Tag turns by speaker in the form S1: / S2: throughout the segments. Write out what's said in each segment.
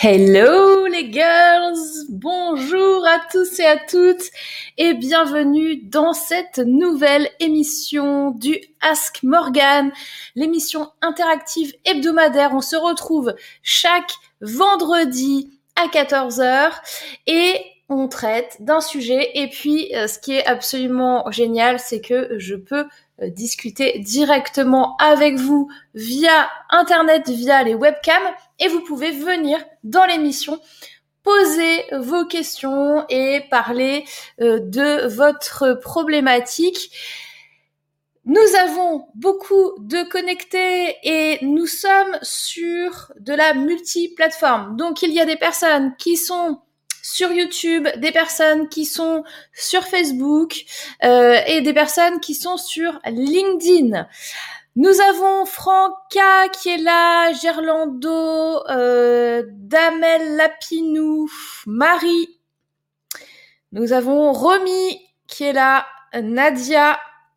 S1: Hello les girls, bonjour à tous et à toutes et bienvenue dans cette nouvelle émission du Ask Morgane, l'émission interactive hebdomadaire. On se retrouve chaque vendredi à 14h et on traite d'un sujet. Et puis ce qui est absolument génial, c'est que je peux discuter directement avec vous via internet, via les webcams, et vous pouvez venir dans l'émission poser vos questions et parler de votre problématique. Nous avons beaucoup de connectés et nous sommes sur de la multiplateforme. Donc il y a des personnes qui sont sur YouTube, des personnes qui sont sur Facebook et des personnes qui sont sur LinkedIn. Nous avons Franca qui est là, Gerlando, Damel Lapinou, Marie. Nous avons Romy qui est là, Nadia,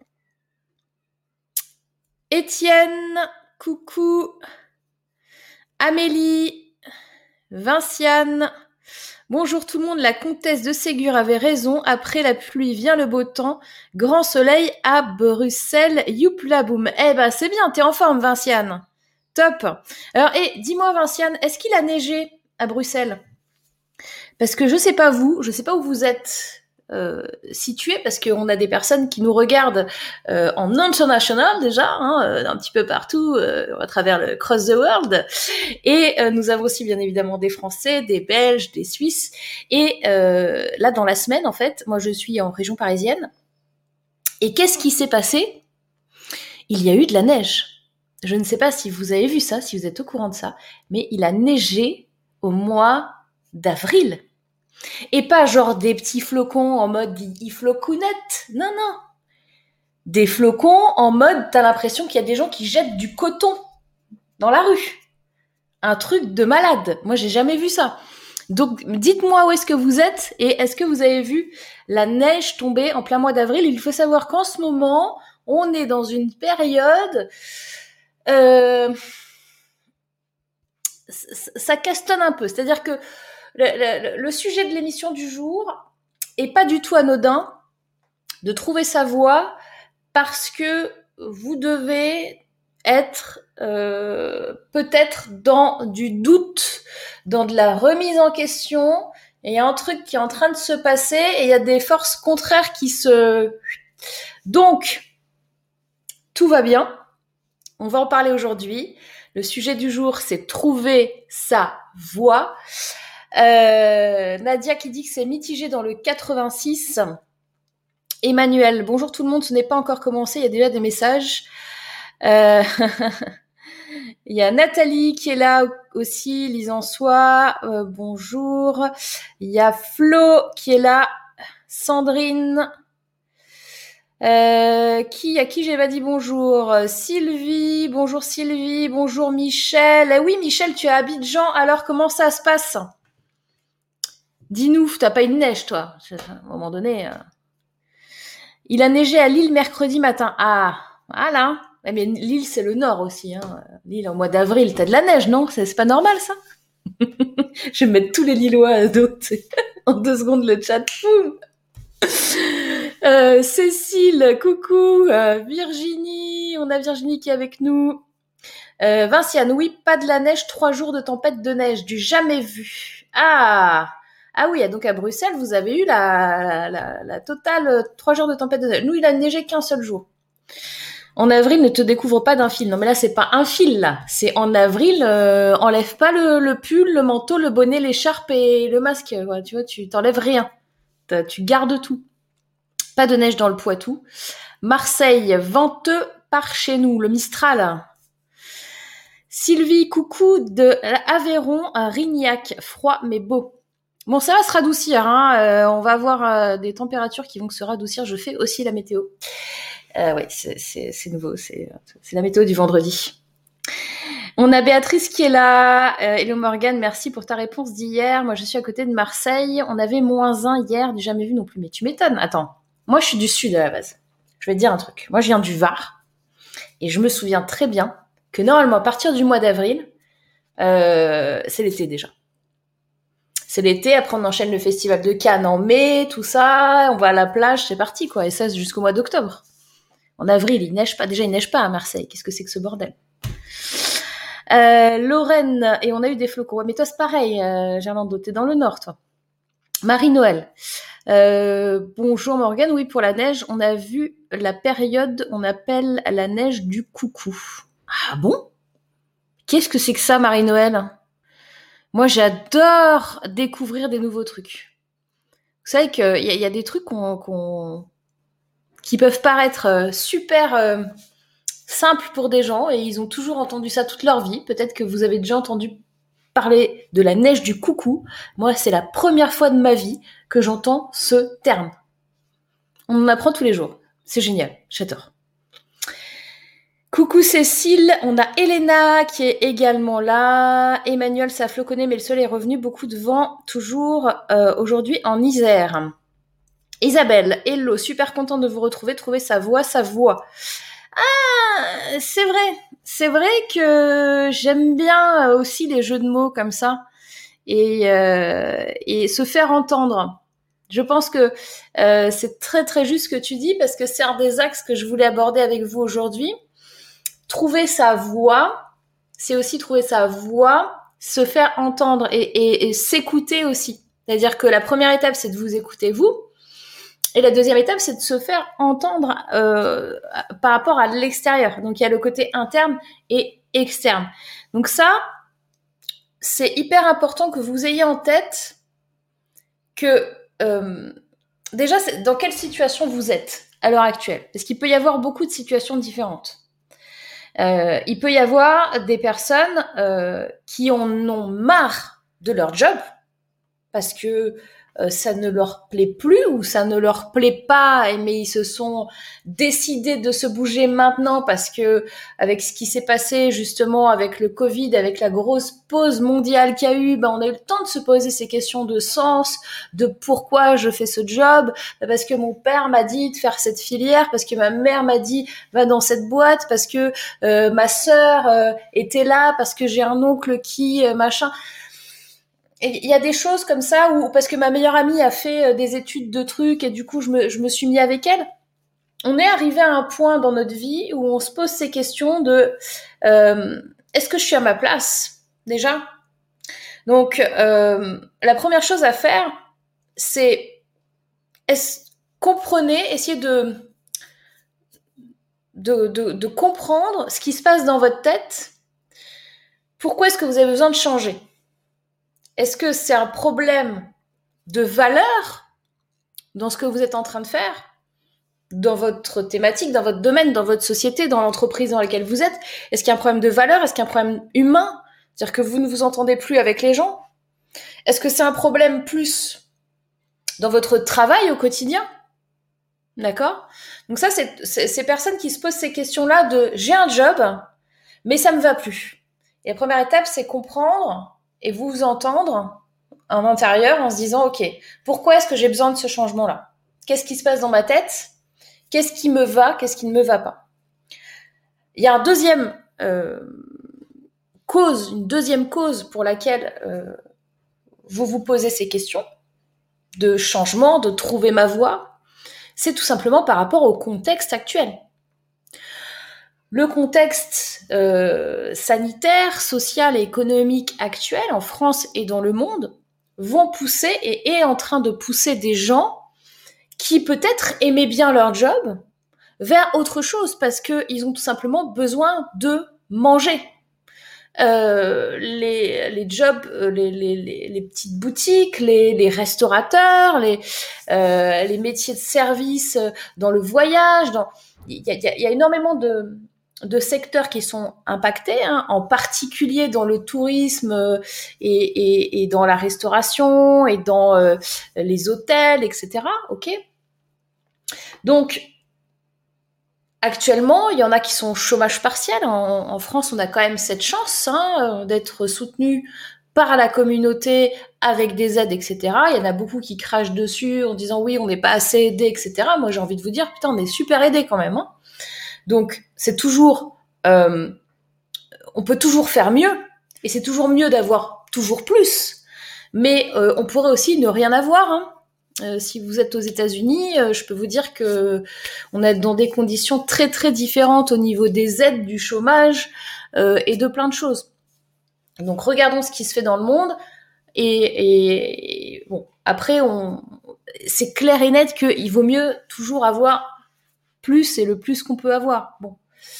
S1: Étienne, coucou, Amélie, Vinciane. Bonjour tout le monde, la comtesse de Ségur avait raison, après la pluie vient le beau temps, grand soleil à Bruxelles, youpla boum. Eh ben c'est bien, t'es en forme Vinciane, top. Alors dis-moi Vinciane, est-ce qu'il a neigé à Bruxelles? Parce que je sais pas où vous êtes situés, parce qu'on a des personnes qui nous regardent en international déjà, un petit peu partout à travers le Cross the World, et nous avons aussi bien évidemment des Français, des Belges, des Suisses, et là dans la semaine en fait, moi je suis en région parisienne, et qu'est-ce qui s'est passé? Il y a eu de la neige. Je ne sais pas si vous avez vu ça, si vous êtes au courant de ça, mais il a neigé au mois d'avril. Et pas genre des petits flocons en mode iflocounette. Non, non. Des flocons en mode, t'as l'impression qu'il y a des gens qui jettent du coton dans la rue. Un truc de malade. Moi, j'ai jamais vu ça. Donc, dites-moi où est-ce que vous êtes et est-ce que vous avez vu la neige tomber en plein mois d'avril? Il faut savoir qu'en ce moment, on est dans une période... ça casse-tonne un peu. C'est-à-dire que le sujet de l'émission du jour est pas du tout anodin, de trouver sa voie, parce que vous devez être peut-être dans du doute, dans de la remise en question, et il y a un truc qui est en train de se passer, et il y a des forces contraires qui se... Donc, tout va bien, on va en parler aujourd'hui. Le sujet du jour, c'est trouver sa voie. Nadia qui dit que c'est mitigé dans le 86. Emmanuel, bonjour tout le monde, ce n'est pas encore commencé, il y a déjà des messages. Il y a Nathalie qui est là aussi, lisant soi, bonjour. Il y a Flo qui est là, Sandrine, à qui j'ai pas dit bonjour, Sylvie, bonjour Michel. Oui Michel, tu es à Abidjan, alors comment ça se passe? Dis-nous, t'as pas eu de neige toi? À un moment donné... Il a neigé à Lille mercredi matin. Ah, voilà. Mais Lille, c'est le nord aussi. Lille, en mois d'avril, t'as de la neige, non? C'est pas normal, ça? Je vais mettre tous les Lillois à dos, en 2 secondes, le chat. Cécile, coucou. Virginie, on a Virginie qui est avec nous. Vinciane, oui, pas de la neige, 3 jours de tempête de neige, du jamais vu. Ah oui, donc à Bruxelles, vous avez eu la totale 3 jours de tempête de neige. Nous, il a neigé qu'un seul jour. En avril, ne te découvre pas d'un fil. Non, mais là, c'est pas un fil, là. C'est en avril, enlève pas le pull, le manteau, le bonnet, l'écharpe et le masque. Ouais, tu vois, tu t'enlèves rien. Tu gardes tout. Pas de neige dans le Poitou. Marseille, venteux par chez nous. Le Mistral. Sylvie, coucou de Aveyron, un Rignac. Froid, mais beau. Bon, ça va se radoucir, on va avoir des températures qui vont se radoucir. Je fais aussi la météo. Oui, c'est nouveau, c'est la météo du vendredi. On a Béatrice qui est là. Hello Morgane, merci pour ta réponse d'hier. Moi, je suis à côté de Marseille. On avait -1 hier, du jamais vu non plus. Mais tu m'étonnes. Attends, moi, je suis du sud à la base. Je vais te dire un truc. Moi, je viens du Var. Et je me souviens très bien que normalement, à partir du mois d'avril, c'est l'été déjà. c'est l'été, après on enchaîne le festival de Cannes en mai, tout ça, on va à la plage, c'est parti quoi. Et ça c'est jusqu'au mois d'octobre. En avril, il neige pas. Déjà, il neige pas à Marseille. Qu'est-ce que c'est que ce bordel? Lorraine, et on a eu des flocons. Ouais, mais toi c'est pareil, Gerlando, t'es dans le nord, toi. Marie-Noël. Bonjour Morgane, oui pour la neige, on a vu la période, on appelle la neige du coucou. Ah bon? Qu'est-ce que c'est que ça Marie-Noël? Moi j'adore découvrir des nouveaux trucs. Vous savez qu'il y a des trucs qui peuvent paraître super simples pour des gens et ils ont toujours entendu ça toute leur vie. Peut-être que vous avez déjà entendu parler de la neige du coucou. Moi c'est la première fois de ma vie que j'entends ce terme. On en apprend tous les jours. C'est génial. J'adore. Coucou Cécile. On a Elena qui est également là. Emmanuel, ça a floconnait, mais le soleil est revenu. Beaucoup de vent toujours aujourd'hui en Isère. Isabelle, hello. Super contente de vous retrouver. Trouver sa voix, sa voix. Ah, c'est vrai. C'est vrai que j'aime bien aussi les jeux de mots comme ça. Et se faire entendre. Je pense que c'est très très juste ce que tu dis parce que c'est un des axes que je voulais aborder avec vous aujourd'hui. Trouver sa voix, c'est aussi trouver sa voix, se faire entendre et s'écouter aussi. C'est-à-dire que la première étape, c'est de vous écouter vous. Et la deuxième étape, c'est de se faire entendre par rapport à l'extérieur. Donc, il y a le côté interne et externe. Donc ça, c'est hyper important que vous ayez en tête que déjà, c'est dans quelle situation vous êtes à l'heure actuelle? Parce qu'il peut y avoir beaucoup de situations différentes. Il peut y avoir des personnes qui en ont marre de leur job parce que ça ne leur plaît plus ou ça ne leur plaît pas, mais ils se sont décidés de se bouger maintenant parce que avec ce qui s'est passé justement avec le Covid, avec la grosse pause mondiale qu'il y a eu, on a eu le temps de se poser ces questions de sens, de pourquoi je fais ce job, parce que mon père m'a dit de faire cette filière, parce que ma mère m'a dit va dans cette boîte, parce que ma sœur était là, parce que j'ai un oncle qui machin. Et il y a des choses comme ça où parce que ma meilleure amie a fait des études de trucs et du coup je me suis mis avec elle. On est arrivé à un point dans notre vie où on se pose ces questions de est-ce que je suis à ma place déjà? Donc la première chose à faire, c'est comprenez, essayez de comprendre ce qui se passe dans votre tête. Pourquoi est-ce que vous avez besoin de changer? Est-ce que c'est un problème de valeur dans ce que vous êtes en train de faire, dans votre thématique, dans votre domaine, dans votre société, dans l'entreprise dans laquelle vous êtes? Est-ce qu'il y a un problème de valeur? Est-ce qu'il y a un problème humain? C'est-à-dire que vous ne vous entendez plus avec les gens? Est-ce que c'est un problème plus dans votre travail au quotidien? D'accord? Donc ça, c'est ces personnes qui se posent ces questions-là de j'ai un job, mais ça me va plus. Et la première étape, c'est comprendre et vous entendre en intérieur en se disant ok, pourquoi est-ce que j'ai besoin de ce changement-là? Qu'est-ce qui se passe dans ma tête? Qu'est-ce qui me va? Qu'est-ce qui ne me va pas? Il y a une deuxième cause pour laquelle vous vous posez ces questions de changement, de trouver ma voie, c'est tout simplement par rapport au contexte actuel. Le contexte sanitaire, social et économique actuel en France et dans le monde vont pousser et est en train de pousser des gens qui peut-être aimaient bien leur job vers autre chose parce qu'ils ont tout simplement besoin de manger. Les jobs, les petites boutiques, les restaurateurs, les métiers de service dans le voyage, il y a énormément de secteurs qui sont impactés, en particulier dans le tourisme et dans la restauration et dans les hôtels, etc. Ok. Donc actuellement, il y en a qui sont au chômage partiel. En France, on a quand même cette chance d'être soutenu par la communauté avec des aides, etc. Il y en a beaucoup qui crachent dessus en disant oui, on n'est pas assez aidé, etc. Moi, j'ai envie de vous dire, putain, on est super aidé quand même. Donc, c'est toujours... on peut toujours faire mieux. Et c'est toujours mieux d'avoir toujours plus. Mais on pourrait aussi ne rien avoir, hein. Si vous êtes aux États-Unis, je peux vous dire que on est dans des conditions très très différentes au niveau des aides, du chômage et de plein de choses. Donc regardons ce qui se fait dans le monde et bon, après c'est clair et net qu'il vaut mieux toujours avoir plus et le plus qu'on peut avoir. Bon.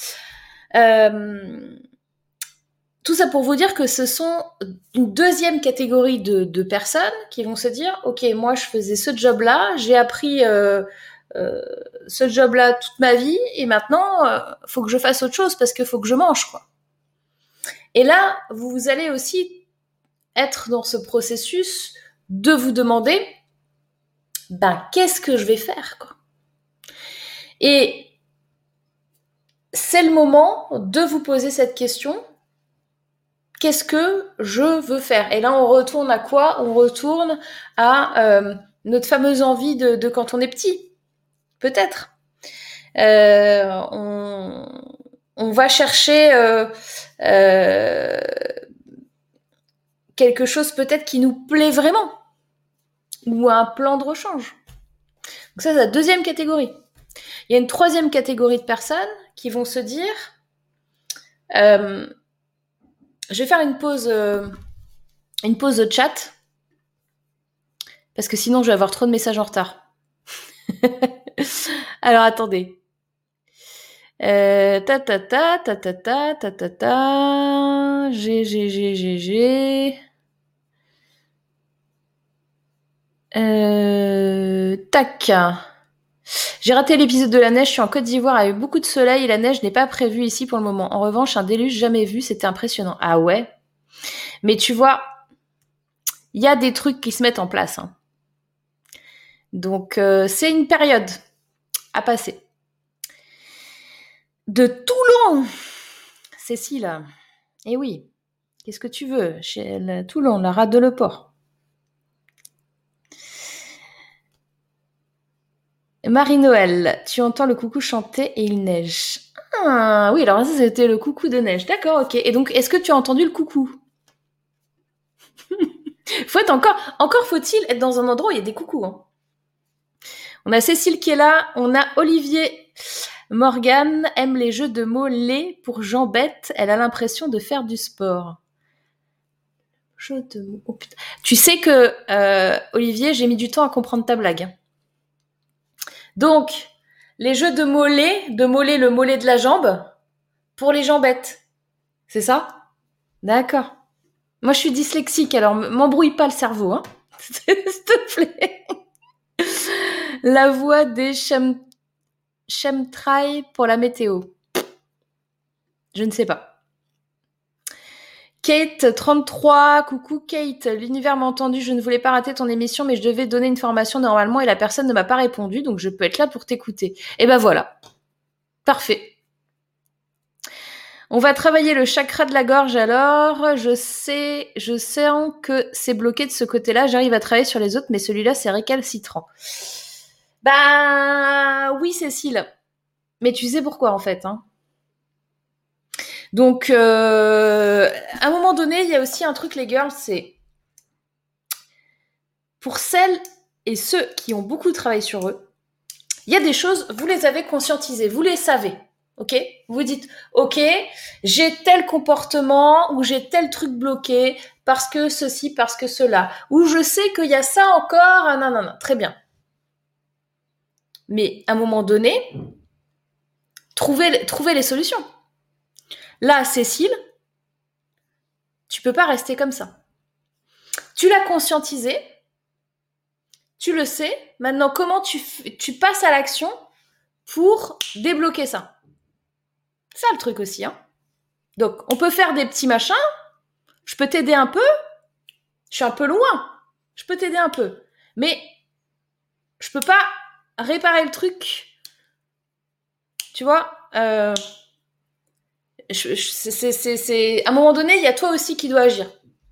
S1: Tout ça pour vous dire que ce sont une deuxième catégorie de personnes qui vont se dire, ok, moi je faisais ce job-là, j'ai appris ce job-là toute ma vie, et maintenant faut que je fasse autre chose parce qu'il faut que je mange, quoi. Et là, vous allez aussi être dans ce processus de vous demander, qu'est-ce que je vais faire, quoi. Et c'est le moment de vous poser cette question. Qu'est-ce que je veux faire? Et là, on retourne à quoi? On retourne à notre fameuse envie de quand on est petit. Peut-être. On va chercher quelque chose peut-être qui nous plaît vraiment. Ou un plan de rechange. Donc ça, c'est la deuxième catégorie. Il y a une troisième catégorie de personnes qui vont se dire... je vais faire une pause de chat parce que sinon je vais avoir trop de messages en retard. Alors attendez. G. Tac. J'ai raté l'épisode de la neige, je suis en Côte d'Ivoire avec beaucoup de soleil et la neige n'est pas prévue ici pour le moment. En revanche, un déluge jamais vu, c'était impressionnant. Ah ouais? Mais tu vois, il y a des trucs qui se mettent en place, hein. Donc, c'est une période à passer. De Toulon, Cécile. Eh oui, qu'est-ce que tu veux? Chez Toulon, la rade de le port. Marie-Noël, tu entends le coucou chanter et il neige. Ah oui, alors ça c'était le coucou de neige. D'accord, ok. Et donc, est-ce que tu as entendu le coucou? Faut être encore faut-il être dans un endroit où il y a des coucous, hein. On a Cécile qui est là, on a Olivier. Morgane aime les jeux de mots laids pour Jean bête, elle a l'impression de faire du sport. Jeux de mots. Oh, putain. Tu sais que, Olivier, j'ai mis du temps à comprendre ta blague. Donc, les jeux de mollets, le mollet de la jambe, pour les jambettes. C'est ça? D'accord. Moi, je suis dyslexique, alors m'embrouille pas le cerveau, hein. S'il te plaît. La voix des chemtrails pour la météo. Je ne sais pas. Kate, 33, coucou Kate, l'univers m'a entendu, je ne voulais pas rater ton émission, mais je devais donner une formation normalement et la personne ne m'a pas répondu, donc je peux être là pour t'écouter. Et ben voilà. Parfait. On va travailler le chakra de la gorge alors. Je sens que c'est bloqué de ce côté-là. J'arrive à travailler sur les autres, mais celui-là, c'est récalcitrant. Oui, Cécile. Mais tu sais pourquoi, en fait, hein. Donc, à un moment donné, il y a aussi un truc, les girls, c'est... Pour celles et ceux qui ont beaucoup travaillé sur eux, il y a des choses, vous les avez conscientisées, vous les savez. Ok, vous dites, ok, j'ai tel comportement ou j'ai tel truc bloqué parce que ceci, parce que cela, ou je sais qu'il y a ça encore, non, très bien. Mais à un moment donné, trouvez les solutions. Là, Cécile, tu peux pas rester comme ça. Tu l'as conscientisé, tu le sais. Maintenant, comment tu passes à l'action pour débloquer ça? C'est ça le truc aussi, hein. Donc, on peut faire des petits machins. Je peux t'aider un peu. Je suis un peu loin. Je peux t'aider un peu. Mais je peux pas réparer le truc. Tu vois, c'est à un moment donné, il y a toi aussi qui dois agir.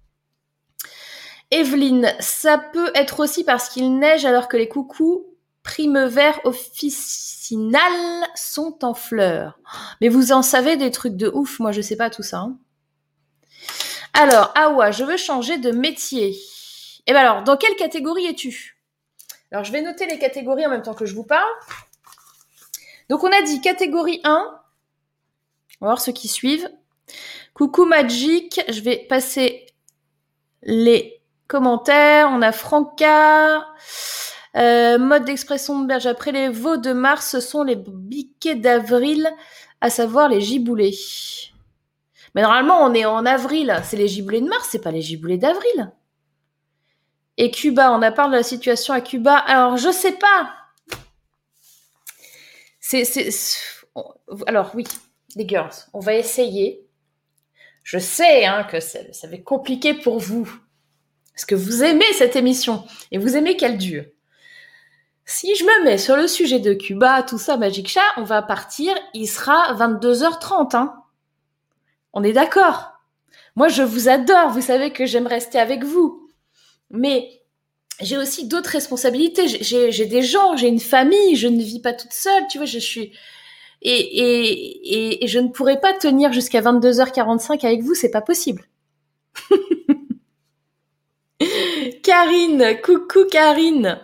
S1: Evelyne, ça peut être aussi parce qu'il neige alors que les coucous primevères officinales sont en fleurs. Mais vous en savez des trucs de ouf, moi je sais pas tout ça, hein. Alors, Awa, je veux changer de métier. Et ben alors, dans quelle catégorie es-tu? Alors, je vais noter les catégories en même temps que je vous parle. Donc, on a dit catégorie 1. On va voir ceux qui suivent. Coucou Magic, je vais passer les commentaires. On a Franca, mode d'expression de berge. Après les veaux de mars, ce sont les biquets d'avril, à savoir les giboulées. Mais normalement, on est en avril. C'est les giboulées de mars, c'est pas les giboulées d'avril. Et Cuba, on a parlé de la situation à Cuba. Alors, je sais pas. Alors, oui, les girls, on va essayer. Je sais que ça va être compliqué pour vous. Parce que vous aimez cette émission. Et vous aimez qu'elle dure. Si je me mets sur le sujet de Cuba, tout ça, Magic Chat, on va partir. Il sera 22h30. On est d'accord. Moi, je vous adore. Vous savez que j'aime rester avec vous. Mais j'ai aussi d'autres responsabilités. J'ai des gens, j'ai une famille. Je ne vis pas toute seule. Tu vois, je suis... Et je ne pourrais pas tenir jusqu'à 22h45 avec vous. C'est pas possible. Karine, coucou Karine.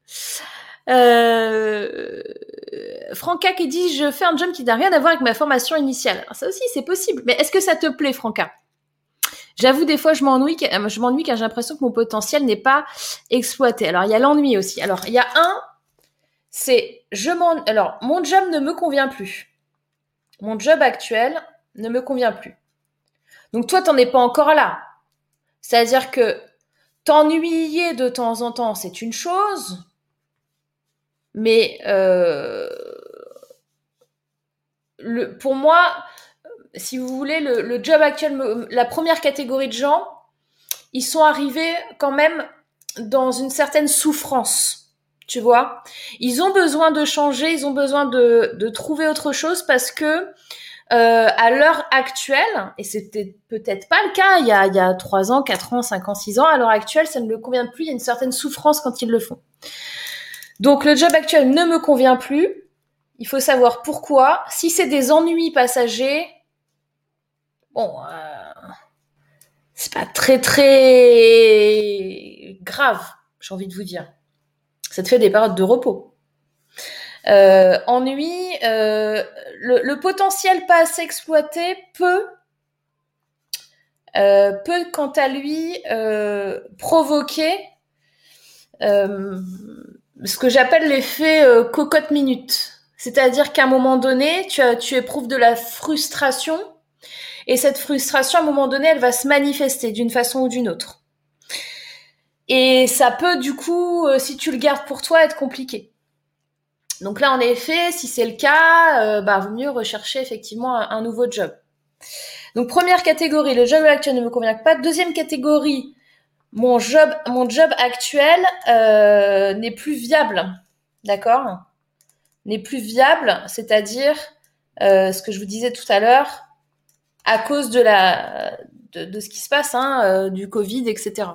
S1: Franca qui dit je fais un job qui n'a rien à voir avec ma formation initiale. Alors ça aussi c'est possible, mais est-ce que ça te plaît, Franca? J'avoue, des fois je m'ennuie car j'ai l'impression que mon potentiel n'est pas exploité. Alors il y a l'ennui aussi. Alors il y a c'est alors mon job ne me convient plus. Mon job actuel ne me convient plus. Donc toi t'en es pas encore là. C'est-à-dire que t'ennuyer de temps en temps c'est une chose. Mais pour moi, si vous voulez, le job actuel, la première catégorie de gens, ils sont arrivés quand même dans une certaine souffrance, tu vois. Ils ont besoin de changer, ils ont besoin de trouver autre chose parce que à l'heure actuelle, et c'était peut-être pas le cas il y a 3 ans, 4 ans, 5 ans, 6 ans, à l'heure actuelle, ça ne me convient plus, il y a une certaine souffrance quand ils le font. Donc le job actuel ne me convient plus. Il faut savoir pourquoi. Si c'est des ennuis passagers, bon, c'est pas très très grave, j'ai envie de vous dire. Ça te fait des périodes de repos. Ennui, le potentiel pas assez exploité peut quant à lui provoquer ce que j'appelle l'effet cocotte minute. C'est-à-dire qu'à un moment donné, tu éprouves de la frustration, et cette frustration, à un moment donné, elle va se manifester d'une façon ou d'une autre. Et ça peut, du coup, si tu le gardes pour toi, être compliqué. Donc là, en effet, si c'est le cas, vaut mieux rechercher effectivement un nouveau job. Donc première catégorie, le job actuel ne me convient pas. Deuxième catégorie, mon job actuel n'est plus viable, d'accord ? N'est plus viable, c'est-à-dire ce que je vous disais tout à l'heure, à cause de ce qui se passe, du Covid, etc.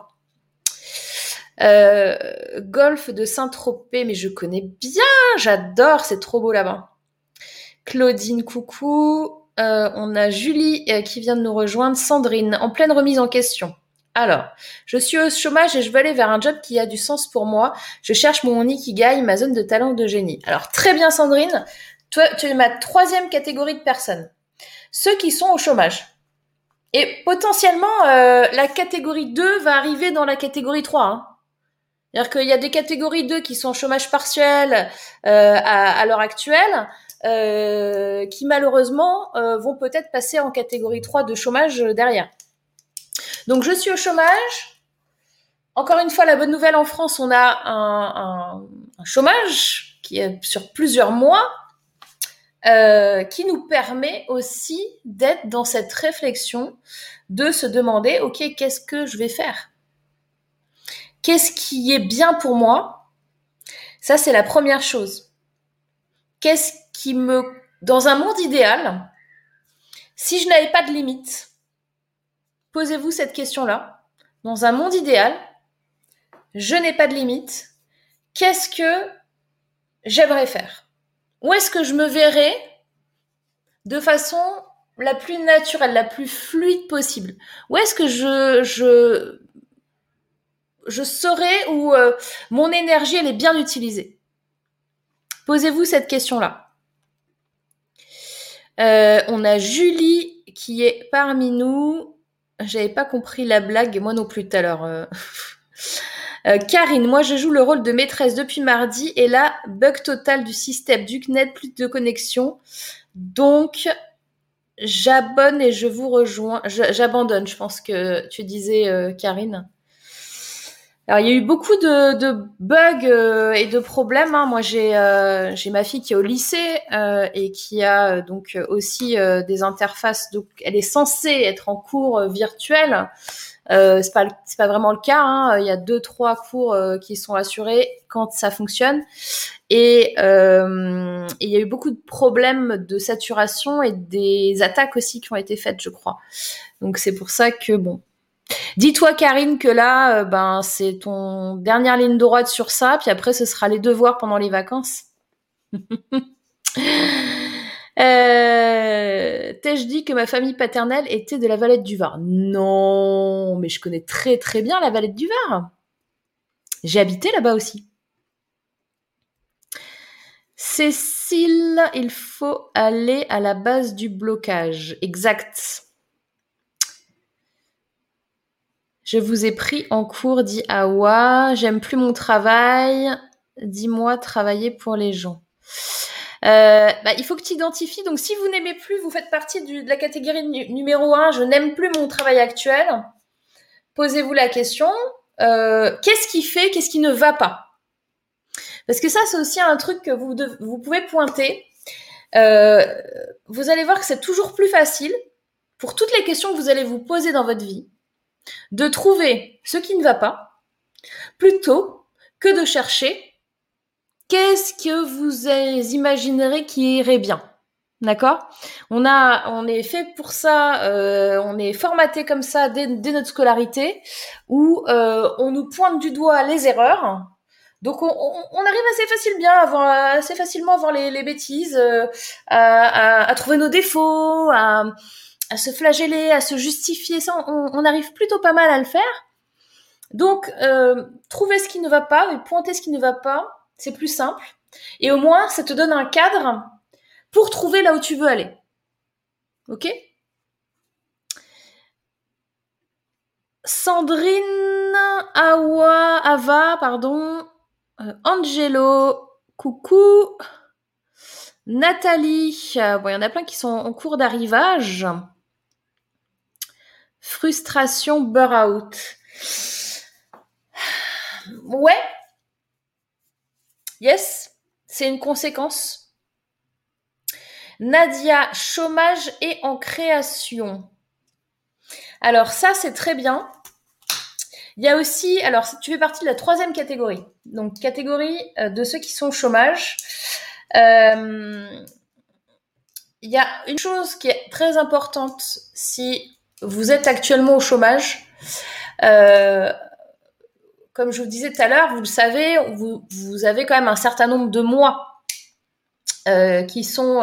S1: Golfe de Saint-Tropez, mais je connais bien, j'adore, c'est trop beau là-bas. Claudine, coucou. On a Julie qui vient de nous rejoindre. Sandrine, en pleine remise en question. Alors, je suis au chômage et je veux aller vers un job qui a du sens pour moi. Je cherche mon ikigai, ma zone de talent de génie. Alors, très bien Sandrine, toi, tu es ma 3e catégorie de personnes. Ceux qui sont au chômage. Et potentiellement, la catégorie 2 va arriver dans la catégorie 3. C'est-à-dire qu'il y a des catégories 2 qui sont en chômage partiel à l'heure actuelle, qui malheureusement vont peut-être passer en catégorie 3 de chômage derrière. Donc je suis au chômage. Encore une fois, la bonne nouvelle, en France, on a un chômage qui est sur plusieurs mois, qui nous permet aussi d'être dans cette réflexion de se demander, ok, qu'est-ce que je vais faire ? Qu'est-ce qui est bien pour moi ? Ça, c'est la première chose. Qu'est-ce qui dans un monde idéal, si je n'avais pas de limite, posez-vous cette question-là. Dans un monde idéal, je n'ai pas de limite. Qu'est-ce que j'aimerais faire ? Où est-ce que je me verrais de façon la plus naturelle, la plus fluide possible ? Où est-ce que je saurai où mon énergie, elle est bien utilisée. Posez-vous cette question-là. On a Julie qui est parmi nous. J'avais pas compris la blague, moi non plus tout à l'heure. Karine, moi je joue le rôle de maîtresse depuis mardi et là, bug total du système du CNET, plus de connexion. Donc, j'abonne et je vous rejoins. J'abandonne, je pense que tu disais, Karine. Alors, il y a eu beaucoup de bugs et de problèmes. Hein. Moi, j'ai ma fille qui est au lycée et qui a donc aussi des interfaces. Donc, elle est censée être en cours virtuel. C'est pas vraiment le cas. Hein. Il y a 2-3 cours qui sont assurés quand ça fonctionne. Et il y a eu beaucoup de problèmes de saturation et des attaques aussi qui ont été faites, je crois. Donc, c'est pour ça que bon. Dis-toi, Karine, que là, c'est ton dernière ligne droite sur ça, puis après, ce sera les devoirs pendant les vacances. T'ai-je dit que ma famille paternelle était de la Valette du Var? Non, mais je connais très très bien la Valette du Var. J'ai habité là-bas aussi. Cécile, il faut aller à la base du blocage. Exact. Je vous ai pris en cours, dit Awa. J'aime plus mon travail. Dis-moi travailler pour les gens. Il faut que tu identifies. Donc, si vous n'aimez plus, vous faites partie de la catégorie numéro 1. Je n'aime plus mon travail actuel. Posez-vous la question. Qu'est-ce qui fait? Qu'est-ce qui ne va pas? Parce que ça, c'est aussi un truc que vous pouvez pointer. Vous allez voir que c'est toujours plus facile pour toutes les questions que vous allez vous poser dans votre vie de trouver ce qui ne va pas plutôt que de chercher qu'est-ce que vous imaginerez qui irait bien. D'accord? On est fait pour ça, on est formaté comme ça dès notre scolarité, où on nous pointe du doigt les erreurs. Donc on arrive assez facilement à voir les bêtises, à trouver nos défauts, à se flageller, à se justifier. Ça, on arrive plutôt pas mal à le faire. Donc, trouver ce qui ne va pas et pointer ce qui ne va pas, c'est plus simple. Et au moins, ça te donne un cadre pour trouver là où tu veux aller. Ok? Sandrine, Ava, Angelo, coucou. Nathalie, il y en a plein qui sont en cours d'arrivage. Frustration, burn-out. Ouais. Yes, c'est une conséquence. Nadia, chômage et en création. Alors ça, c'est très bien. Il y a aussi, alors tu fais partie de la 3e catégorie. Donc catégorie de ceux qui sont au chômage. Il y a une chose qui est très importante si vous êtes actuellement au chômage. Comme je vous disais tout à l'heure, vous le savez, vous avez quand même un certain nombre de mois qui sont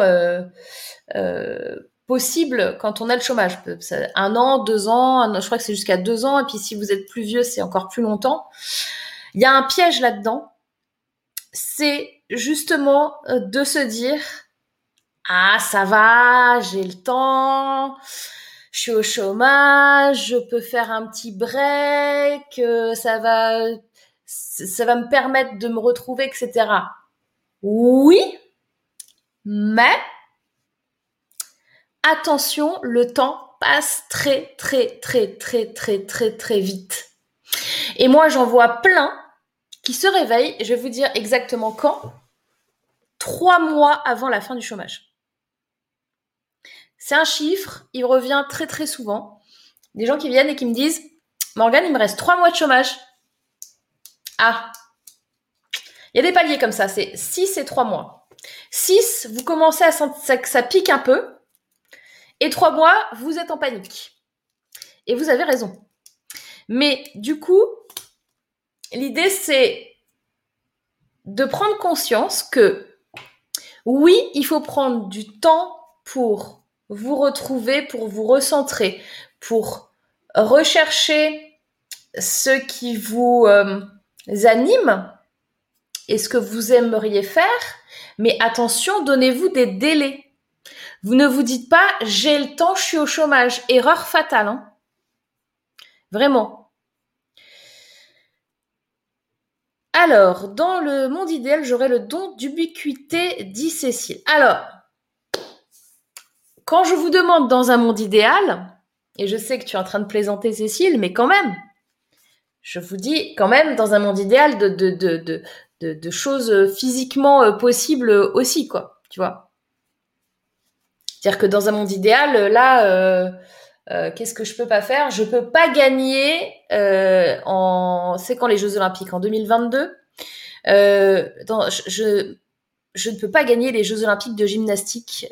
S1: possibles quand on a le chômage. 1 an, 2 ans, je crois que c'est jusqu'à 2 ans, et puis si vous êtes plus vieux, c'est encore plus longtemps. Il y a un piège là-dedans, c'est justement de se dire « Ah, ça va, j'ai le temps, je suis au chômage, je peux faire un petit break, ça va me permettre de me retrouver, etc. » Oui, mais attention, le temps passe très, très, très, très, très, très, très vite. Et moi, j'en vois plein qui se réveillent, je vais vous dire exactement quand, 3 mois avant la fin du chômage. C'est un chiffre, il revient très, très souvent. Des gens qui viennent et qui me disent « Morgane, il me reste 3 mois de chômage. » Ah, il y a des paliers comme ça, c'est 6 et 3 mois. 6, vous commencez à sentir que ça pique un peu. Et 3 mois, vous êtes en panique. Et vous avez raison. Mais du coup, l'idée, c'est de prendre conscience que oui, il faut prendre du temps pour vous retrouver, pour vous recentrer, pour rechercher ce qui vous anime et ce que vous aimeriez faire, mais attention, donnez-vous des délais. Vous ne vous dites pas « j'ai le temps, je suis au chômage ». Erreur fatale, hein. Vraiment. Alors, dans le monde idéal, j'aurais le don d'ubiquité, dit Cécile. Alors, quand je vous demande dans un monde idéal, et je sais que tu es en train de plaisanter Cécile, mais quand même, je vous dis quand même dans un monde idéal de choses physiquement possibles aussi, quoi, tu vois. C'est-à-dire que dans un monde idéal, là, qu'est-ce que je peux pas faire? Je peux pas gagner c'est quand les Jeux Olympiques? En 2022. Je ne peux pas gagner les Jeux Olympiques de gymnastique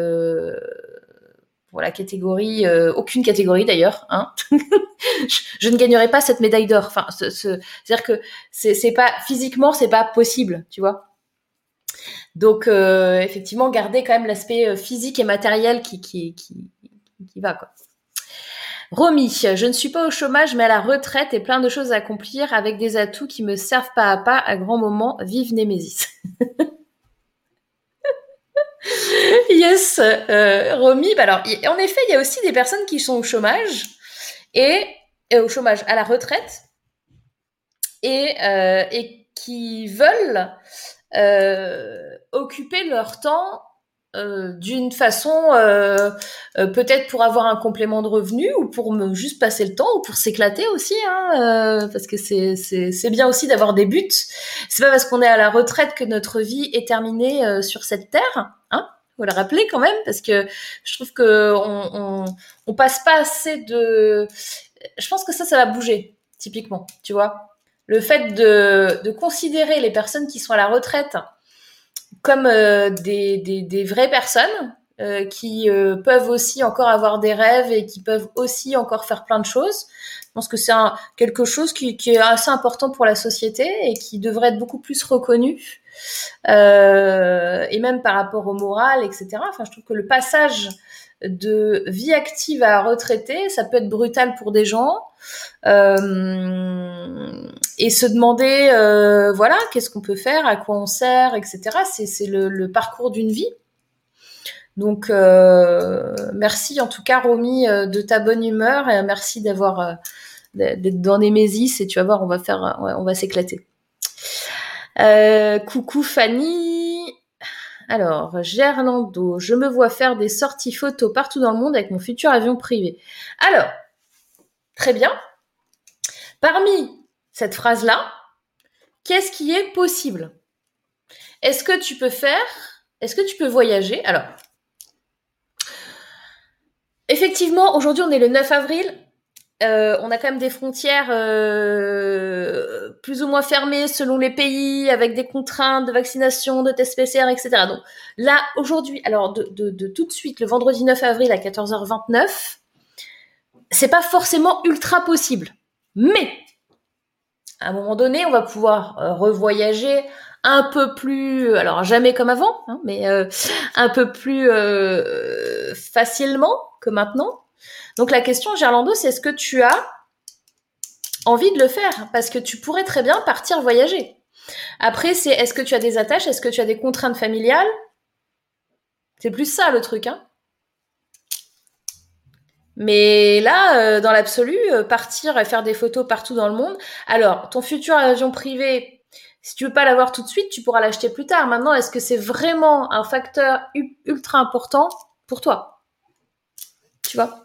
S1: pour la catégorie, aucune catégorie d'ailleurs, hein. je ne gagnerai pas cette médaille d'or. Enfin, c'est-à-dire que c'est pas physiquement, c'est pas possible, tu vois. Donc effectivement, garder quand même l'aspect physique et matériel qui va, quoi. Romy, je ne suis pas au chômage, mais à la retraite et plein de choses à accomplir avec des atouts qui me servent pas à pas à grand moment. Vive Némésis. Yes, Romy. Bah alors, en effet, il y a aussi des personnes qui sont au chômage et au chômage à la retraite et qui veulent occuper leur temps d'une façon peut-être pour avoir un complément de revenu ou pour juste passer le temps ou pour s'éclater aussi, hein, parce que c'est bien aussi d'avoir des buts. C'est pas parce qu'on est à la retraite que notre vie est terminée sur cette terre, hein. Faut le rappeler quand même, parce que je trouve que on passe pas assez de. Je pense que ça va bouger typiquement, tu vois. Le fait de considérer les personnes qui sont à la retraite comme des vraies personnes qui peuvent aussi encore avoir des rêves et qui peuvent aussi encore faire plein de choses. Je pense que c'est quelque chose qui est assez important pour la société et qui devrait être beaucoup plus reconnu. Et même par rapport au moral, etc. Enfin, je trouve que le passage de vie active à retraité, ça peut être brutal pour des gens. Et se demander, voilà, qu'est-ce qu'on peut faire, à quoi on sert, etc. C'est le parcours d'une vie. Donc, merci en tout cas, Romy, de ta bonne humeur et merci d'être dans Némésis et tu vas voir, on va s'éclater. Coucou Fanny. Alors, Gerlando, je me vois faire des sorties photos partout dans le monde avec mon futur avion privé. Alors, très bien. Parmi cette phrase-là, qu'est-ce qui est possible? Est-ce que tu peux voyager? Alors, effectivement, aujourd'hui, on est le 9 avril. On a quand même des frontières plus ou moins fermées selon les pays, avec des contraintes de vaccination, de tests PCR, etc. Donc là, aujourd'hui, alors de tout de suite, le vendredi 9 avril à 14h29, c'est pas forcément ultra possible. Mais, à un moment donné, on va pouvoir revoyager un peu plus, alors jamais comme avant, hein, mais un peu plus facilement que maintenant. Donc la question, Gerlando, c'est est-ce que tu as envie de le faire? Parce que tu pourrais très bien partir voyager. Après, c'est est-ce que tu as des attaches? Est-ce que tu as des contraintes familiales? C'est plus ça le truc, hein. Mais là, dans l'absolu, partir et faire des photos partout dans le monde. Alors, ton futur avion privé, si tu veux pas l'avoir tout de suite, tu pourras l'acheter plus tard. Maintenant, est-ce que c'est vraiment un facteur ultra important pour toi? Tu vois?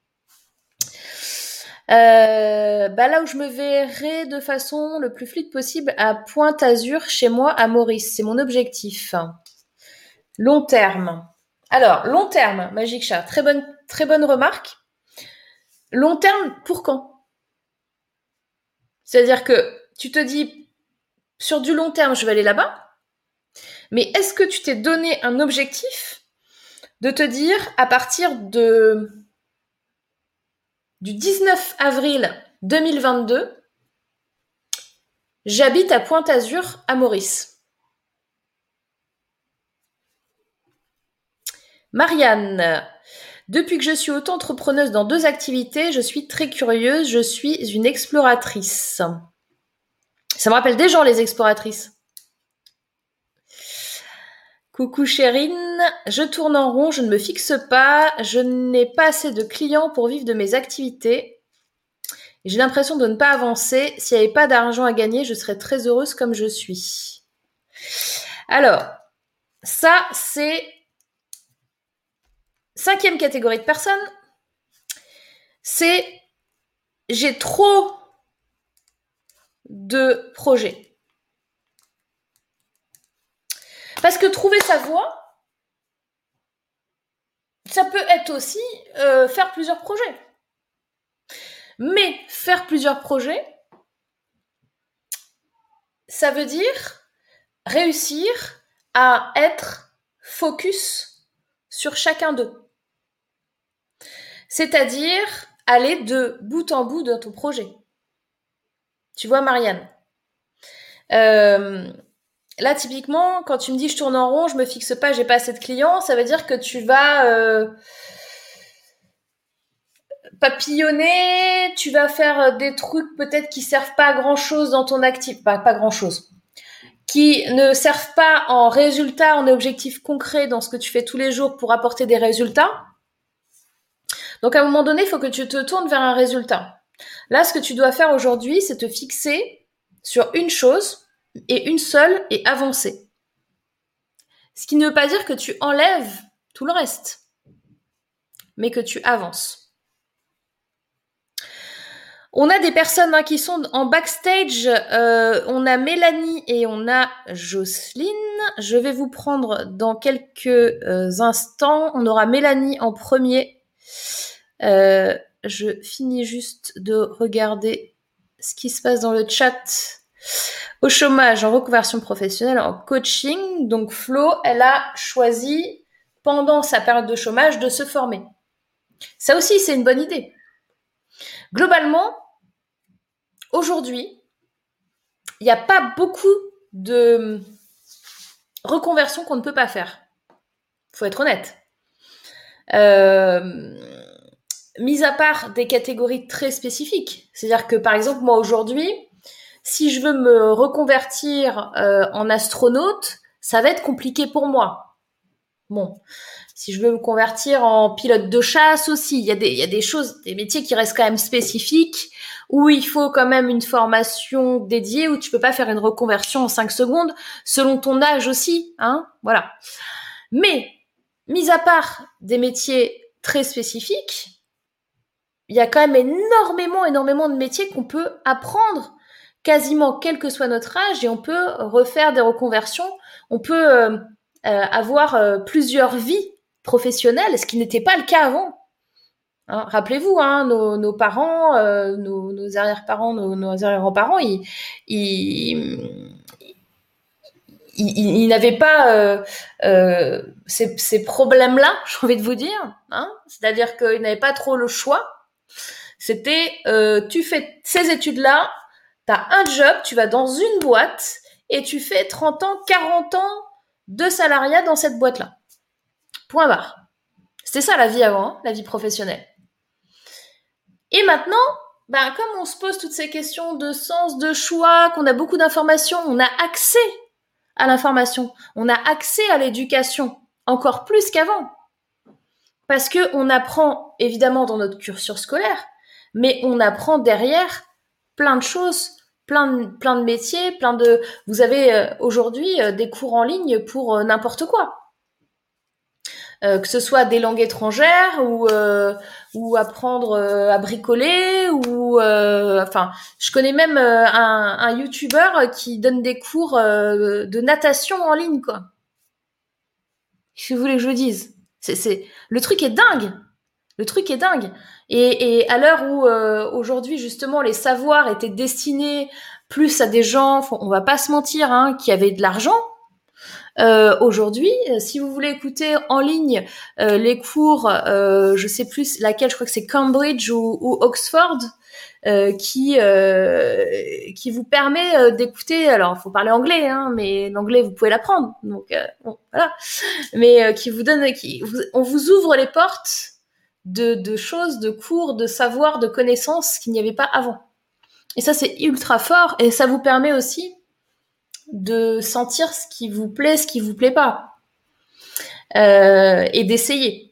S1: Là où je me verrai de façon le plus fluide possible à Pointe-Azur, chez moi, à Maurice. C'est mon objectif. Long terme. Alors, long terme, Magic Chat. Très bonne remarque. Long terme, pour quand? C'est-à-dire que tu te dis, sur du long terme, je vais aller là-bas. Mais est-ce que tu t'es donné un objectif de te dire, à partir du 19 avril 2022, j'habite à Pointe-Azur, à Maurice. Marianne, Depuis que je suis auto-entrepreneuse dans 2 activités, je suis très curieuse, je suis une exploratrice. Ça me rappelle des gens, les exploratrices. Coucou Chérine, je tourne en rond, je ne me fixe pas, je n'ai pas assez de clients pour vivre de mes activités. J'ai l'impression de ne pas avancer. S'il n'y avait pas d'argent à gagner, je serais très heureuse comme je suis. Alors, ça, c'est 5e catégorie de personnes. C'est j'ai trop de projets. Parce que trouver sa voie, ça peut être aussi faire plusieurs projets. Mais faire plusieurs projets, ça veut dire réussir à être focus sur chacun d'eux. C'est-à-dire aller de bout en bout de ton projet. Tu vois, Marianne, là, typiquement, quand tu me dis je tourne en rond, je me fixe pas, j'ai pas assez de clients, ça veut dire que tu vas papillonner, tu vas faire des trucs peut-être qui servent pas à grand-chose dans ton activité, pas grand-chose, qui ne servent pas en résultat, en objectif concret dans ce que tu fais tous les jours pour apporter des résultats. Donc, à un moment donné, il faut que tu te tournes vers un résultat. Là, ce que tu dois faire aujourd'hui, c'est te fixer sur une chose et une seule et avancer. Ce qui ne veut pas dire que tu enlèves tout le reste, mais que tu avances. On a des personnes qui sont en backstage. On a Mélanie et on a Jocelyne. Je vais vous prendre dans quelques instants. On aura Mélanie en premier. Je finis juste de regarder ce qui se passe dans le chat. Au chômage, en reconversion professionnelle, en coaching. Donc Flo, elle a choisi pendant sa période de chômage de se former. Ça aussi, c'est une bonne idée. Globalement, aujourd'hui, il n'y a pas beaucoup de reconversions qu'on ne peut pas faire. Il faut être honnête. Mis à part des catégories très spécifiques. C'est-à-dire que, par exemple, moi, aujourd'hui, si je veux me reconvertir en astronaute, ça va être compliqué pour moi. Bon, si je veux me convertir en pilote de chasse aussi, il y a des choses, des métiers qui restent quand même spécifiques, où il faut quand même une formation dédiée, où tu peux pas faire une reconversion en 5 secondes, selon ton âge aussi, hein, voilà. Mais, mis à part des métiers très spécifiques, il y a quand même énormément de métiers qu'on peut apprendre quasiment quel que soit notre âge, et on peut refaire des reconversions, on peut avoir plusieurs vies professionnelles, ce qui n'était pas le cas avant. Hein, rappelez-vous, hein, nos parents, nos arrière-parents, nos arrière-grands-parents, ils n'avaient pas ces problèmes-là, j'ai envie de vous dire. Hein, c'est-à-dire qu'ils n'avaient pas trop le choix. C'était, tu fais ces études-là, t'as un job, tu vas dans une boîte et tu fais 30 ans, 40 ans de salariat dans cette boîte-là. Point barre. C'était ça la vie avant, hein, la vie professionnelle. Et maintenant, comme on se pose toutes ces questions de sens, de choix, qu'on a beaucoup d'informations, on a accès à l'information, on a accès à l'éducation, encore plus qu'avant. Parce que on apprend, évidemment, dans notre cursus scolaire, mais on apprend derrière plein de choses, plein de métiers, vous avez aujourd'hui des cours en ligne pour n'importe quoi. Que ce soit des langues étrangères ou apprendre à bricoler je connais même un YouTuber qui donne des cours de natation en ligne, quoi. Si vous voulez que je vous dise, le truc est dingue. Le truc est dingue. Et à l'heure où aujourd'hui justement les savoirs étaient destinés plus à des gens, on va pas se mentir, hein, qui avaient de l'argent. Aujourd'hui, si vous voulez écouter en ligne les cours, je sais plus laquelle, je crois que c'est Cambridge ou Oxford, qui vous permet d'écouter. Alors, faut parler anglais, hein, mais l'anglais vous pouvez l'apprendre. Donc bon, voilà. Mais qui vous donne, on vous ouvre les portes de choses, de cours, de savoir, de connaissances qu'il n'y avait pas avant. Et ça, c'est ultra fort et ça vous permet aussi de sentir ce qui vous plaît, ce qui vous plaît pas. Et d'essayer.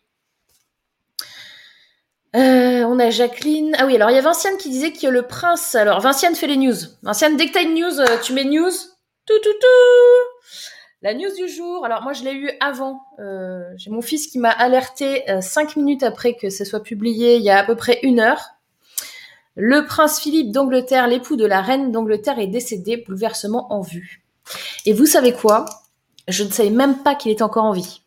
S1: On a Jacqueline. Ah oui, alors il y a Vinciane qui disait que le prince... Alors, Vinciane fait les news. Vinciane, dès que t'as une news, tu mets news. Tout. La news du jour. Alors, moi, je l'ai eu avant. J'ai mon fils qui m'a alerté 5 minutes après que ça soit publié, il y a à peu près 1 heure. Le prince Philippe d'Angleterre, l'époux de la reine d'Angleterre, est décédé. Bouleversement en vue. Et vous savez quoi ? Je ne savais même pas qu'il était encore en vie.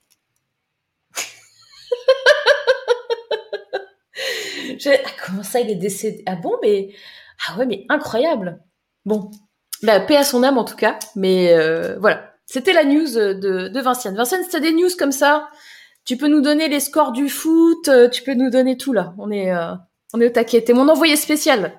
S1: Comment ça, il est décédé ? Ah bon, mais... Ah ouais, mais incroyable. Bon, bah, paix à son âme en tout cas. Mais voilà, c'était la news de Vinciane. Vinciane, si t'as des news comme ça, tu peux nous donner les scores du foot, tu peux nous donner tout là. On est au taquet. T'es mon envoyé spécial.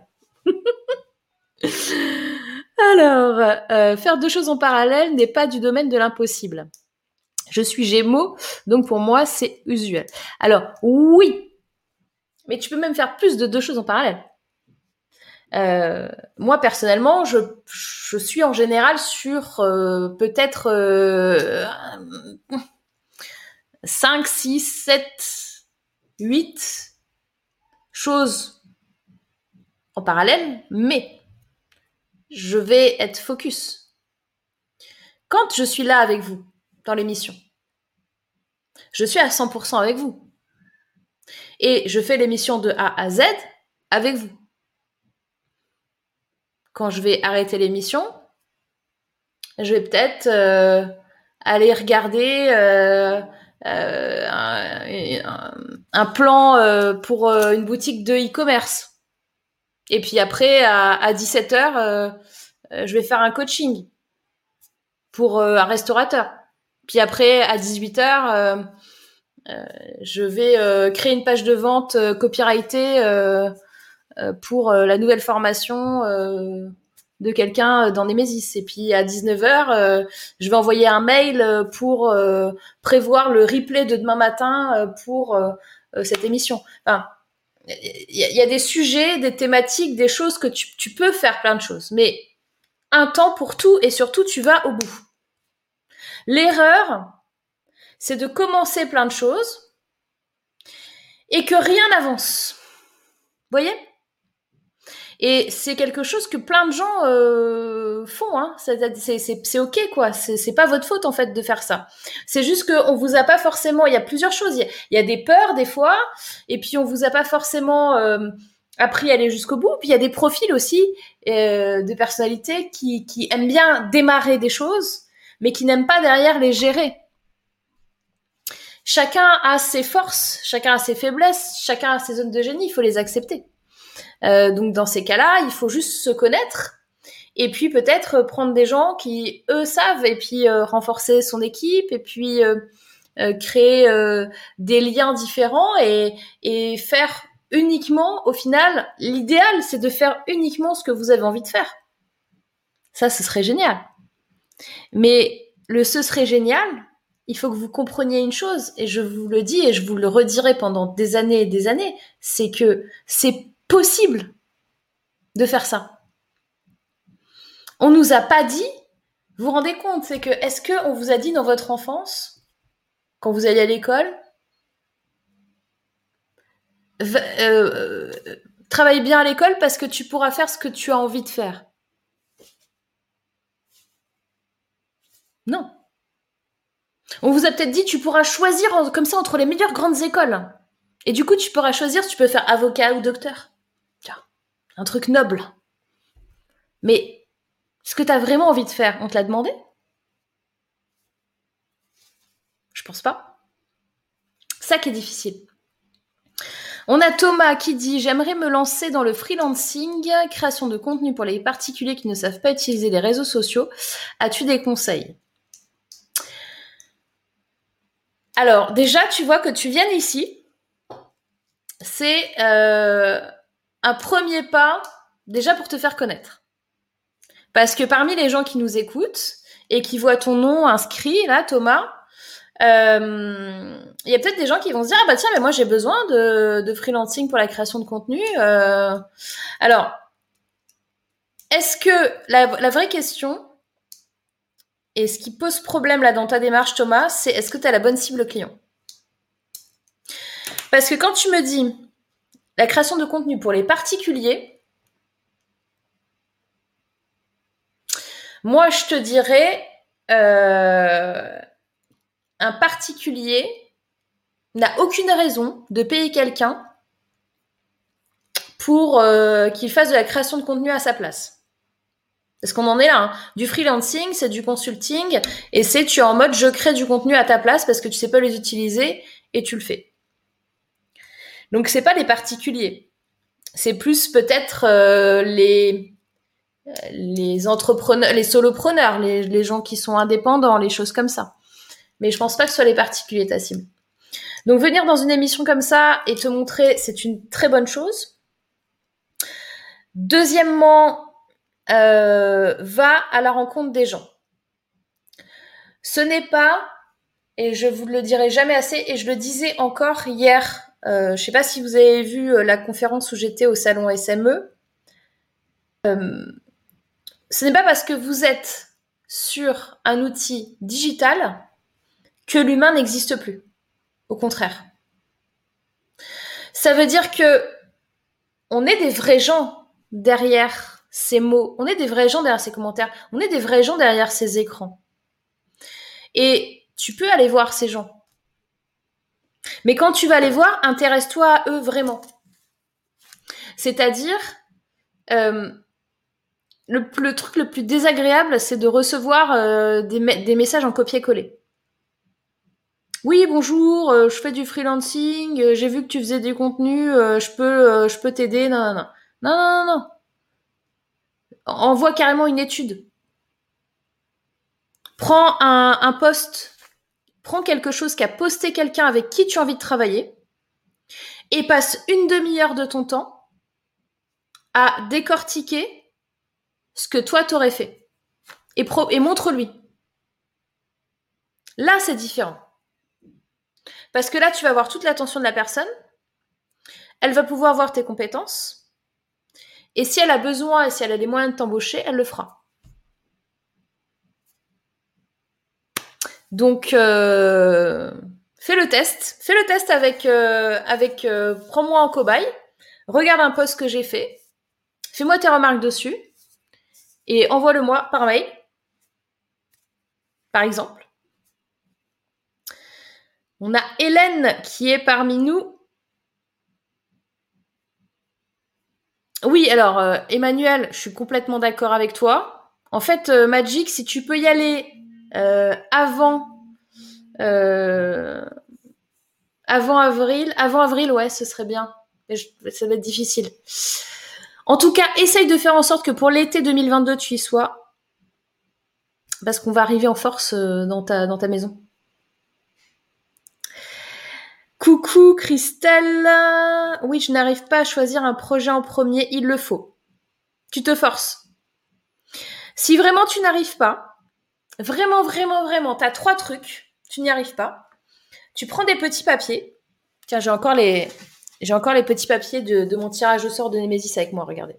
S1: Alors, faire 2 choses en parallèle n'est pas du domaine de l'impossible. Je suis Gémeaux, donc pour moi, c'est usuel. Alors, oui, mais tu peux même faire plus de 2 choses en parallèle. Moi, personnellement, je suis en général sur peut-être 5, 6, 7, 8 choses en parallèle, mais je vais être focus. Quand je suis là avec vous, dans l'émission, je suis à 100% avec vous. Et je fais l'émission de A à Z avec vous. Quand je vais arrêter l'émission, je vais peut-être aller regarder un plan pour une boutique de e-commerce. Et puis après, à 17h, je vais faire un coaching pour un restaurateur. Puis après, à 18h, je vais créer une page de vente copyrightée pour la nouvelle formation de quelqu'un dans Nemesis. Et puis à 19h, je vais envoyer un mail pour prévoir le replay de demain matin pour cette émission. Enfin, il y a des sujets, des thématiques, des choses que tu peux faire plein de choses. Mais un temps pour tout et surtout, tu vas au bout. L'erreur, c'est de commencer plein de choses et que rien n'avance. Vous voyez ? Et c'est quelque chose que plein de gens font, hein. C'est ok, quoi. C'est pas votre faute en fait de faire ça. C'est juste qu'on vous a pas forcément. Il y a plusieurs choses. Il y a des peurs des fois, et puis on vous a pas forcément appris à aller jusqu'au bout. Puis il y a des profils aussi de personnalités qui aiment bien démarrer des choses, mais qui n'aiment pas derrière les gérer. Chacun a ses forces, chacun a ses faiblesses, chacun a ses zones de génie. Il faut les accepter. Donc dans ces cas-là, il faut juste se connaître et puis peut-être prendre des gens qui, eux, savent et puis renforcer son équipe et puis créer des liens différents et faire uniquement, au final, l'idéal, c'est de faire uniquement ce que vous avez envie de faire. Ça, ce serait génial. Mais ce serait génial, il faut que vous compreniez une chose, et je vous le dis et je vous le redirai pendant des années et des années, c'est que c'est possible de faire ça. On nous a pas dit, vous vous rendez compte, c'est que, est-ce qu'on vous a dit dans votre enfance, quand vous alliez à l'école, travaille bien à l'école parce que tu pourras faire ce que tu as envie de faire? Non. On vous a peut-être dit, tu pourras choisir comme ça entre les meilleures grandes écoles. Et du coup, tu pourras choisir si tu peux faire avocat ou docteur. Tiens, un truc noble. Mais ce que tu as vraiment envie de faire, on te l'a demandé? Je pense pas. Ça qui est difficile. On a Thomas qui dit « J'aimerais me lancer dans le freelancing, création de contenu pour les particuliers qui ne savent pas utiliser les réseaux sociaux. As-tu des conseils ?» Alors, déjà, tu vois que tu viennes ici, c'est un premier pas déjà pour te faire connaître. Parce que parmi les gens qui nous écoutent et qui voient ton nom inscrit, là, Thomas, Il y a peut-être des gens qui vont se dire, ah bah tiens, mais moi j'ai besoin de freelancing pour la création de contenu. Alors, est-ce que la vraie question, et ce qui pose problème là dans ta démarche, Thomas, c'est est-ce que tu as la bonne cible client? Parce que quand tu me dis la création de contenu pour les particuliers, moi je te dirais un particulier n'a aucune raison de payer quelqu'un pour qu'il fasse de la création de contenu à sa place. Parce qu'on en est là, hein. Du freelancing, c'est du consulting, et c'est tu es en mode je crée du contenu à ta place parce que tu sais pas les utiliser et tu le fais. Donc c'est pas les particuliers, c'est plus peut-être les entrepreneurs, les solopreneurs, les gens qui sont indépendants, les choses comme ça. Mais je pense pas que ce soit les particuliers ta cible. Donc venir dans une émission comme ça et te montrer, c'est une très bonne chose. Deuxièmement, va à la rencontre des gens. Ce n'est pas, et je vous le dirai jamais assez, et je le disais encore hier, je sais pas si vous avez vu la conférence où j'étais au salon SME, ce n'est pas parce que vous êtes sur un outil digital que l'humain n'existe plus. Au contraire. Ça veut dire que on est des vrais gens derrière ces mots, on est des vrais gens derrière ces commentaires, on est des vrais gens derrière ces écrans. Et tu peux aller voir ces gens. Mais quand tu vas les voir, intéresse-toi à eux vraiment. C'est-à-dire, le truc le plus désagréable, c'est de recevoir des messages en copier-coller. Oui, bonjour, je fais du freelancing, j'ai vu que tu faisais du contenu, je peux t'aider, non, non, non. Non, non, non, non. Envoie carrément une étude. Prends un post, prends quelque chose qu'a posté quelqu'un avec qui tu as envie de travailler et passe une demi-heure de ton temps à décortiquer ce que toi t'aurais fait. Et montre-lui. Là, c'est différent. Parce que là, tu vas avoir toute l'attention de la personne, elle va pouvoir voir tes compétences, et si elle a besoin et si elle a les moyens de t'embaucher, elle le fera. Donc, fais le test. Fais le test avec prends-moi en cobaye, regarde un post que j'ai fait, fais-moi tes remarques dessus, et envoie-le-moi par mail, par exemple. On a Hélène qui est parmi nous. Oui, alors, Emmanuel, je suis complètement d'accord avec toi. En fait, Magic, si tu peux y aller avant avril, ouais, ce serait bien. Mais ça va être difficile. En tout cas, essaye de faire en sorte que pour l'été 2022, tu y sois. Parce qu'on va arriver en force dans ta maison. Coucou Christelle. Oui, je n'arrive pas à choisir un projet en premier, il le faut. Tu te forces. Si vraiment tu n'arrives pas, vraiment, t'as 3 trucs, tu n'y arrives pas, tu prends des petits papiers. Tiens, j'ai encore les petits papiers de mon tirage au sort de Némésis avec moi, regardez.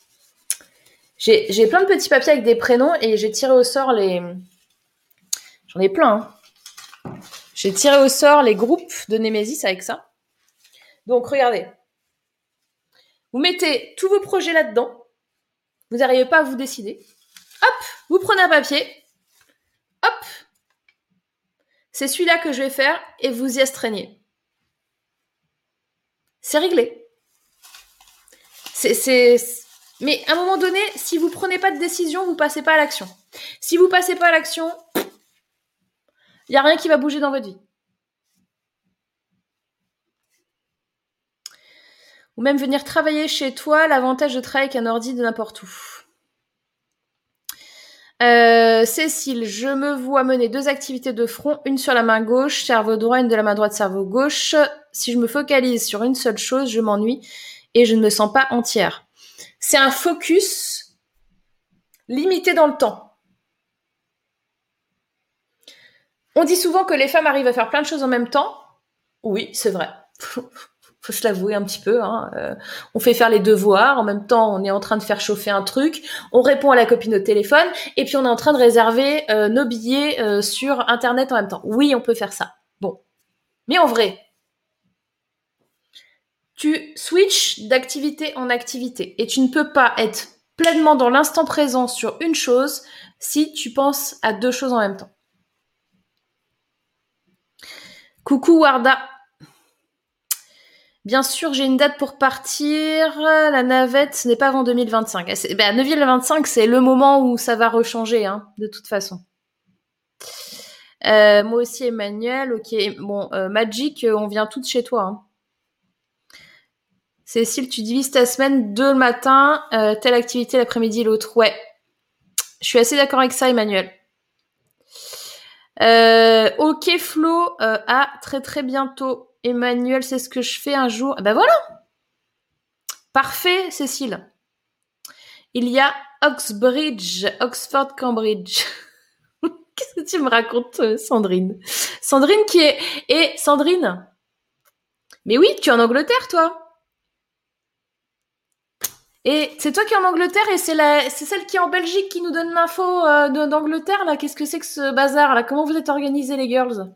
S1: J'ai plein de petits papiers avec des prénoms et j'ai tiré au sort les... J'en ai plein, hein. J'ai tiré au sort les groupes de Némésis avec ça. Donc, regardez. Vous mettez tous vos projets là-dedans. Vous n'arrivez pas à vous décider. Hop, vous prenez un papier. Hop, c'est celui-là que je vais faire et vous y astreignez. C'est réglé. Mais à un moment donné, si vous prenez pas de décision, vous passez pas à l'action. Si vous passez pas à l'action, il n'y a rien qui va bouger dans votre vie. Ou même venir travailler chez toi, l'avantage de travailler avec un ordi de n'importe où. Cécile, je me vois mener 2 activités de front, une sur la main gauche, cerveau droit, une de la main droite, cerveau gauche. Si je me focalise sur une seule chose, je m'ennuie et je ne me sens pas entière. C'est un focus limité dans le temps. On dit souvent que les femmes arrivent à faire plein de choses en même temps. Oui, c'est vrai. Faut se l'avouer un petit peu. On fait faire les devoirs, en même temps on est en train de faire chauffer un truc, on répond à la copine au téléphone, et puis on est en train de réserver nos billets sur Internet en même temps. Oui, on peut faire ça. Bon. Mais en vrai, tu switches d'activité en activité, et tu ne peux pas être pleinement dans l'instant présent sur une chose si tu penses à 2 choses en même temps. Coucou Warda. Bien sûr, j'ai une date pour partir. La navette, ce n'est pas avant 2025. 2025, c'est le moment où ça va rechanger, de toute façon. Moi aussi, Emmanuel. Ok. Bon, Magic, on vient toutes chez toi. Cécile, tu divises ta semaine 2 le matin, telle activité l'après-midi l'autre. Ouais. Je suis assez d'accord avec ça, Emmanuel. Ok, Flo. À très très bientôt. Emmanuel, c'est ce que je fais un jour. Ben voilà. Parfait, Cécile. Il y a Oxbridge, Oxford, Cambridge. Qu'est-ce que tu me racontes, Sandrine? Sandrine qui est... Et Sandrine? Mais oui, tu es en Angleterre, toi. Et c'est toi qui es en Angleterre et c'est celle qui est en Belgique qui nous donne l'info d'Angleterre, là. Qu'est-ce que c'est que ce bazar, là? Comment vous êtes organisés, les girls?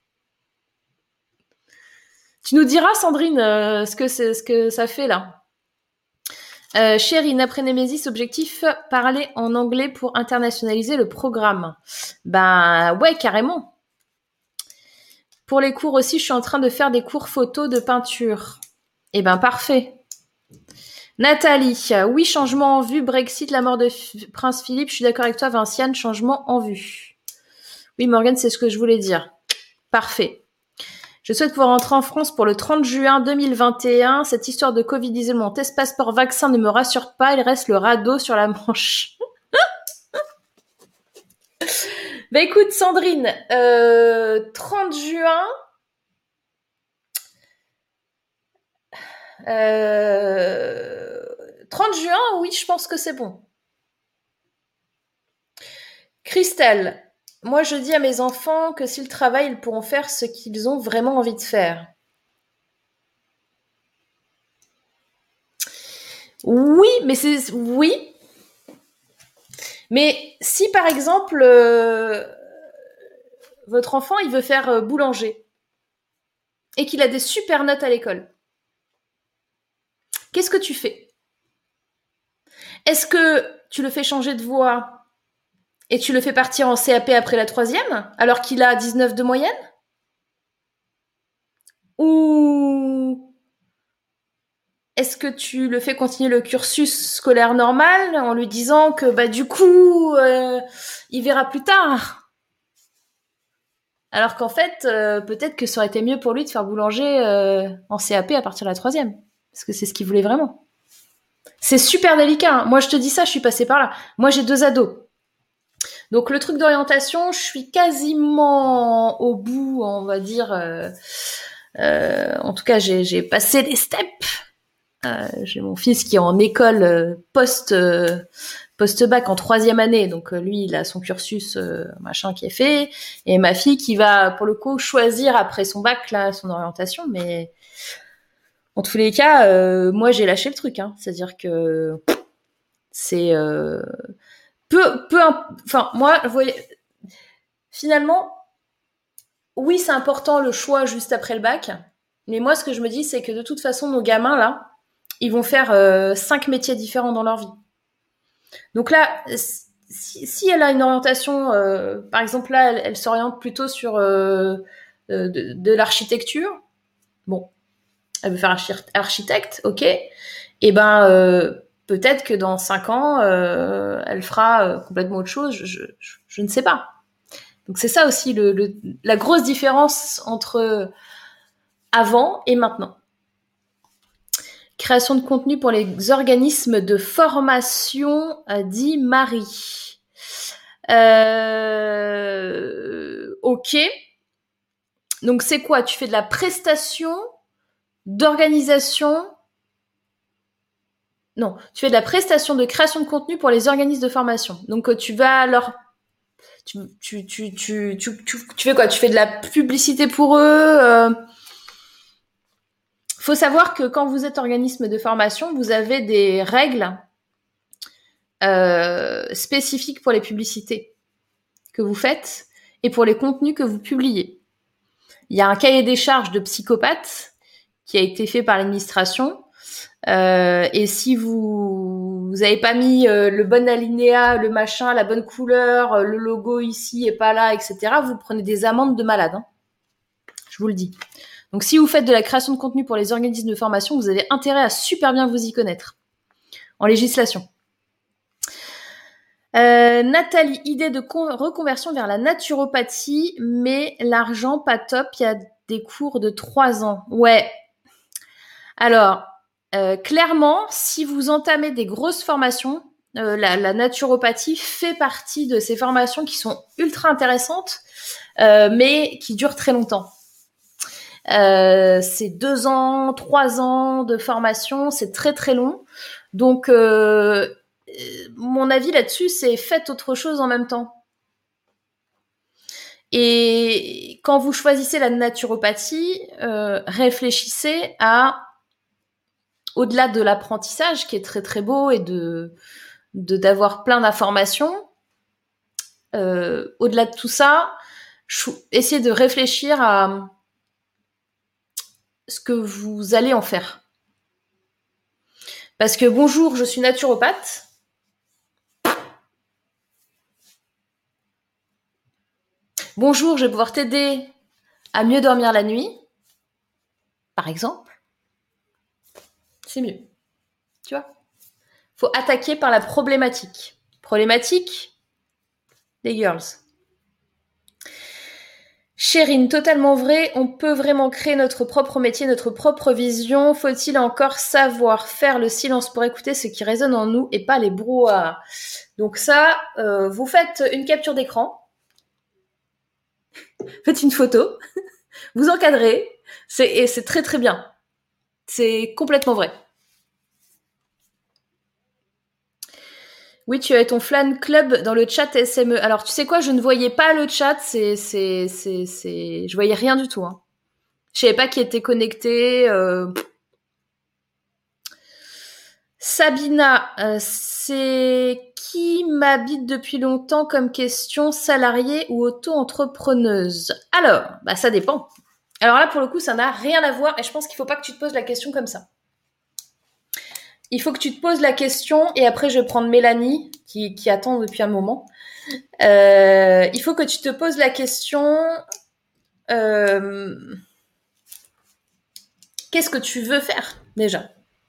S1: Tu nous diras, Sandrine, ce que ça fait, là. Chérie, après Némésis, objectif, parler en anglais pour internationaliser le programme. Ben, ouais, carrément. Pour les cours aussi, je suis en train de faire des cours photo de peinture. Eh ben, parfait. Nathalie, oui, changement en vue, Brexit, la mort de Prince Philippe, je suis d'accord avec toi, Vinciane, changement en vue. Oui, Morgane, c'est ce que je voulais dire. Parfait. Je souhaite pouvoir rentrer en France pour le 30 juin 2021. Cette histoire de Covid isolement, test passeport vaccin ne me rassure pas, il reste le radeau sur la manche. Bah écoute, Sandrine, 30 juin... 30 juin, oui, je pense que c'est bon. Christelle, moi je dis à mes enfants que s'ils travaillent, ils pourront faire ce qu'ils ont vraiment envie de faire. Oui, mais c'est... Oui. Mais si par exemple, votre enfant, il veut faire boulanger et qu'il a des super notes à l'école, qu'est-ce que tu fais? Est-ce que tu le fais changer de voie et tu le fais partir en CAP après la 3e, alors qu'il a 19 de moyenne? Ou est-ce que tu le fais continuer le cursus scolaire normal en lui disant que bah du coup il verra plus tard, alors qu'en fait peut-être que ça aurait été mieux pour lui de faire boulanger en CAP à partir de la 3e, parce que c'est ce qu'il voulait vraiment. C'est super délicat. Moi je te dis ça, je suis passée par là. Moi j'ai 2 ados. Donc le truc d'orientation, je suis quasiment au bout, on va dire. En tout cas, j'ai passé les steps. J'ai mon fils qui est en école post-bac en 3e année, donc lui il a son cursus machin qui est fait, et ma fille qui va pour le coup choisir après son bac là son orientation, mais en tous les cas moi j'ai lâché le truc, c'est-à-dire que c'est enfin moi vous voyez, finalement oui c'est important le choix juste après le bac, mais moi ce que je me dis c'est que de toute façon nos gamins là ils vont faire 5 métiers différents dans leur vie. Donc là, si elle a une orientation, par exemple là, elle s'oriente plutôt sur de l'architecture. Bon, elle veut faire architecte, ok. Et ben peut-être que dans 5 ans, elle fera complètement autre chose. Je ne sais pas. Donc c'est ça aussi la grosse différence entre avant et maintenant. Création de contenu pour les organismes de formation, dit Marie. Ok. Donc c'est quoi? Tu fais de la prestation d'organisation? Non, tu fais de la prestation de création de contenu pour les organismes de formation. Donc tu vas leur Tu fais quoi? Tu fais de la publicité pour eux? Faut savoir que quand vous êtes organisme de formation, vous avez des règles spécifiques pour les publicités que vous faites et pour les contenus que vous publiez. Il y a un cahier des charges de psychopathe qui a été fait par l'administration. Et si vous avez pas mis le bon alinéa, le machin, la bonne couleur, le logo ici et pas là, etc., vous prenez des amendes de malade. Hein. Je vous le dis. Donc si vous faites de la création de contenu pour les organismes de formation, vous avez intérêt à super bien vous y connaître en législation. Nathalie, idée de reconversion vers la naturopathie, mais l'argent pas top, il y a des cours de 3 ans. Ouais. Alors, clairement, si vous entamez des grosses formations, la naturopathie fait partie de ces formations qui sont ultra intéressantes, mais qui durent très longtemps. C'est 2 ans, 3 ans de formation, c'est très très long. Donc, mon avis là-dessus, c'est faites autre chose en même temps. Et quand vous choisissez la naturopathie, réfléchissez à, au-delà de l'apprentissage qui est très très beau et d'avoir plein d'informations, au-delà de tout ça, essayez de réfléchir à ce que vous allez en faire. Parce que bonjour, je suis naturopathe. Bonjour, je vais pouvoir t'aider à mieux dormir la nuit, par exemple. C'est mieux. Tu vois ? Faut attaquer par la problématique. Problématique, les girls. Chérine, totalement vrai, on peut vraiment créer notre propre métier, notre propre vision. Faut-il encore savoir faire le silence pour écouter ce qui résonne en nous et pas les brouhahas. Donc ça, vous faites une capture d'écran, faites une photo, vous encadrez, et c'est très très bien. C'est complètement vrai. Oui, tu avais ton fan club dans le chat SME. Alors, tu sais quoi, je ne voyais pas le chat, je voyais rien du tout. Hein. Je savais pas qui était connecté. Sabina, c'est qui m'habite depuis longtemps comme question, salariée ou auto-entrepreneuse? Alors, ça dépend. Alors là, pour le coup, ça n'a rien à voir et je pense qu'il faut pas que tu te poses la question comme ça. Il faut que tu te poses la question et après, je vais prendre Mélanie qui attend depuis un moment. Il faut que tu te poses la question qu'est-ce que tu veux faire déjà?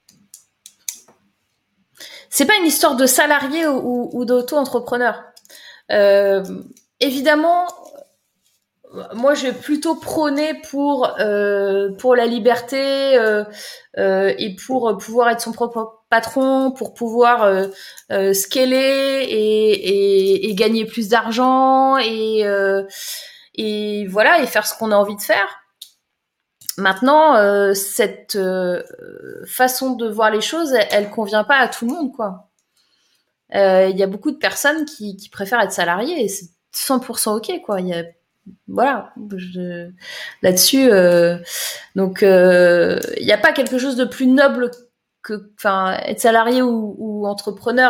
S1: C'est pas une histoire de salarié ou d'auto-entrepreneur. Évidemment, moi, je vais plutôt prôner pour la liberté et pour pouvoir être son propre patron, pour pouvoir scaler et gagner plus d'argent et voilà et faire ce qu'on a envie de faire. Maintenant, cette façon de voir les choses, elle convient pas à tout le monde, quoi. Il y a beaucoup de personnes qui préfèrent être salariées et c'est 100% ok, quoi. Voilà, là-dessus. Donc, il n'y a pas quelque chose de plus noble que, enfin, être salarié ou entrepreneur.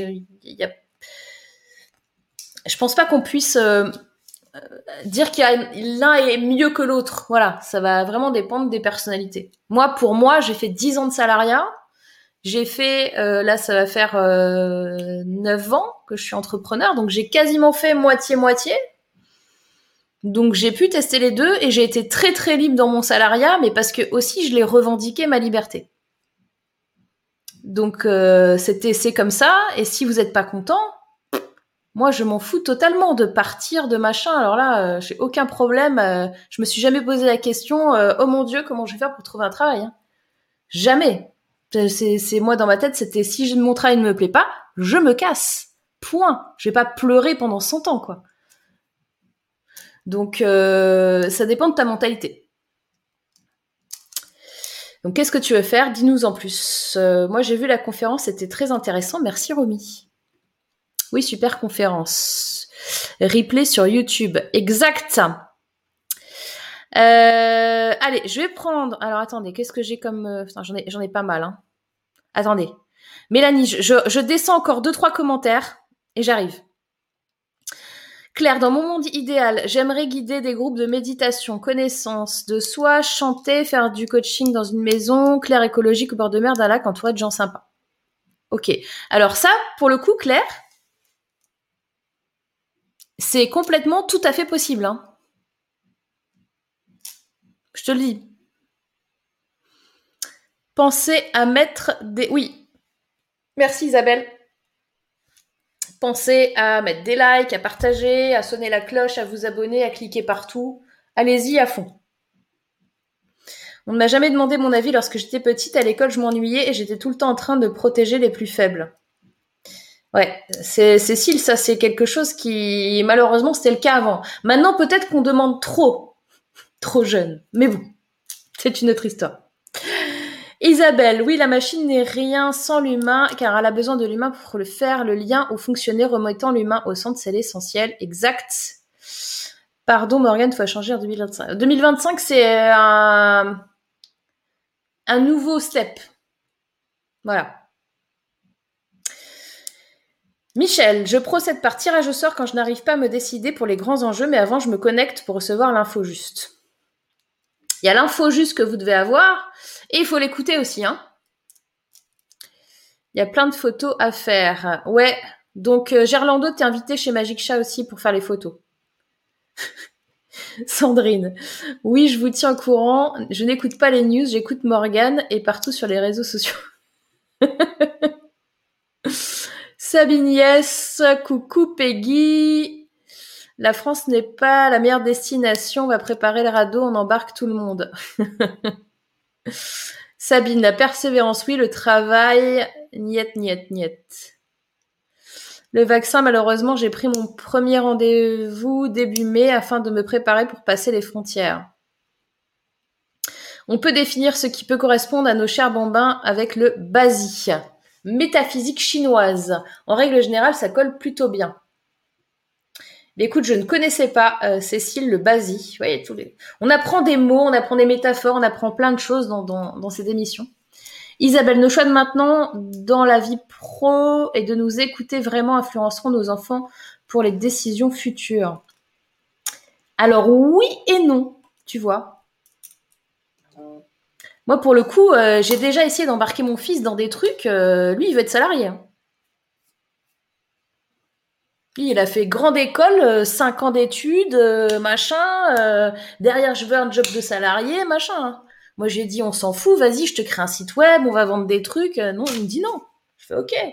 S1: Je pense pas qu'on puisse dire l'un est mieux que l'autre. Voilà, ça va vraiment dépendre des personnalités. Pour moi, j'ai fait 10 ans de salariat. J'ai fait, là, ça va faire 9 ans que je suis entrepreneur. Donc, j'ai quasiment fait moitié-moitié. Donc, j'ai pu tester les deux et j'ai été très, très libre dans mon salariat, mais parce que aussi, je l'ai revendiqué ma liberté. Donc, c'est comme ça. Et si vous n'êtes pas content, moi, je m'en fous totalement de partir, de machin. Alors là, j'ai aucun problème. Je me suis jamais posé la question, oh mon Dieu, comment je vais faire pour trouver un travail, hein. Jamais. C'est moi dans ma tête, c'était si mon travail ne me plaît pas, je me casse. Point. Je vais pas pleurer pendant 100 ans, quoi. Donc, ça dépend de ta mentalité. Donc, qu'est-ce que tu veux faire? Dis-nous en plus. Moi, j'ai vu la conférence, c'était très intéressant. Merci, Romy. Oui, super conférence. Replay sur YouTube. Exact. Allez, je vais prendre... Alors, attendez, qu'est-ce que j'ai comme... Putain, j'en ai pas mal, hein. Attendez. Mélanie, je descends encore 2-3 commentaires et j'arrive. Claire, dans mon monde idéal, j'aimerais guider des groupes de méditation, connaissance de soi, chanter, faire du coaching dans une maison, claire écologique au bord de mer d'un lac entouré de gens sympas. Ok. Alors ça, pour le coup, Claire, c'est complètement tout à fait possible. Hein. Je te le dis. Pensez à mettre des... Oui. Merci Isabelle. Pensez à mettre des likes, à partager, à sonner la cloche, à vous abonner, à cliquer partout. Allez-y à fond. On ne m'a jamais demandé mon avis lorsque j'étais petite. À l'école, je m'ennuyais et j'étais tout le temps en train de protéger les plus faibles. Ouais, Cécile, ça c'est quelque chose qui, malheureusement, c'était le cas avant. Maintenant, peut-être qu'on demande trop jeune. Mais bon, c'est une autre histoire. Isabelle, oui, la machine n'est rien sans l'humain, car elle a besoin de l'humain pour le faire, le lien ou fonctionner, remettant l'humain au centre, c'est l'essentiel. Exact. Pardon, Morgane, faut changer en 2025. 2025, c'est un nouveau step. Voilà. Michel, je procède par tirage au sort quand je n'arrive pas à me décider pour les grands enjeux, mais avant, je me connecte pour recevoir l'info juste. Il y a l'info juste que vous devez avoir, et il faut l'écouter aussi, hein. Il y a plein de photos à faire. Ouais, donc Gerlando, t'es invité chez Magic Chat aussi pour faire les photos. Sandrine, oui, je vous tiens au courant. Je n'écoute pas les news, j'écoute Morgane et partout sur les réseaux sociaux. Sabine, yes, coucou Peggy. La France n'est pas la meilleure destination, on va préparer le radeau, on embarque tout le monde. Sabine, la persévérance, oui, le travail, niet. Le vaccin, malheureusement, j'ai pris mon premier rendez-vous début mai afin de me préparer pour passer les frontières. On peut définir ce qui peut correspondre à nos chers bambins avec le BASI, métaphysique chinoise. En règle générale, ça colle plutôt bien. Mais écoute, je ne connaissais pas, Cécile, le BASI. Ouais, on apprend des mots, on apprend des métaphores, on apprend plein de choses dans cette émission. Isabelle, nos choix de maintenant dans la vie pro et de nous écouter vraiment influenceront nos enfants pour les décisions futures. Alors oui et non, tu vois. Moi, pour le coup, j'ai déjà essayé d'embarquer mon fils dans des trucs. Lui, il veut être salarié. Hein. Lui, il a fait grande école, 5 ans d'études, machin. Derrière, je veux un job de salarié, machin. Hein. Moi, j'ai dit, on s'en fout, vas-y, je te crée un site web, on va vendre des trucs. Non, il me dit non. Je fais OK.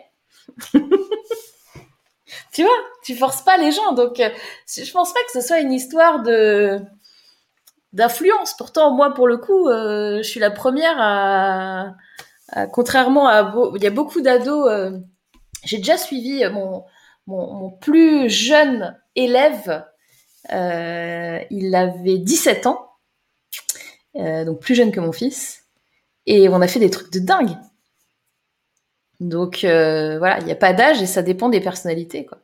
S1: Tu vois, tu forces pas les gens. Donc, je pense pas que ce soit une histoire d'influence. Pourtant, moi, pour le coup, je suis la première contrairement à... Il y a beaucoup d'ados... j'ai déjà suivi mon plus jeune élève. Il avait 17 ans. Donc plus jeune que mon fils. Et on a fait des trucs de dingue. Donc, voilà, il n'y a pas d'âge et ça dépend des personnalités, quoi.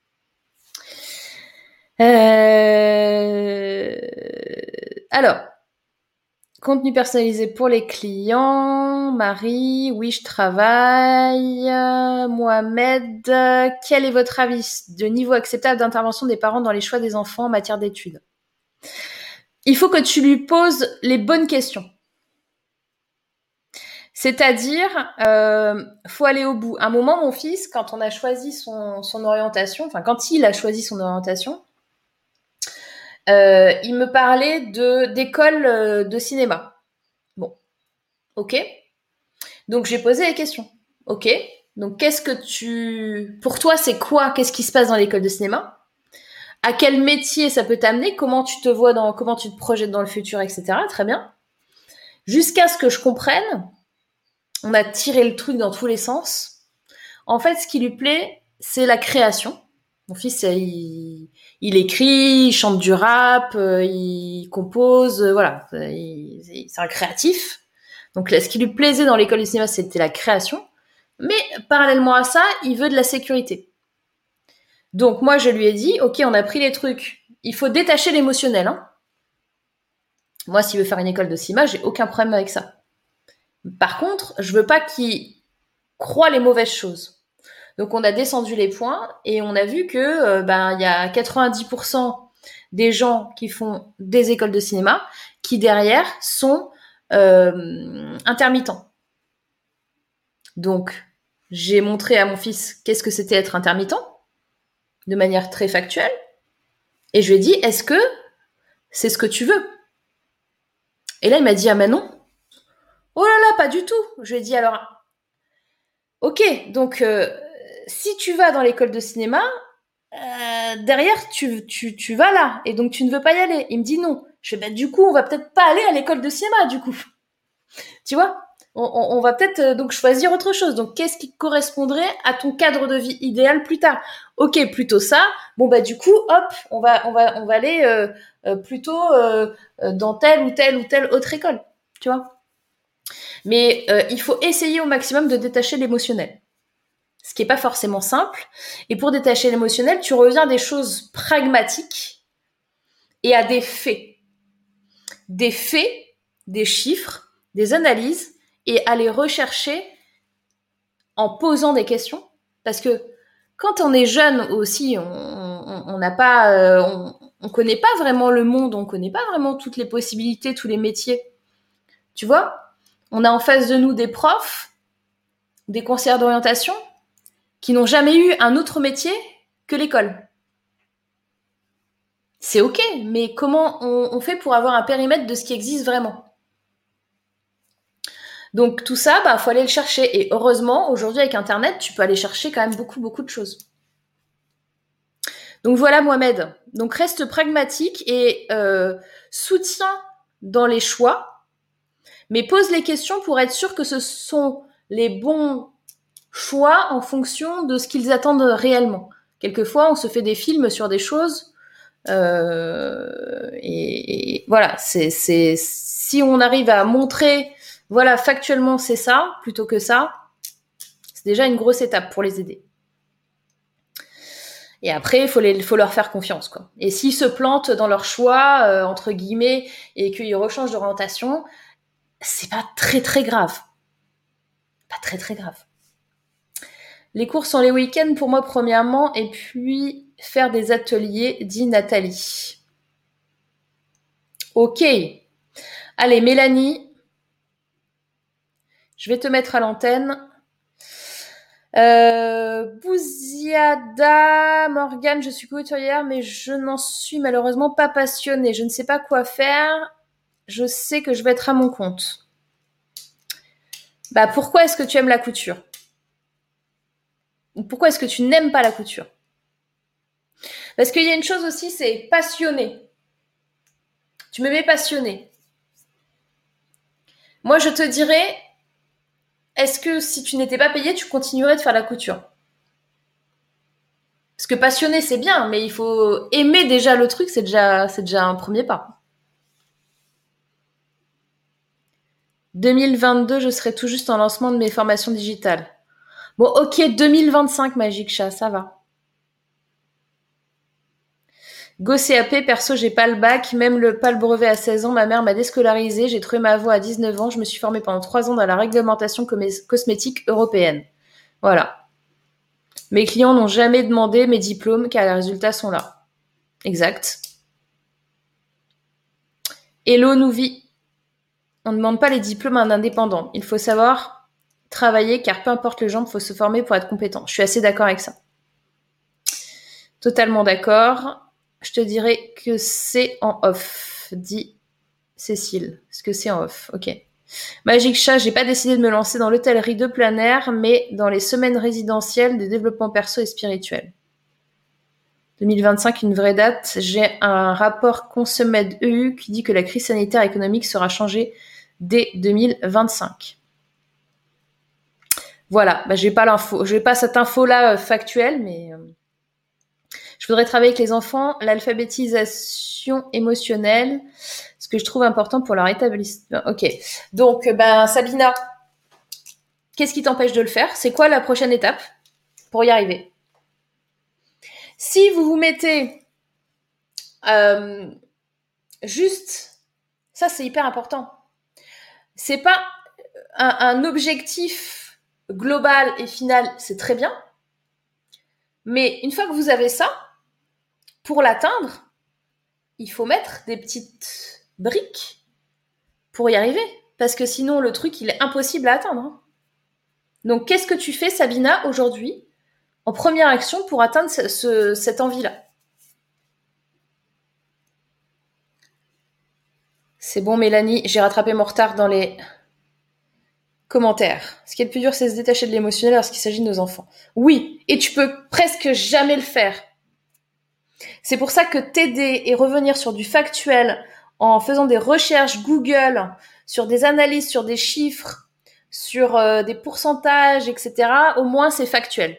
S1: Alors, contenu personnalisé pour les clients. Marie, oui, je travaille. Mohamed, quel est votre avis de niveau acceptable d'intervention des parents dans les choix des enfants en matière d'études? Il faut que tu lui poses les bonnes questions. C'est-à-dire, faut aller au bout. À un moment, mon fils, quand on a choisi son orientation, enfin quand il a choisi son orientation, il me parlait d'école de cinéma. Bon, ok. Donc j'ai posé les questions. Ok. Donc pour toi, c'est quoi? Qu'est-ce qui se passe dans l'école de cinéma? À quel métier ça peut t'amener? Comment tu te vois comment tu te projettes dans le futur, etc. Très bien. Jusqu'à ce que je comprenne, on a tiré le truc dans tous les sens. En fait, ce qui lui plaît, c'est la création. Mon fils, il écrit, il chante du rap, il compose, voilà. C'est un créatif. Donc là, ce qui lui plaisait dans l'école du cinéma, c'était la création. Mais parallèlement à ça, il veut de la sécurité. Donc moi, je lui ai dit, ok, on a pris les trucs. Il faut détacher l'émotionnel. Hein. Moi, s'il veut faire une école de cinéma, j'ai aucun problème avec ça. Par contre, je veux pas qu'il croit les mauvaises choses. Donc on a descendu les points et on a vu que il y a 90% des gens qui font des écoles de cinéma qui derrière sont intermittents. Donc j'ai montré à mon fils qu'est-ce que c'était être intermittent de manière très factuelle et je lui ai dit est-ce que c'est ce que tu veux? Et là il m'a dit ah mais non. Oh là là, pas du tout. Je lui ai dit alors ok, donc si tu vas dans l'école de cinéma, derrière tu vas là, et donc tu ne veux pas y aller. Il me dit non. Je fais du coup on va peut-être pas aller à l'école de cinéma du coup. Tu vois, on va peut-être donc choisir autre chose. Donc qu'est-ce qui correspondrait à ton cadre de vie idéal plus tard? Ok, plutôt ça. Bon du coup hop, on va aller plutôt dans telle ou telle autre école. Tu vois. Mais il faut essayer au maximum de détacher l'émotionnel. Ce qui n'est pas forcément simple. Et pour détacher l'émotionnel, tu reviens à des choses pragmatiques et à des faits. Des faits, des chiffres, des analyses, et à les rechercher en posant des questions. Parce que quand on est jeune aussi, on n'a pas, on connaît pas vraiment le monde, on connaît pas vraiment toutes les possibilités, tous les métiers. Tu vois, on a en face de nous des profs, des conseillers d'orientation, qui n'ont jamais eu un autre métier que l'école. C'est ok, mais comment on fait pour avoir un périmètre de ce qui existe vraiment? Donc tout ça, faut aller le chercher. Et heureusement, aujourd'hui avec Internet, tu peux aller chercher quand même beaucoup de choses. Donc voilà Mohamed. Donc reste pragmatique et soutiens dans les choix, mais pose les questions pour être sûr que ce sont les bons choix en fonction de ce qu'ils attendent réellement. Quelquefois, on se fait des films sur des choses et voilà, c'est si on arrive à montrer, voilà, factuellement c'est ça plutôt que ça, c'est déjà une grosse étape pour les aider. Et après, il faut leur faire confiance, quoi. Et s'ils se plantent dans leur choix, entre guillemets, et qu'ils rechangent d'orientation, c'est pas très grave. Pas très grave. Les cours sont les week-ends pour moi, premièrement, et puis faire des ateliers, dit Nathalie. Ok. Allez, Mélanie, je vais te mettre à l'antenne. Bouziada, Morgane, je suis couturière, mais je n'en suis malheureusement pas passionnée. Je ne sais pas quoi faire. Je sais que je vais être à mon compte. Pourquoi est-ce que tu aimes la couture? Ou pourquoi est-ce que tu n'aimes pas la couture? Parce qu'il y a une chose aussi, c'est passionné. Tu me mets passionné. Moi, je te dirais, est-ce que si tu n'étais pas payé, tu continuerais de faire la couture? Parce que passionné, c'est bien, mais il faut aimer déjà le truc, c'est déjà un premier pas. 2022, je serai tout juste en lancement de mes formations digitales. Bon, ok, 2025, Magic Chat, ça va. Go CAP, perso, j'ai pas le bac, même pas le brevet à 16 ans. Ma mère m'a déscolarisée, j'ai trouvé ma voie à 19 ans. Je me suis formée pendant 3 ans dans la réglementation cosmétique européenne. Voilà. Mes clients n'ont jamais demandé mes diplômes car les résultats sont là. Exact. Hello Nouvi. On ne demande pas les diplômes à un indépendant. Il faut savoir travailler car peu importe le genre, il faut se former pour être compétent. Je suis assez d'accord avec ça. Totalement d'accord. Je te dirais que c'est en off, dit Cécile. Est-ce que c'est en off? Ok. Magic Chat, j'ai pas décidé de me lancer dans l'hôtellerie de plein air, mais dans les semaines résidentielles de développement perso et spirituel. 2025, une vraie date. J'ai un rapport Consomed EU qui dit que la crise sanitaire et économique sera changée dès 2025. Voilà, j'ai pas cette info-là factuelle, mais je voudrais travailler avec les enfants, l'alphabétisation émotionnelle, ce que je trouve important pour leur établissement. Ok, donc Sabina, qu'est-ce qui t'empêche de le faire? C'est quoi la prochaine étape pour y arriver? Si vous vous mettez juste, ça c'est hyper important. C'est pas un objectif global et final, c'est très bien. Mais une fois que vous avez ça, pour l'atteindre, il faut mettre des petites briques pour y arriver. Parce que sinon, le truc, il est impossible à atteindre. Donc, qu'est-ce que tu fais, Sabina, aujourd'hui, en première action pour atteindre cette envie-là? C'est bon, Mélanie, j'ai rattrapé mon retard dans les commentaires. Ce qui est le plus dur, c'est se détacher de l'émotionnel lorsqu'il s'agit de nos enfants. Oui, et tu peux presque jamais le faire. C'est pour ça que t'aider et revenir sur du factuel en faisant des recherches Google, sur des analyses, sur des chiffres, sur des pourcentages, etc., au moins c'est factuel.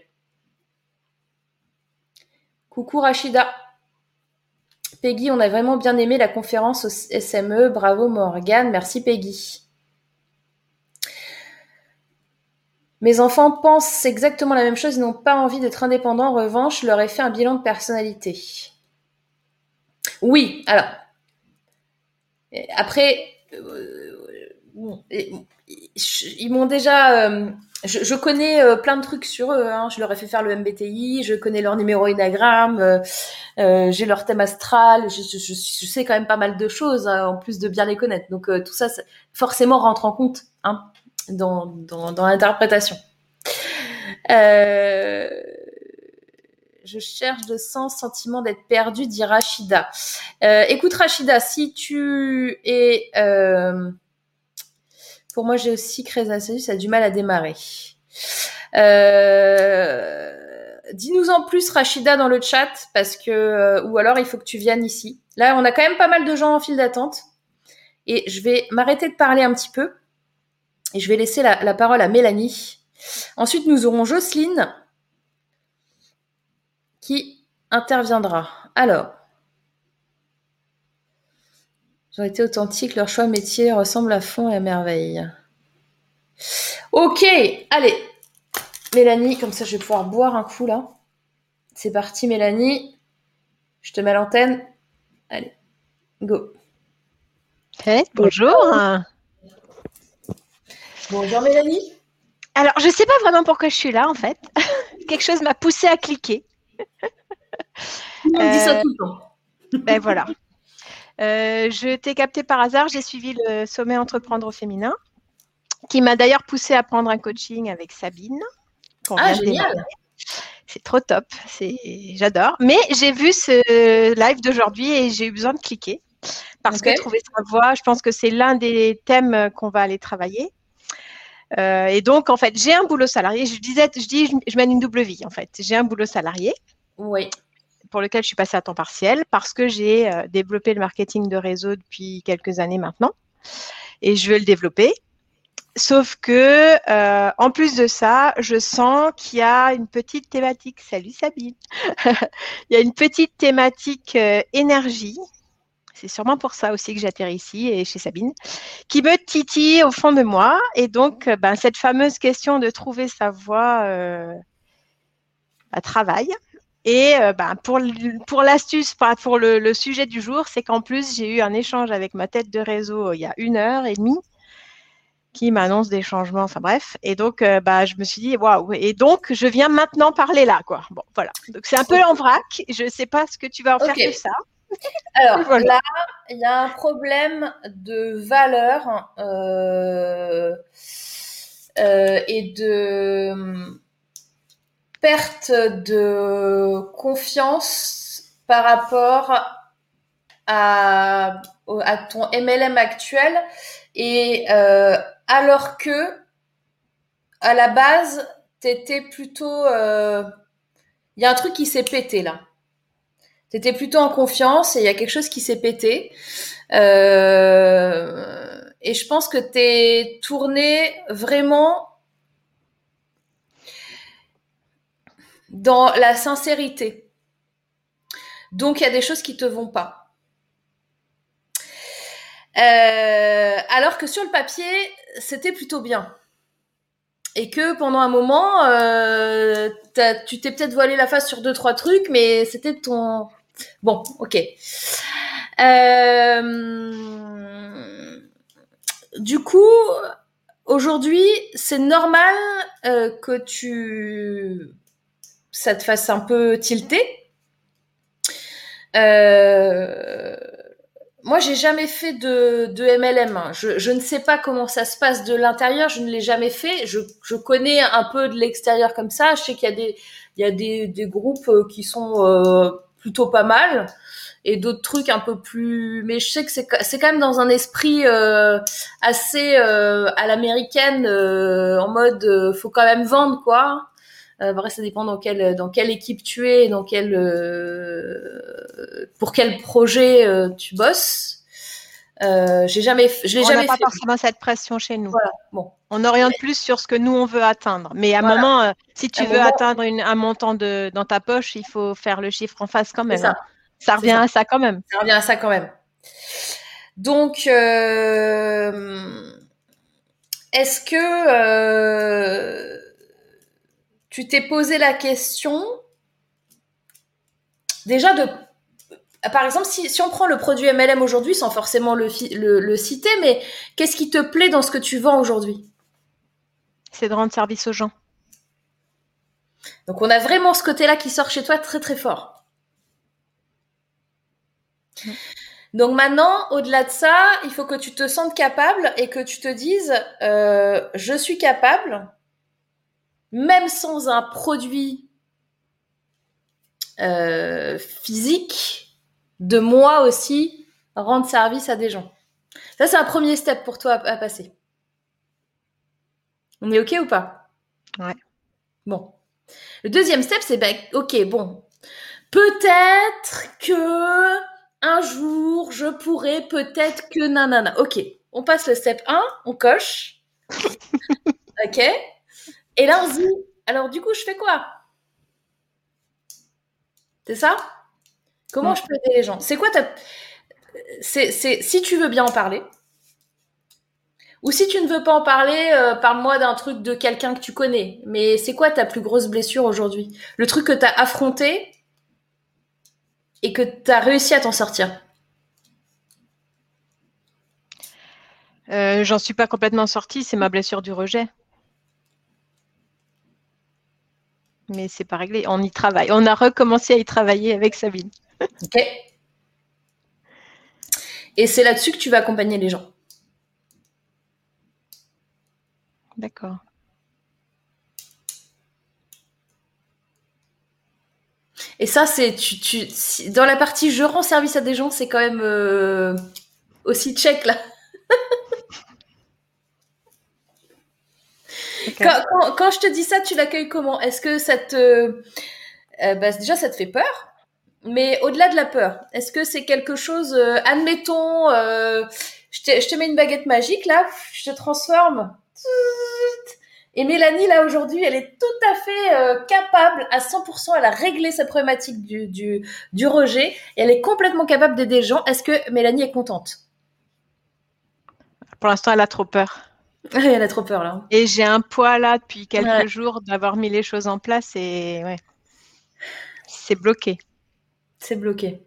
S1: Coucou Rachida. Peggy, on a vraiment bien aimé la conférence au SME. Bravo Morgane. Merci Peggy. Mes enfants pensent exactement la même chose. Ils n'ont pas envie d'être indépendants. En revanche, je leur ai fait un bilan de personnalité. Oui, alors. Après, ils m'ont déjà... je connais plein de trucs sur eux. Hein. Je leur ai fait faire le MBTI, je connais leur numéro énagramme, j'ai leur thème astral, je sais quand même pas mal de choses, hein, en plus de bien les connaître. Donc tout ça, ça forcément rentre en compte hein, dans l'interprétation. Je cherche de sentiment d'être perdu, dit Rachida. Écoute Rachida, si tu es... pour moi, j'ai aussi créé ça a du mal à démarrer. Dis-nous en plus, Rachida, dans le chat, parce que ou alors il faut que tu viennes ici. Là, on a quand même pas mal de gens en file d'attente. Et je vais m'arrêter de parler un petit peu. Et je vais laisser la parole à Mélanie. Ensuite, nous aurons Jocelyne qui interviendra. Alors, ils ont été authentiques, leur choix métier ressemble à fond et à merveille. Ok, allez. Mélanie, comme ça je vais pouvoir boire un coup là. C'est parti Mélanie. Je te mets à l'antenne. Allez, go.
S2: Hey, bonjour.
S1: Bonjour Mélanie.
S2: Alors, je ne sais pas vraiment pourquoi je suis là en fait. Quelque chose m'a poussée à cliquer.
S1: Tout le monde dit ça tout le temps.
S2: Ben voilà. Je t'ai capté par hasard. J'ai suivi le sommet Entreprendre au féminin, qui m'a d'ailleurs poussée à prendre un coaching avec Sabine.
S1: Ah, génial.
S2: C'est trop top. J'adore. Mais j'ai vu ce live d'aujourd'hui et j'ai eu besoin de cliquer parce que trouver sa voie, je pense que c'est l'un des thèmes qu'on va aller travailler. Et donc, en fait, j'ai un boulot salarié. Je mène une double vie, en fait. J'ai un boulot salarié.
S1: Oui.
S2: Pour lequel je suis passée à temps partiel parce que j'ai développé le marketing de réseau depuis quelques années maintenant. Et je veux le développer. Sauf que, en plus de ça, je sens qu'il y a une petite thématique. Salut Sabine. Il y a une petite thématique énergie. C'est sûrement pour ça aussi que j'atterris ici et chez Sabine, qui me titille au fond de moi. Et donc, cette fameuse question de trouver sa voie à travail. Et pour l'astuce, pour le sujet du jour, c'est qu'en plus, j'ai eu un échange avec ma tête de réseau il y a 1h30 qui m'annonce des changements, enfin bref. Et donc, je me suis dit, waouh. Et donc, je viens maintenant parler là, quoi. Bon, voilà. Donc, c'est un peu en vrac. Je ne sais pas ce que tu vas en faire de ça.
S1: Alors, voilà. Là, il y a un problème de valeur et de perte de confiance par rapport à ton MLM actuel et alors que à la base t'étais plutôt il y a un truc qui s'est pété là. T'étais plutôt en confiance et il y a quelque chose qui s'est pété et je pense que t'es tourné vraiment dans la sincérité. Donc il y a des choses qui te vont pas. Alors que sur le papier, c'était plutôt bien. et que pendant un moment, tu t'es peut-être voilé la face sur 2-3 trucs, mais c'était ton... Bon, ok. Du coup, aujourd'hui, c'est normal que ça te fasse un peu tilter. Moi, j'ai jamais fait de MLM. Hein. Je ne sais pas comment ça se passe de l'intérieur. Je ne l'ai jamais fait. Je connais un peu de l'extérieur comme ça. Je sais qu'il y a des groupes qui sont plutôt pas mal et d'autres trucs un peu plus. Mais je sais que c'est quand même dans un esprit assez à l'américaine, en mode faut quand même vendre quoi. Après, ça dépend dans quelle équipe tu es, et pour quel projet tu bosses. Je l'ai jamais
S2: On n'a pas
S1: fait.
S2: forcément cette pression chez nous.
S1: Voilà. Bon.
S2: On oriente plus sur ce que nous, on veut atteindre. Mais à un moment, si tu veux atteindre un montant dans ta poche, il faut faire le chiffre en face quand même.
S1: C'est ça.
S2: Hein. Ça revient à ça quand même.
S1: Ça revient à ça quand même. Donc, est-ce que tu t'es posé la question déjà de... Par exemple, si on prend le produit MLM aujourd'hui, sans forcément le citer, mais qu'est-ce qui te plaît dans ce que tu vends aujourd'hui?
S2: C'est de rendre service aux gens.
S1: Donc, on a vraiment ce côté-là qui sort chez toi très, très fort. Donc maintenant, au-delà de ça, il faut que tu te sentes capable et que tu te dises, je suis capable, même sans un produit physique, de moi aussi rendre service à des gens. Ça, c'est un premier step pour toi à passer. On est OK ou pas?
S2: Ouais.
S1: Bon. Le deuxième step, c'est OK, bon. Peut-être que un jour, je pourrais, peut-être que nanana. OK, on passe le step 1, on coche. OK. Et là, on se dit, alors du coup, je fais quoi? C'est ça? Comment je peux aider les gens? C'est quoi si tu veux bien en parler, ou si tu ne veux pas en parler, parle-moi d'un truc de quelqu'un que tu connais. Mais c'est quoi ta plus grosse blessure aujourd'hui? Le truc que tu as affronté et que tu as réussi à t'en sortir?
S2: J'en suis pas complètement sortie, c'est ma blessure du rejet. Mais c'est pas réglé, on y travaille. On a recommencé à y travailler avec Sabine.
S1: OK. Et c'est là-dessus que tu vas accompagner les gens.
S2: D'accord.
S1: Et ça, c'est dans la partie je rends service à des gens, c'est quand même aussi check là. Quand je te dis ça, tu l'accueilles comment? Est-ce que ça te... déjà, ça te fait peur? Mais au-delà de la peur, est-ce que c'est quelque chose... admettons, je te mets une baguette magique, là, je te transforme. Et Mélanie, là, aujourd'hui, elle est tout à fait capable, à 100%, elle a réglé sa problématique du rejet, et elle est complètement capable d'aider les gens. Est-ce que Mélanie est contente?
S2: Pour l'instant, elle a trop peur.
S1: Elle a trop peur, là.
S2: Et j'ai un poids, là, depuis quelques jours, d'avoir mis les choses en place, et ouais, c'est bloqué.
S1: C'est bloqué.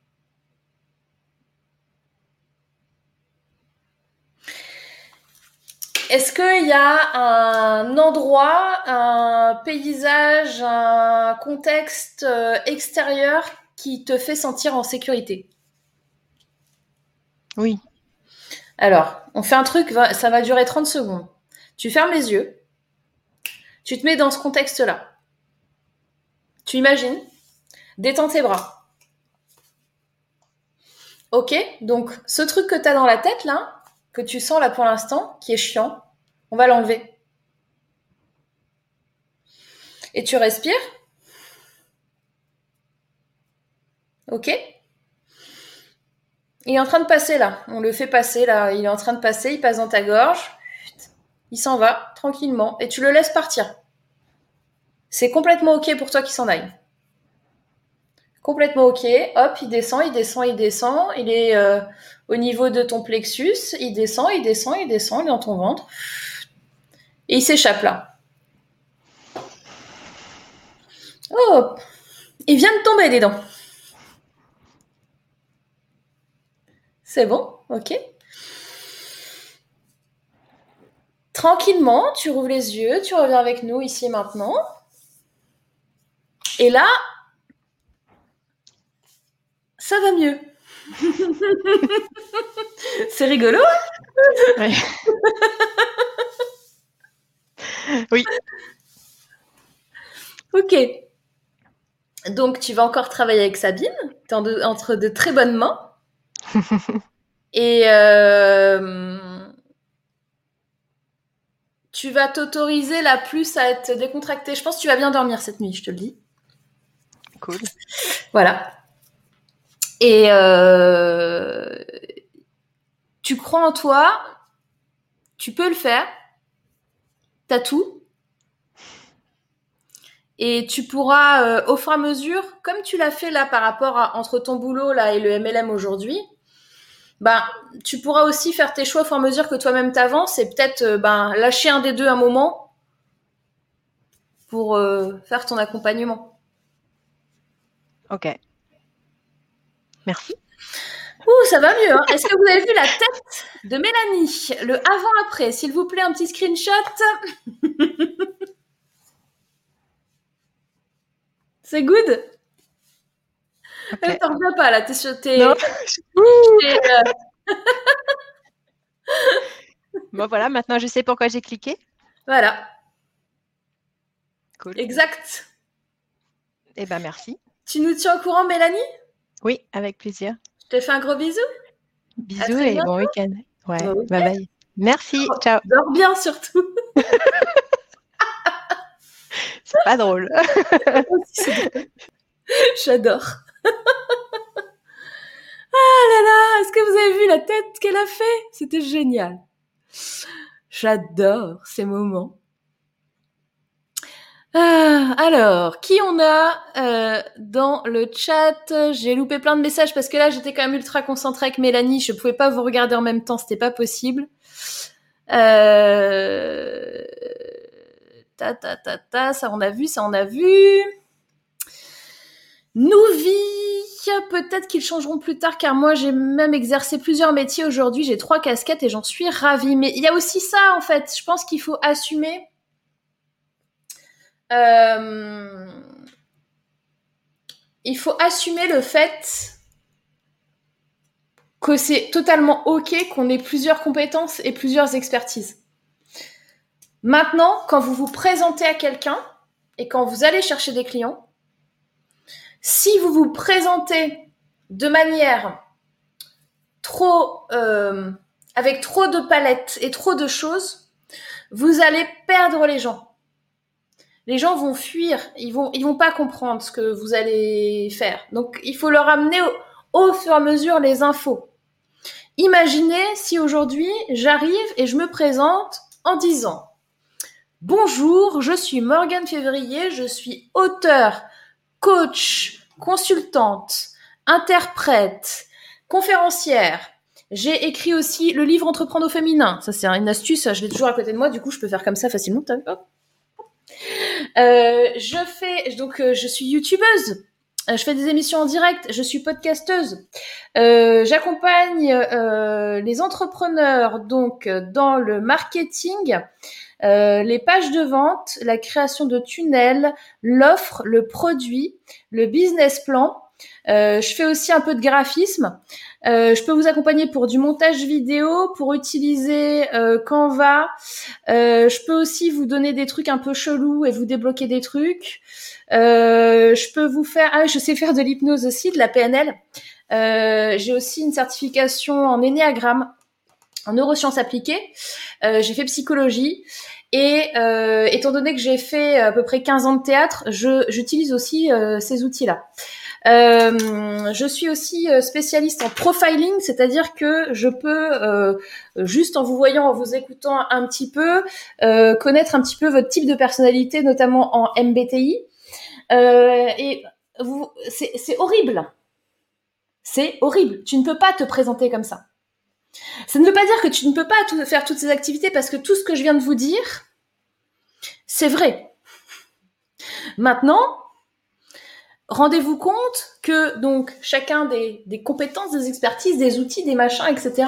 S1: Est-ce qu'il y a un endroit, un paysage, un contexte extérieur qui te fait sentir en sécurité?
S2: Oui.
S1: Alors, on fait un truc, ça va durer 30 secondes. Tu fermes les yeux, tu te mets dans ce contexte-là. Tu imagines, détends tes bras. Ok, donc ce truc que tu as dans la tête là, que tu sens là pour l'instant, qui est chiant, on va l'enlever. Et tu respires. Ok. Il est en train de passer là. On le fait passer là. Il est en train de passer. Il passe dans ta gorge. Il s'en va tranquillement et tu le laisses partir. C'est complètement ok pour toi qu'il s'en aille. Complètement ok. Hop, il descend, il descend, il descend. Il est au niveau de ton plexus. Il descend, il descend, il descend. Il est dans ton ventre. Et il s'échappe là. Oh, il vient de tomber, dis donc. C'est bon, ok. Tranquillement, tu rouvres les yeux, tu reviens avec nous ici et maintenant. Et là, ça va mieux. C'est rigolo, hein?
S2: Ouais. Oui.
S1: Ok. Donc, tu vas encore travailler avec Sabine. T'es entre de très bonnes mains. Et tu vas t'autoriser la plus à être décontractée. Je pense que tu vas bien dormir cette nuit, je te le dis.
S2: Cool.
S1: Voilà. Et tu crois en toi, tu peux le faire, t'as tout. Et tu pourras, au fur et à mesure, comme tu l'as fait là par rapport à entre ton boulot là et le MLM aujourd'hui, ben, tu pourras aussi faire tes choix au fur et à mesure que toi-même t'avances et peut-être lâcher un des deux un moment pour faire ton accompagnement.
S2: Ok. Merci.
S1: Ouh, ça va mieux, hein. Est-ce que vous avez vu la tête de Mélanie? Le avant-après, s'il vous plaît, un petit screenshot. C'est good?
S2: Ok.
S1: T'en reviens pas, là.
S2: Non.
S1: T'es,
S2: Bon, voilà, maintenant je sais pourquoi j'ai cliqué.
S1: voilà.
S2: Cool.
S1: Exact.
S2: Eh ben, merci.
S1: Tu nous tiens au courant, Mélanie?
S2: Oui, avec plaisir.
S1: Je te fais un gros bisou. À
S2: Bisous
S1: très
S2: et
S1: bientôt.
S2: bon week-end. Ouais,
S1: Bon
S2: bye
S1: week-end.
S2: bye. Merci, ciao.
S1: Dors bien, surtout.
S2: C'est pas drôle.
S1: C'est drôle. J'adore. Ah là là, est-ce que vous avez vu la tête qu'elle a fait? C'était génial. J'adore ces moments. Ah, alors, qui on a dans le chat? J'ai loupé plein de messages parce que là, j'étais quand même ultra concentrée avec Mélanie. Je pouvais pas vous regarder en même temps, c'était pas possible. Ça on a vu, ça on a vu. Nouvie, peut-être qu'ils changeront plus tard car moi j'ai même exercé plusieurs métiers aujourd'hui, j'ai 3 casquettes et j'en suis ravie. Mais il y a aussi ça en fait, je pense qu'il faut assumer. Il faut assumer le fait que c'est totalement ok qu'on ait plusieurs compétences et plusieurs expertises. Maintenant, quand vous vous présentez à quelqu'un et quand vous allez chercher des clients, si vous vous présentez de manière avec trop de palettes et trop de choses, vous allez perdre les gens. Les gens vont fuir, ils vont pas comprendre ce que vous allez faire. Donc, il faut leur amener au fur et à mesure les infos. Imaginez si aujourd'hui, j'arrive et je me présente en disant « Bonjour, je suis Morgane Février, je suis auteure, coach, consultante, interprète, conférencière. J'ai écrit aussi le livre Entreprendre au féminin. » Ça, c'est une astuce, je l'ai toujours à côté de moi, du coup, je peux faire comme ça facilement. Je suis youtubeuse. Je fais des émissions en direct. Je suis podcasteuse. J'accompagne les entrepreneurs donc dans le marketing, les pages de vente, la création de tunnels, l'offre, le produit, le business plan. Je fais aussi un peu de graphisme. Je peux vous accompagner pour du montage vidéo, pour utiliser Canva. Je peux aussi vous donner des trucs un peu chelous et vous débloquer des trucs. Je peux vous faire... Ah, je sais faire de l'hypnose aussi, de la PNL. J'ai aussi une certification en énéagramme, en neurosciences appliquées. J'ai fait psychologie. Et étant donné que j'ai fait à peu près 15 ans de théâtre, j'utilise aussi ces outils-là. Je suis aussi spécialiste en profiling, c'est-à-dire que je peux, juste en vous voyant, en vous écoutant un petit peu, connaître un petit peu votre type de personnalité, notamment en MBTI. Et c'est horrible. C'est horrible. Tu ne peux pas te présenter comme ça. Ça ne veut pas dire que tu ne peux pas faire toutes ces activités parce que tout ce que je viens de vous dire, c'est vrai. Maintenant, Rendez-vous compte que donc chacun des compétences, des expertises, des outils, des machins, etc.,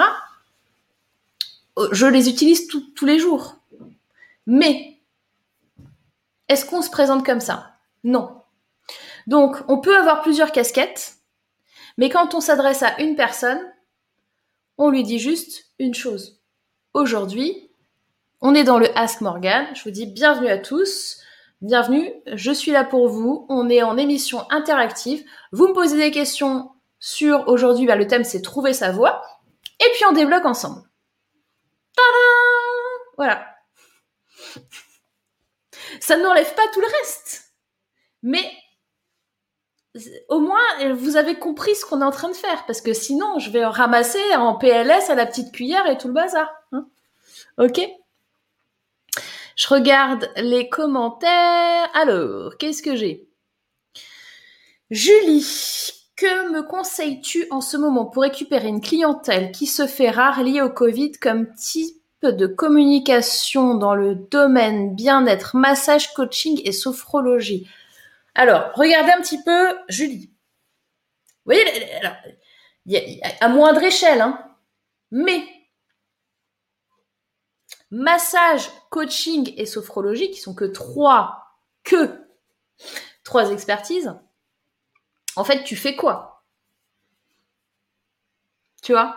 S1: je les utilise tous les jours. Mais est-ce qu'on se présente comme ça? Non. Donc, on peut avoir plusieurs casquettes, mais quand on s'adresse à une personne, on lui dit juste une chose. Aujourd'hui, on est dans le Ask Morgane. Je vous dis bienvenue à tous. Bienvenue, je suis là pour vous. On est en émission interactive. Vous me posez des questions sur aujourd'hui, le thème c'est trouver sa voie. Et puis on débloque ensemble. Tadam! Voilà. Ça n'enlève pas tout le reste. Mais au moins, vous avez compris ce qu'on est en train de faire. Parce que sinon, je vais ramasser en PLS à la petite cuillère et tout le bazar. Hein, ok ? Je regarde les commentaires. Alors, qu'est-ce que j'ai ? Julie, que me conseilles-tu en ce moment pour récupérer une clientèle qui se fait rare liée au Covid comme type de communication dans le domaine bien-être, massage, coaching et sophrologie? Alors, regardez un petit peu Julie. Vous voyez, alors, à moindre échelle, hein, mais massage, coaching et sophrologie, qui sont que trois expertises, en fait, tu fais quoi? Tu vois?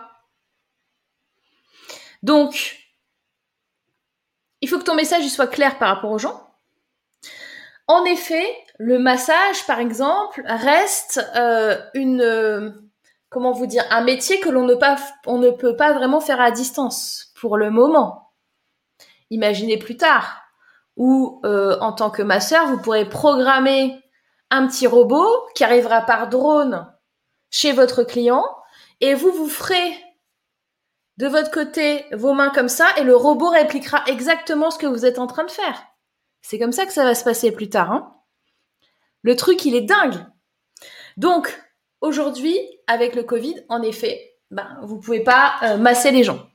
S1: Donc, il faut que ton message il soit clair par rapport aux gens. En effet, le massage, par exemple, reste comment vous dire, un métier que on ne peut pas vraiment faire à distance pour le moment. Imaginez plus tard, où en tant que masseur, vous pourrez programmer un petit robot qui arrivera par drone chez votre client et vous ferez de votre côté vos mains comme ça et le robot répliquera exactement ce que vous êtes en train de faire. C'est comme ça que ça va se passer plus tard. Hein. Le truc, il est dingue. Donc, aujourd'hui, avec le Covid, en effet, vous pouvez pas masser les gens.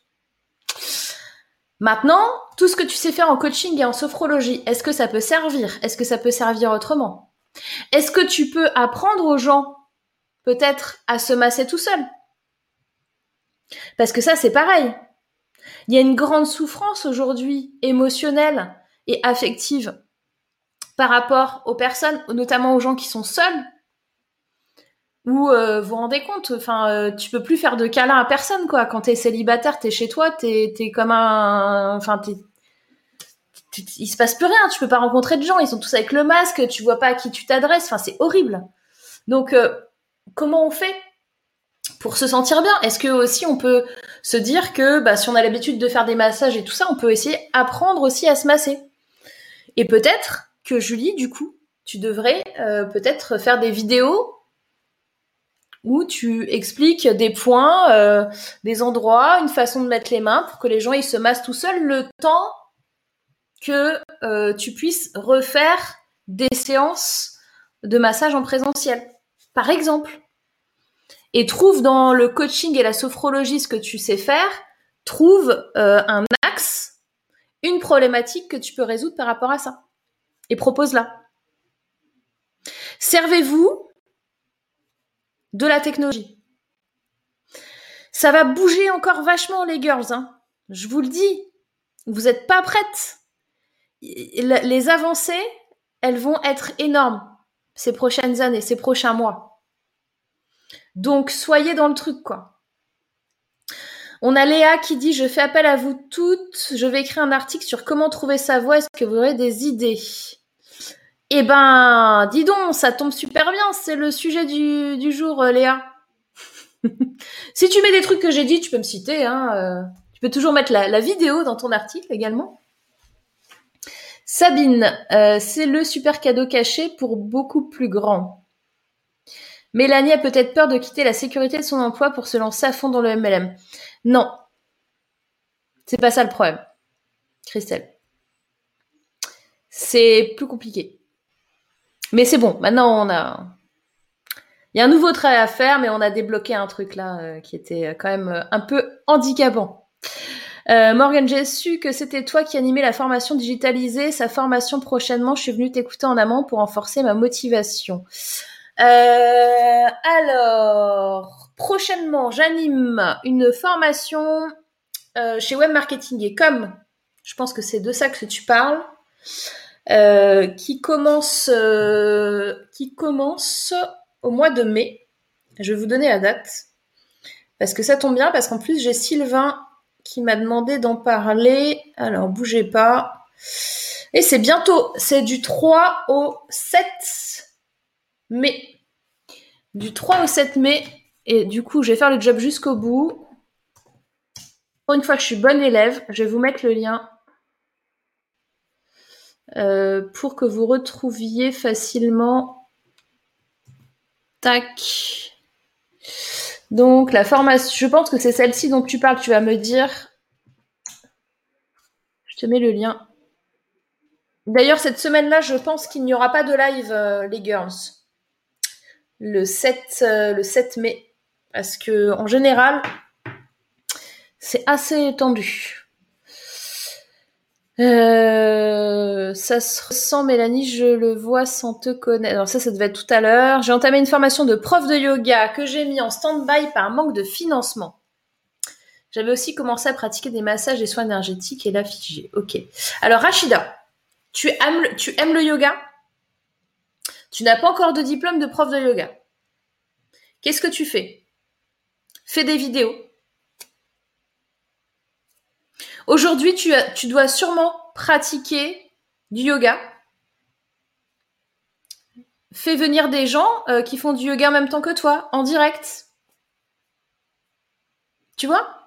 S1: Maintenant, tout ce que tu sais faire en coaching et en sophrologie, est-ce que ça peut servir? Est-ce que ça peut servir autrement? Est-ce que tu peux apprendre aux gens, peut-être, à se masser tout seul? Parce que ça, c'est pareil. Il y a une grande souffrance aujourd'hui, émotionnelle et affective, par rapport aux personnes, notamment aux gens qui sont seuls, où vous vous rendez compte, tu peux plus faire de câlins à personne, quoi. Quand t'es célibataire, t'es chez toi, t'es comme il se passe plus rien, tu peux pas rencontrer de gens, ils sont tous avec le masque, tu vois pas à qui tu t'adresses, c'est horrible. Donc, comment on fait pour se sentir bien? Est-ce que aussi on peut se dire que si on a l'habitude de faire des massages et tout ça, on peut essayer apprendre aussi à se masser? Et peut-être que Julie, du coup, tu devrais peut-être faire des vidéos où tu expliques des points, des endroits, une façon de mettre les mains pour que les gens ils se massent tout seuls le temps que tu puisses refaire des séances de massage en présentiel, par exemple. Et trouve dans le coaching et la sophrologie ce que tu sais faire, trouve un axe, une problématique que tu peux résoudre par rapport à ça. Et propose-la. Servez-vous de la technologie. Ça va bouger encore vachement, les girls. Hein. Je vous le dis. Vous n'êtes pas prêtes. Les avancées, elles vont être énormes ces prochaines années, ces prochains mois. Donc, soyez dans le truc, quoi. On a Léa qui dit « Je fais appel à vous toutes. Je vais écrire un article sur comment trouver sa voie. Est-ce que vous aurez des idées ?» Eh ben, dis donc, ça tombe super bien. C'est le sujet du jour, Léa. Si tu mets des trucs que j'ai dit, tu peux me citer. Hein, tu peux toujours mettre la vidéo dans ton article également. Sabine, c'est le super cadeau caché pour beaucoup plus grand. Mélanie a peut-être peur de quitter la sécurité de son emploi pour se lancer à fond dans le MLM. Non. C'est pas ça le problème, Christelle. C'est plus compliqué. Mais c'est bon, maintenant il y a un nouveau travail à faire, mais on a débloqué un truc là qui était quand même un peu handicapant. Morgane, j'ai su que c'était toi qui animais la formation digitalisée, sa formation prochainement. Je suis venue t'écouter en amont pour renforcer ma motivation. Alors, prochainement, j'anime une formation chez Web Marketing et Com. Je pense que c'est de ça que tu parles. Qui commence au mois de mai. Je vais vous donner la date. Parce que ça tombe bien, parce qu'en plus, j'ai Sylvain qui m'a demandé d'en parler. Alors, bougez pas. Et c'est bientôt. C'est du 3 au 7 mai. Du 3 au 7 mai. Et du coup, je vais faire le job jusqu'au bout. Pour une fois que je suis bonne élève, je vais vous mettre le lien pour que vous retrouviez facilement. Tac. Donc, la formation, je pense que c'est celle-ci dont tu parles, tu vas me dire. Je te mets le lien. D'ailleurs, cette semaine-là, je pense qu'il n'y aura pas de live, les girls. Le 7 mai. Parce que, en général, c'est assez tendu. Ça se ressent, Mélanie, je le vois sans te connaître. Alors ça devait être tout à l'heure. J'ai entamé une formation de prof de yoga que j'ai mis en stand-by par manque de financement. J'avais aussi commencé à pratiquer des massages et soins énergétiques et la figée. Ok. Alors Rachida, tu aimes le yoga? Tu n'as pas encore de diplôme de prof de yoga. Qu'est-ce que tu fais? Fais des vidéos. Aujourd'hui, tu dois sûrement pratiquer du yoga. Fais venir des gens qui font du yoga en même temps que toi, en direct. Tu vois?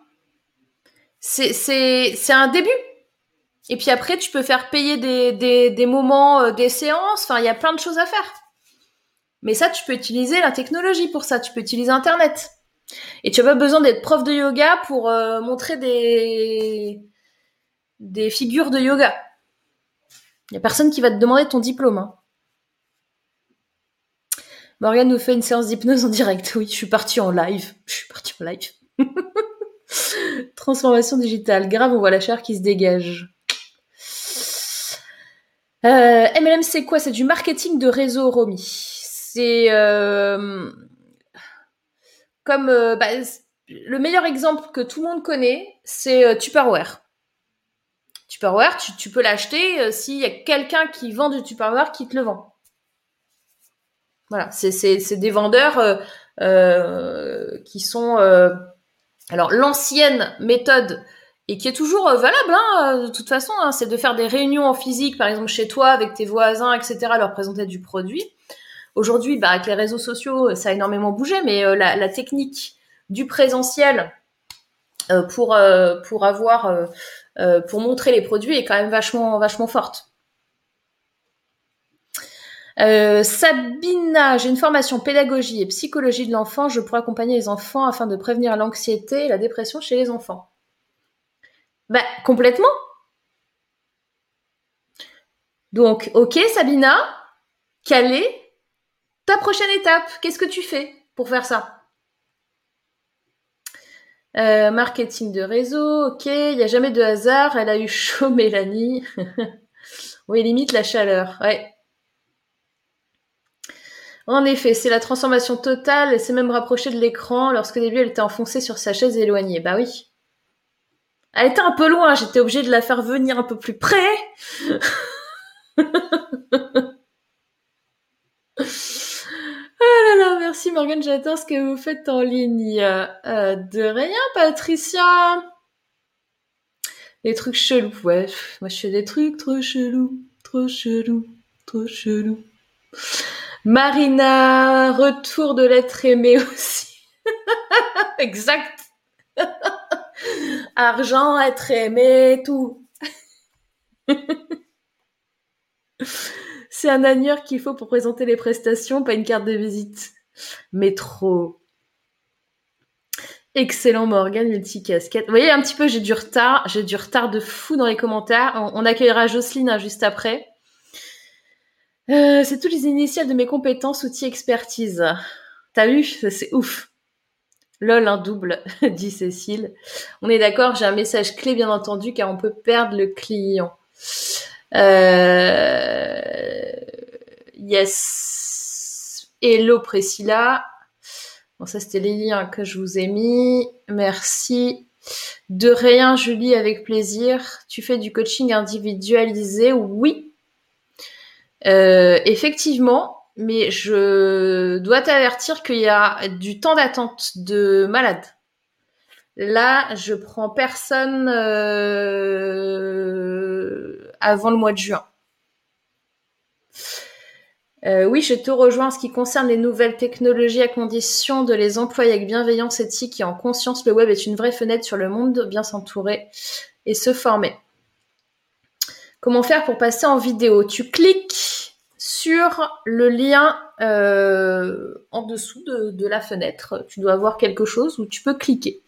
S1: C'est un début. Et puis après, tu peux faire payer des moments, des séances. Enfin, il y a plein de choses à faire. Mais ça, tu peux utiliser la technologie pour ça. Tu peux utiliser Internet. Et tu n'as pas besoin d'être prof de yoga pour montrer des figures de yoga. Il n'y a personne qui va te demander ton diplôme. Hein. Morgane nous fait une séance d'hypnose en direct. Oui, je suis partie en live. Transformation digitale. Grave, on voit la chair qui se dégage. MLM, c'est quoi? C'est du marketing de réseau, Romy. C'est comme le meilleur exemple que tout le monde connaît, c'est Tupperware. Tupperware, tu peux l'acheter s'il y a quelqu'un qui vend du Tupperware qui te le vend. Voilà, c'est des vendeurs qui sont alors l'ancienne méthode et qui est toujours valable de toute façon, c'est de faire des réunions en physique, par exemple chez toi avec tes voisins, etc., leur présenter du produit. Aujourd'hui, avec les réseaux sociaux, ça a énormément bougé, mais la technique du présentiel pour montrer les produits est quand même vachement forte. Sabina, j'ai une formation pédagogie et psychologie de l'enfant. Je pourrais accompagner les enfants afin de prévenir l'anxiété et la dépression chez les enfants. Complètement. Donc, ok, Sabina, quelle est ta prochaine étape? Qu'est-ce que tu fais pour faire ça? Marketing de réseau, ok, il n'y a jamais de hasard. Elle a eu chaud, Mélanie. Oui, limite la chaleur, ouais. En effet, c'est la transformation totale. Elle s'est même rapprochée de l'écran lorsque au début elle était enfoncée sur sa chaise éloignée. Bah oui. Elle était un peu loin, j'étais obligée de la faire venir un peu plus près. Oh là là, merci Morgane, j'adore ce que vous faites en ligne. De rien, Patricia. Les trucs chelous, ouais. Moi, je fais des trucs trop chelous. Marina, retour de l'être aimé aussi. Exact. Argent, être aimé, tout. C'est un annuaire qu'il faut pour présenter les prestations, pas une carte de visite. Mais trop. Excellent Morgane, multicasquette. Vous voyez un petit peu, j'ai du retard de fou dans les commentaires. On accueillera Jocelyne juste après. C'est toutes les initiales de mes compétences, outils, expertise. T'as vu? C'est ouf. Lol, un double, dit Cécile. On est d'accord, j'ai un message clé, bien entendu, car on peut perdre le client. Yes. Hello Priscilla. Bon, ça, c'était les liens que je vous ai mis. Merci. De rien, Julie, avec plaisir. Tu fais du coaching individualisé? Oui. Effectivement, mais je dois t'avertir qu'il y a du temps d'attente de malade. Là, je prends personne avant le mois de juin. Oui, je te rejoins en ce qui concerne les nouvelles technologies à condition de les employer avec bienveillance éthique et en conscience. Le web est une vraie fenêtre sur le monde, bien s'entourer et se former. Comment faire pour passer en vidéo? Tu cliques sur le lien en dessous de la fenêtre. Tu dois avoir quelque chose où tu peux cliquer.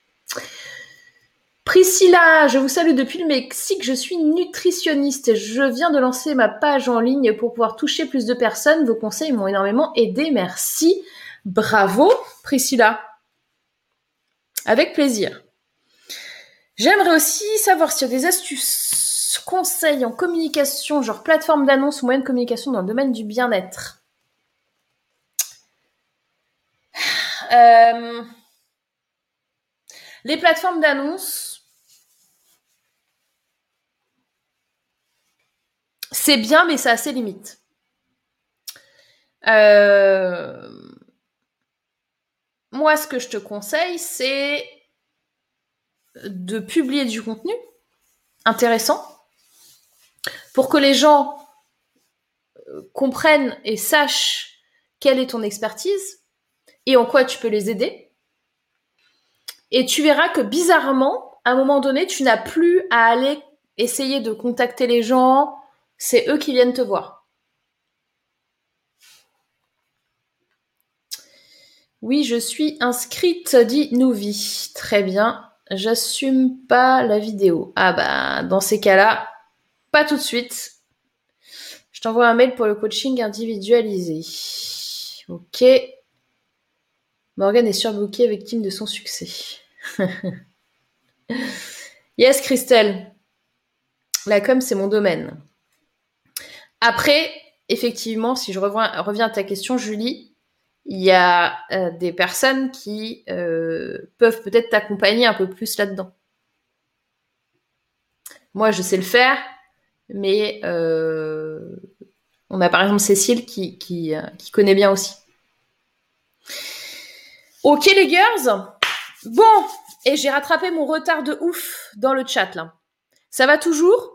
S1: Priscilla, je vous salue depuis le Mexique. Je suis nutritionniste. Je viens de lancer ma page en ligne pour pouvoir toucher plus de personnes. Vos conseils m'ont énormément aidé. Merci. Bravo, Priscilla. Avec plaisir. J'aimerais aussi savoir s'il y a des astuces, conseils en communication, genre plateforme d'annonce ou moyen de communication dans le domaine du bien-être. Les plateformes d'annonce, c'est bien, mais ça a ses limites. Moi, ce que je te conseille, c'est de publier du contenu intéressant pour que les gens comprennent et sachent quelle est ton expertise et en quoi tu peux les aider. Et tu verras que bizarrement, à un moment donné, tu n'as plus à aller essayer de contacter les gens, c'est eux qui viennent te voir. Oui, je suis inscrite, dit Nouvi. Très bien. J'assume pas la vidéo. Ah bah, dans ces cas-là, pas tout de suite. Je t'envoie un mail pour le coaching individualisé. Ok. Morgane est surbookée, victime de son succès. Yes, Christelle. La com, c'est mon domaine. Après, effectivement, si je reviens à ta question, Julie, il y a des personnes qui peuvent peut-être t'accompagner un peu plus là-dedans. Moi, je sais le faire, mais on a par exemple Cécile qui connaît bien aussi. Ok les girls. Bon, et j'ai rattrapé mon retard de ouf dans le chat là. Ça va toujours?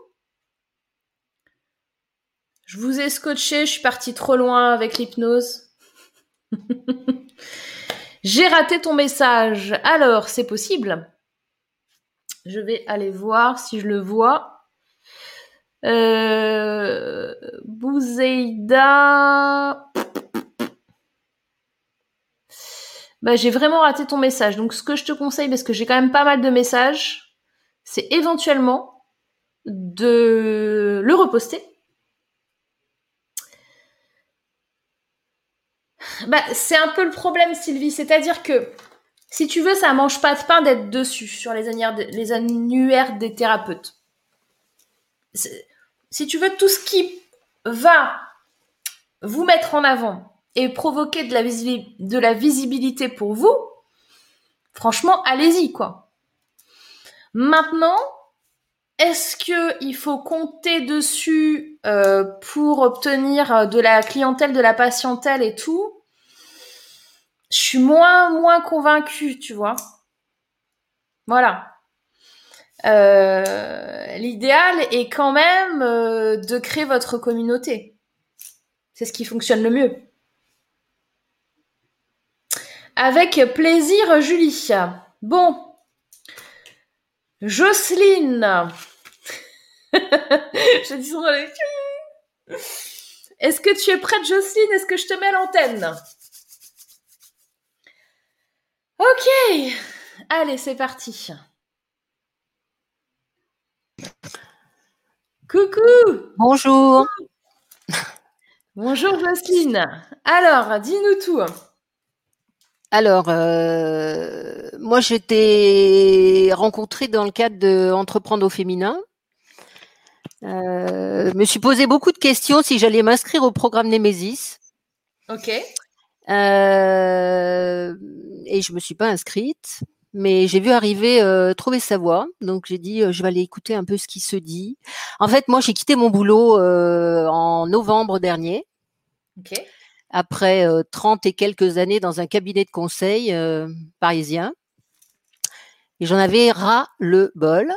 S1: Je vous ai scotché, je suis partie trop loin avec l'hypnose. J'ai raté ton message. Alors, c'est possible? Je vais aller voir si je le vois. Bouzeida. Bah, j'ai vraiment raté ton message. Donc, ce que je te conseille, parce que j'ai quand même pas mal de messages, c'est éventuellement de le reposter. Bah, c'est un peu le problème, Sylvie. C'est-à-dire que, si tu veux, ça mange pas de pain d'être dessus sur les annuaires des thérapeutes. Si tu veux, tout ce qui va vous mettre en avant et provoquer de la visibilité pour vous, franchement, allez-y, quoi. Maintenant, est-ce qu'il faut compter dessus pour obtenir de la clientèle, de la patientèle et tout? Je suis moins convaincue, tu vois. Voilà. L'idéal est quand même de créer votre communauté. C'est ce qui fonctionne le mieux. Avec plaisir, Julie. Bon. Jocelyne. Je dis son nom. Est-ce que tu es prête, Jocelyne? Est-ce que je te mets à l'antenne? Ok. Allez, c'est parti. Coucou.
S3: Bonjour.
S1: Bonjour, Jocelyne. Alors, dis-nous tout.
S3: Alors, moi, j'étais rencontrée dans le cadre de Entreprendre au féminin. Je me suis posé beaucoup de questions si j'allais m'inscrire au programme Nemesis.
S1: Ok.
S3: Et je me suis pas inscrite, mais j'ai vu arriver Trouver sa voie. Donc j'ai dit je vais aller écouter un peu ce qui se dit. En fait, moi j'ai quitté mon boulot en novembre dernier,
S1: Ok.
S3: après 30 et quelques années dans un cabinet de conseil parisien. Et j'en avais ras le bol.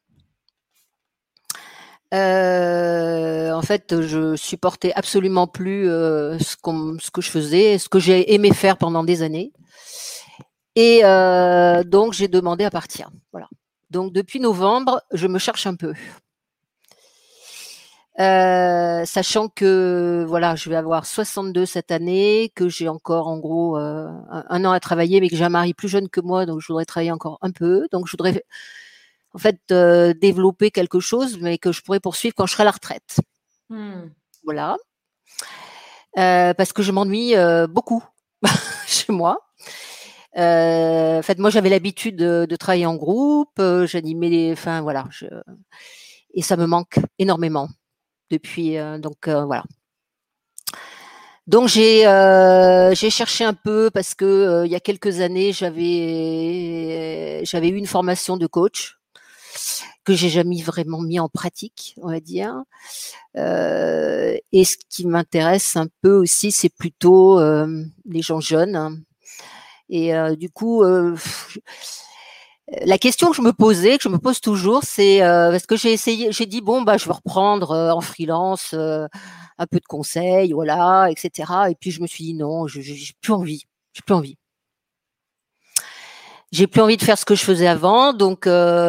S3: En fait, je supportais absolument plus ce que je faisais, ce que j'ai aimé faire pendant des années. Et donc, j'ai demandé à partir. Voilà. Donc, depuis novembre, je me cherche un peu. Sachant que voilà, je vais avoir 62 cette année, que j'ai encore en gros un an à travailler, mais que j'ai un mari plus jeune que moi, donc je voudrais travailler encore un peu. Donc, je voudrais en fait développer quelque chose, mais que je pourrais poursuivre quand je serai à la retraite. Voilà. Parce que je m'ennuie beaucoup chez moi. En fait, moi, j'avais l'habitude de travailler en groupe, j'animais, enfin voilà, et ça me manque énormément depuis. Donc voilà. Donc j'ai cherché un peu parce que il y a quelques années, j'avais eu une formation de coach que j'ai jamais vraiment mis en pratique, on va dire. Et ce qui m'intéresse un peu aussi, c'est plutôt les gens jeunes. Hein. Et du coup, la question que je me posais, que je me pose toujours, c'est parce que j'ai dit bon bah je vais reprendre en freelance un peu de conseils, voilà, etc. Et puis je me suis dit non, j'ai plus envie, j'ai plus envie. J'ai plus envie de faire ce que je faisais avant, donc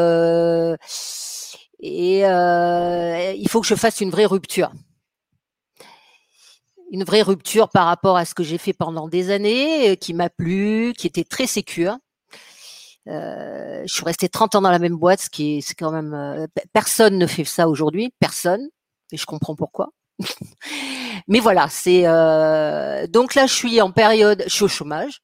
S3: il faut que je fasse une vraie rupture. Une vraie rupture par rapport à ce que j'ai fait pendant des années, qui m'a plu, qui était très sécure. Je suis restée 30 ans dans la même boîte, c'est quand même personne ne fait ça aujourd'hui, personne, et je comprends pourquoi. Mais voilà, c'est donc là je suis en période, je suis au chômage.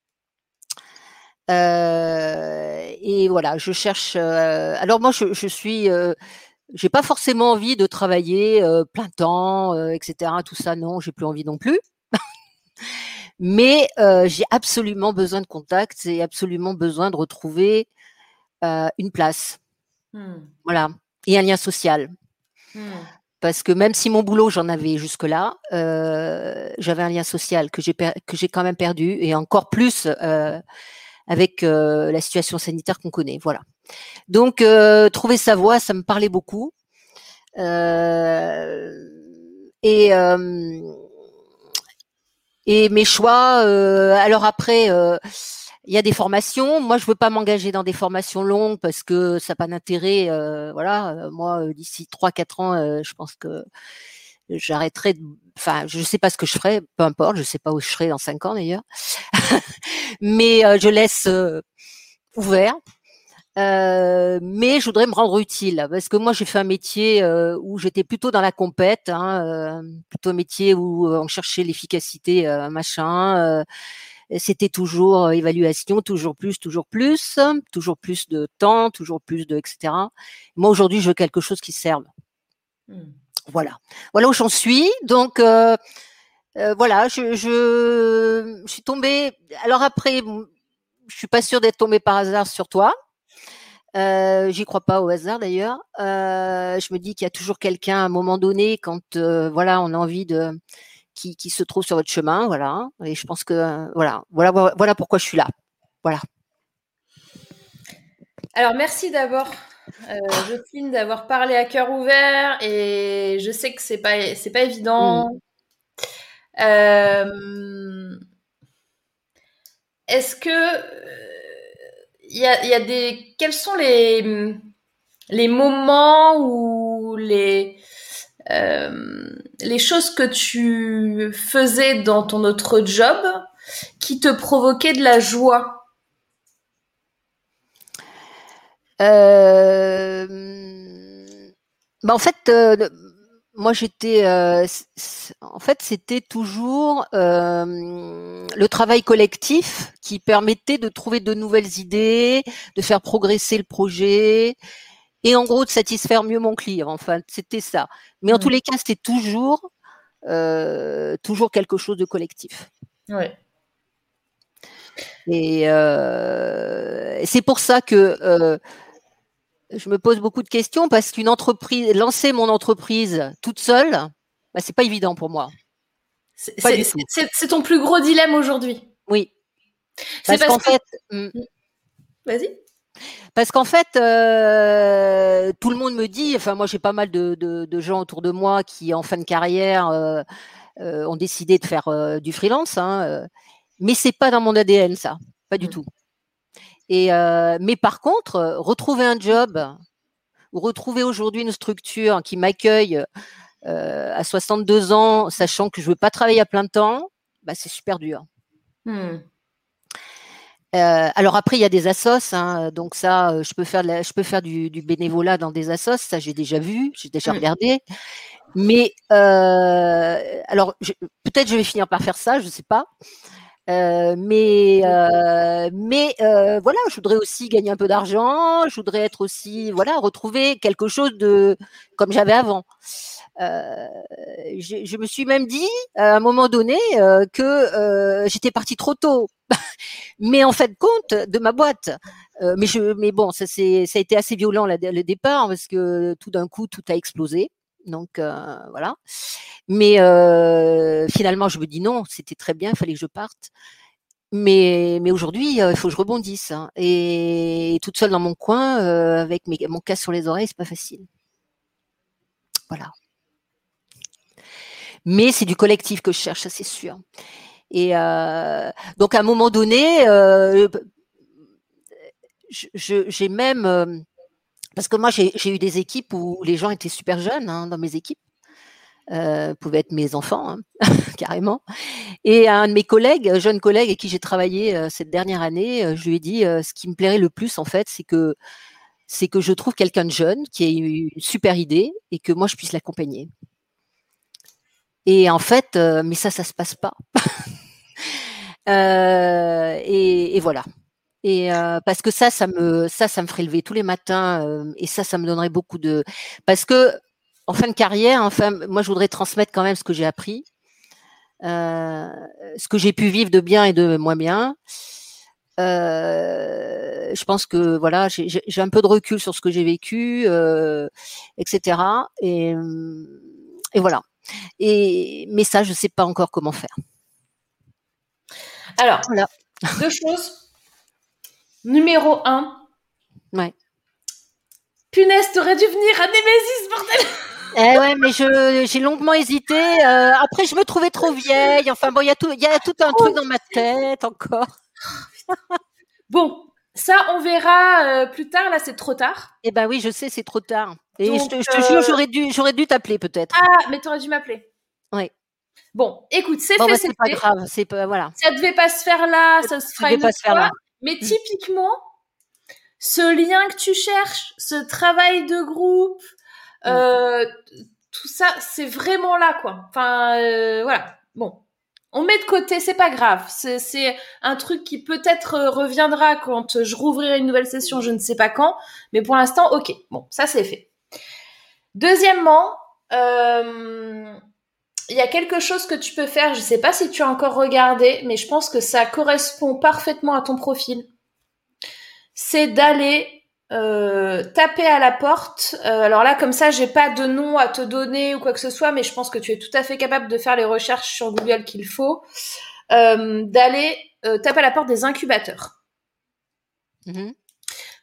S3: Et voilà, je cherche. Alors moi, je suis, j'ai pas forcément envie de travailler plein temps, etc. Tout ça, non, j'ai plus envie non plus. Mais j'ai absolument besoin de contact, j'ai absolument besoin de retrouver une place, voilà, et un lien social. Parce que même si mon boulot j'en avais jusque-là, j'avais un lien social que j'ai quand même perdu, et encore plus avec la situation sanitaire qu'on connaît. Voilà. Donc trouver sa voie, ça me parlait beaucoup. Et et mes choix. Alors après, il y a des formations. Moi, je veux pas m'engager dans des formations longues parce que ça n'a pas d'intérêt. Voilà, moi, d'ici 3-4 ans, je pense que j'arrêterai. Enfin, je sais pas ce que je ferai, peu importe. Je sais pas où je serai dans 5 ans d'ailleurs. Mais je laisse ouvert. Mais je voudrais me rendre utile parce que moi j'ai fait un métier où j'étais plutôt dans la compète, hein, plutôt un métier où on cherchait l'efficacité, machin. C'était toujours évaluation, toujours plus, toujours plus de temps, toujours plus de etc. Moi aujourd'hui je veux quelque chose qui serve. Voilà, voilà où j'en suis. Donc voilà, je suis tombée. Alors après, je suis pas sûre d'être tombée par hasard sur toi. J'y crois pas au hasard d'ailleurs. Je me dis qu'il y a toujours quelqu'un à un moment donné quand voilà on a envie de qui se trouve sur votre chemin, voilà. Et je pense que voilà pourquoi je suis là. Voilà.
S1: Alors merci d'abord, Jocelyne, d'avoir parlé à cœur ouvert, et je sais que c'est pas évident. Est-ce que il y a des quels sont les moments ou les choses que tu faisais dans ton autre job qui te provoquaient de la joie?
S3: Bah en fait, moi, j'étais, en fait, c'était toujours le travail collectif qui permettait de trouver de nouvelles idées, de faire progresser le projet et en gros de satisfaire mieux mon client. Enfin, c'était ça. Mais en tous les cas, c'était toujours quelque chose de collectif.
S1: Ouais.
S3: Et c'est pour ça que je me pose beaucoup de questions parce qu'une entreprise, lancer mon entreprise toute seule, bah, c'est pas évident pour moi.
S1: C'est ton plus gros dilemme aujourd'hui.
S3: Oui. Parce qu'en fait,
S1: vas-y.
S3: Parce qu'en fait, tout le monde me dit, enfin moi j'ai pas mal de gens autour de moi qui en fin de carrière ont décidé de faire du freelance, mais c'est pas dans mon ADN ça, pas du tout. Et mais par contre, retrouver un job ou retrouver aujourd'hui une structure qui m'accueille à 62 ans, sachant que je veux pas travailler à plein temps, bah, c'est super dur. Alors après, il y a des assos, donc ça, je peux faire du bénévolat dans des assos, ça j'ai déjà vu, j'ai déjà regardé. Mais alors peut-être je vais finir par faire ça, je sais pas. Mais voilà, je voudrais aussi gagner un peu d'argent, je voudrais être aussi retrouver quelque chose de comme j'avais avant. Je me suis même dit à un moment donné que j'étais partie trop tôt. Mais en fait compte de ma boîte. Mais bon, ça a été assez violent le départ parce que tout d'un coup tout a explosé. Donc voilà. Mais finalement je me dis non, c'était très bien, il fallait que je parte. Mais aujourd'hui il faut que je rebondisse et toute seule dans mon coin avec mon casque sur les oreilles, c'est pas facile. Voilà. Mais c'est du collectif que je cherche, ça c'est sûr. Et donc à un moment donné, j'ai même parce que moi j'ai eu des équipes où les gens étaient super jeunes dans mes équipes, pouvaient être mes enfants carrément. Et un de mes jeunes collègues avec qui j'ai travaillé cette dernière année, je lui ai dit ce qui me plairait le plus en fait, c'est que je trouve quelqu'un de jeune qui a eu une super idée et que moi je puisse l'accompagner. Et en fait, mais ça se passe pas. Et voilà. Et parce que ça me ferait lever tous les matins et ça me donnerait beaucoup de parce que en fin de carrière, moi je voudrais transmettre quand même ce que j'ai appris, ce que j'ai pu vivre de bien et de moins bien. Je pense que voilà, j'ai un peu de recul sur ce que j'ai vécu, etc. Et voilà. Mais ça, je sais pas encore comment faire.
S1: Alors, voilà. 2 choses. Numéro 1.
S3: Ouais.
S1: Punaise, t'aurais dû venir à Némésis, bordel.
S3: Ouais, mais j'ai longuement hésité. Après, je me trouvais trop vieille. Enfin bon, il y a tout un truc dans ma tête encore.
S1: Bon, ça, on verra plus tard. Là, c'est trop tard.
S3: Eh ben oui, je sais, c'est trop tard. Et donc, je te jure, j'aurais dû t'appeler peut-être.
S1: Ah, mais t'aurais dû m'appeler.
S3: Oui.
S1: Bon, écoute, c'est fait,
S3: c'est pas grave. Voilà.
S1: Ça devait pas se faire là, ça se fera une autre fois. Mais typiquement, ce lien que tu cherches, ce travail de groupe, tout ça, c'est vraiment là, quoi. Enfin, voilà. Bon. On met de côté, c'est pas grave. C'est un truc qui peut-être reviendra quand je rouvrirai une nouvelle session, je ne sais pas quand. Mais pour l'instant, ok. Bon, ça c'est fait. Deuxièmement, il y a quelque chose que tu peux faire. Je sais pas si tu as encore regardé, mais je pense que ça correspond parfaitement à ton profil. C'est d'aller taper à la porte. Alors là, comme ça, j'ai pas de nom à te donner ou quoi que ce soit, mais je pense que tu es tout à fait capable de faire les recherches sur Google qu'il faut. D'aller taper à la porte des incubateurs.
S3: Mmh.
S1: Pourquoi ?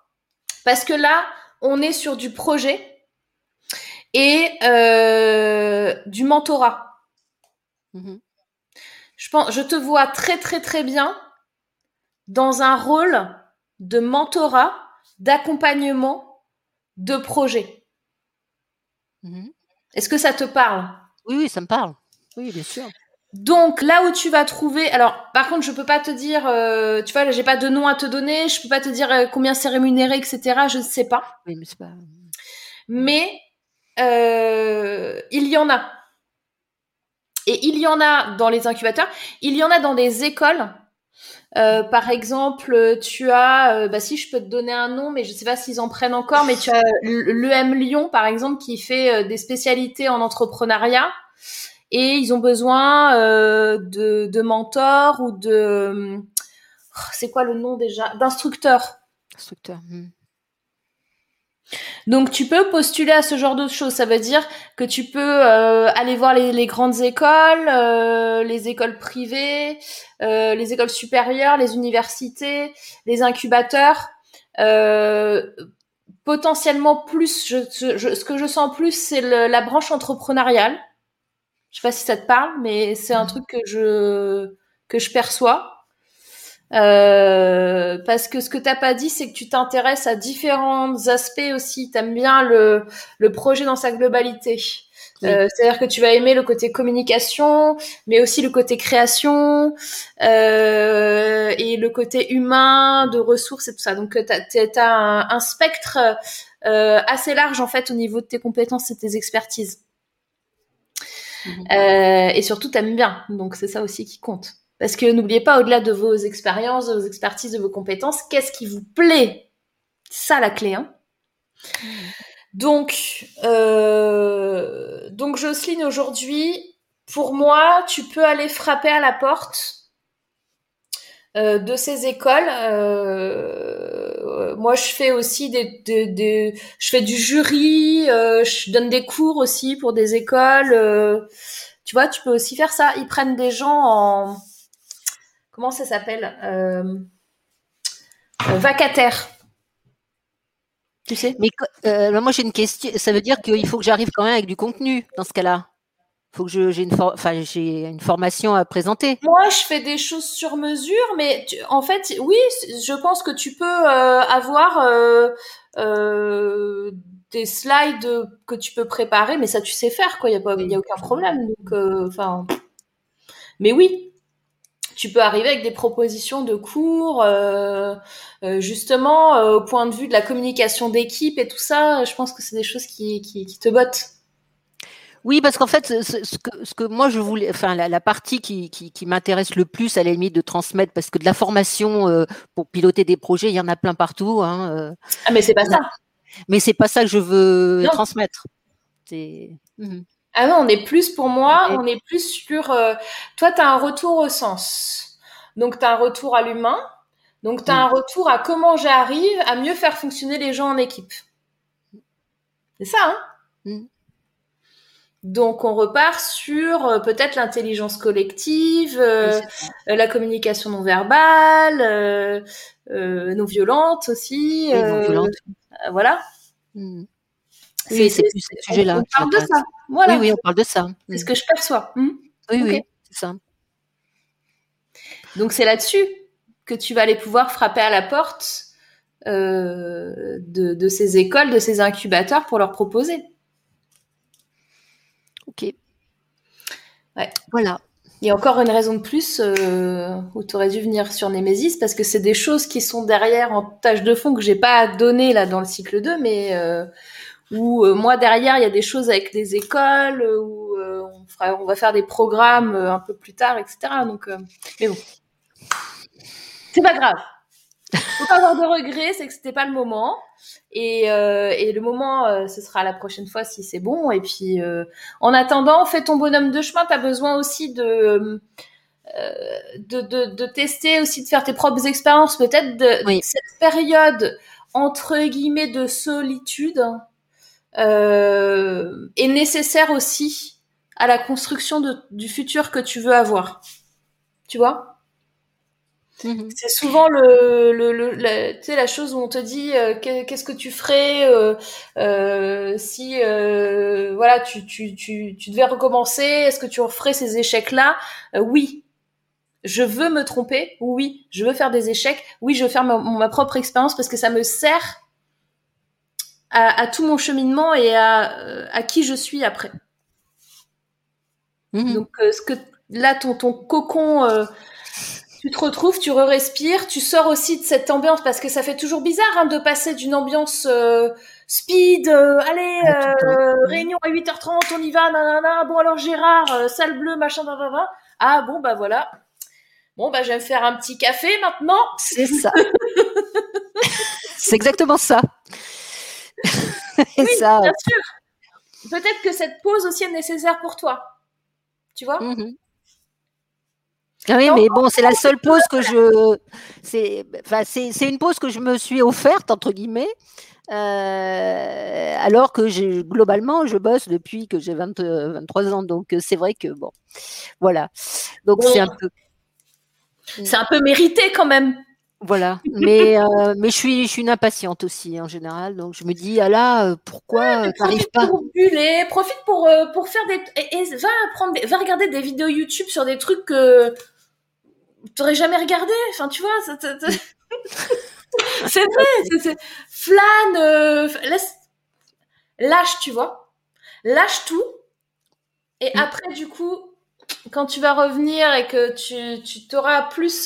S1: Parce que là, on est sur du projet et du mentorat.
S3: Mmh.
S1: Je te vois très très très bien dans un rôle de mentorat, d'accompagnement, de projet. Mmh. Est-ce que ça te parle ?
S3: Oui, ça me parle. Oui, bien sûr.
S1: Donc là où tu vas trouver, alors par contre je peux pas te dire, tu vois, là, j'ai pas de nom à te donner, je peux pas te dire combien c'est rémunéré, etc. Je ne sais pas.
S3: Oui, mais c'est pas.
S1: Mais il y en a. Et il y en a dans les incubateurs, il y en a dans des écoles. Par exemple, tu as, si je peux te donner un nom, mais je sais pas s'ils en prennent encore, mais tu as l'EM Lyon, par exemple, qui fait des spécialités en entrepreneuriat, et ils ont besoin de mentors ou de, c'est quoi le nom déjà, d'instructeurs.
S3: Instructeur.
S1: Donc tu peux postuler à ce genre de choses. Ça veut dire que tu peux aller voir les grandes écoles, les écoles privées, les écoles supérieures, les universités, les incubateurs. Potentiellement plus, ce que je sens plus, c'est la branche entrepreneuriale. Je sais pas si ça te parle, mais c'est un truc que je perçois. Parce que ce que t'as pas dit, c'est que tu t'intéresses à différents aspects aussi. T'aimes bien le projet dans sa globalité.
S3: Oui.
S1: C'est-à-dire que tu vas aimer le côté communication, mais aussi le côté création et le côté humain, de ressources et tout ça. Donc t'as un spectre assez large en fait au niveau de tes compétences et tes expertises. Et surtout t'aimes bien. Donc c'est ça aussi qui compte. Parce que n'oubliez pas, au-delà de vos expériences, de vos expertises, de vos compétences, qu'est-ce qui vous plaît? C'est ça la clé, hein. Donc Jocelyne, aujourd'hui, pour moi, tu peux aller frapper à la porte de ces écoles. Moi, je fais aussi je fais du jury, je donne des cours aussi pour des écoles. Tu vois, tu peux aussi faire ça. Ils prennent des gens en... Comment ça s'appelle vacataire. Tu sais.
S3: Mais moi j'ai une question. Ça veut dire qu'il faut que j'arrive quand même avec du contenu dans ce cas-là. Il faut que j'ai une formation à présenter.
S1: Moi, je fais des choses sur mesure, mais en fait, oui, je pense que tu peux avoir des slides que tu peux préparer, mais ça tu sais faire, quoi. Il y a aucun problème. Donc, mais oui. Tu peux arriver avec des propositions de cours, justement, au point de vue de la communication d'équipe et tout ça. Je pense que c'est des choses qui te bottent.
S3: Oui, parce qu'en fait, ce que moi je voulais, enfin la partie qui m'intéresse le plus à la limite de transmettre, parce que de la formation pour piloter des projets, il y en a plein partout. Ah,
S1: mais c'est pas ça.
S3: Mais c'est pas ça que je veux transmettre. C'est...
S1: Ah non, on est plus, pour moi, on est plus sur... toi, tu as un retour au sens. Donc, tu as un retour à l'humain. Donc, tu as un retour à comment j'arrive à mieux faire fonctionner les gens en équipe. C'est ça, hein Donc, on repart sur peut-être l'intelligence collective, la communication non verbale, non violente aussi.
S3: Non violente.
S1: Voilà.
S3: Oui, c'est plus ce sujet-là.
S1: On parle de ça. Voilà.
S3: Oui, on parle de ça.
S1: C'est ce que je perçois.
S3: Oui, c'est ça.
S1: Donc, c'est là-dessus que tu vas aller pouvoir frapper à la porte de ces écoles, de ces incubateurs pour leur proposer.
S3: Ok.
S1: Ouais.
S3: Voilà.
S1: Il y a encore une raison de plus où tu aurais dû venir sur Némésis, parce que c'est des choses qui sont derrière en tâche de fond que j'ai pas donné là dans le cycle 2, mais où moi derrière il y a des choses avec des écoles où on va faire des programmes un peu plus tard, etc. Donc, mais bon, c'est pas grave. Faut pas avoir de regrets, c'est que c'était pas le moment. Et le moment, ce sera la prochaine fois si c'est bon. Et puis, en attendant, fais ton bonhomme de chemin. T'as besoin aussi de tester, aussi de faire tes propres expériences. Peut-être cette période entre guillemets de solitude est nécessaire aussi à la construction du futur que tu veux avoir. Tu vois ? C'est souvent tu sais, la chose où on te dit qu'est-ce que tu ferais si voilà tu devais recommencer, est-ce que tu referais ces échecs-là? Oui, je veux me tromper, oui, je veux faire des échecs, oui, je veux faire ma propre expérience parce que ça me sert à tout mon cheminement et à qui je suis après. Donc ce que là ton cocon tu te retrouves, tu re-respires, tu sors aussi de cette ambiance parce que ça fait toujours bizarre de passer d'une ambiance speed, allez,
S3: tout le temps.
S1: réunion à 8h30, on y va, nanana. Bon alors Gérard, salle bleue, machin, nanana. Ah bon bah voilà. Bon bah je vais me faire un petit café maintenant.
S3: C'est ça. C'est exactement ça. Et
S1: Oui,
S3: ça.
S1: bien sûr. Peut-être que cette pause aussi est nécessaire pour toi. Tu vois?
S3: Ah oui,
S1: Non,
S3: mais bon, c'est la seule pause que c'est une pause que je me suis offerte entre guillemets, alors que globalement, je bosse depuis que j'ai 23 ans, donc c'est vrai que bon, voilà. Donc
S1: bon,
S3: c'est
S1: c'est un peu mérité quand même.
S3: voilà. Mais je suis une impatiente aussi en général, donc je me dis ah là, pourquoi t'arrives
S1: Profite
S3: pas?
S1: pour buller, profite pour faire des et va regarder des vidéos YouTube sur des trucs que t'aurais jamais regardé. Enfin, tu vois, c'est vrai, flâne, lâche, tu vois, lâche tout. Et après, du coup, quand tu vas revenir et que tu t'auras plus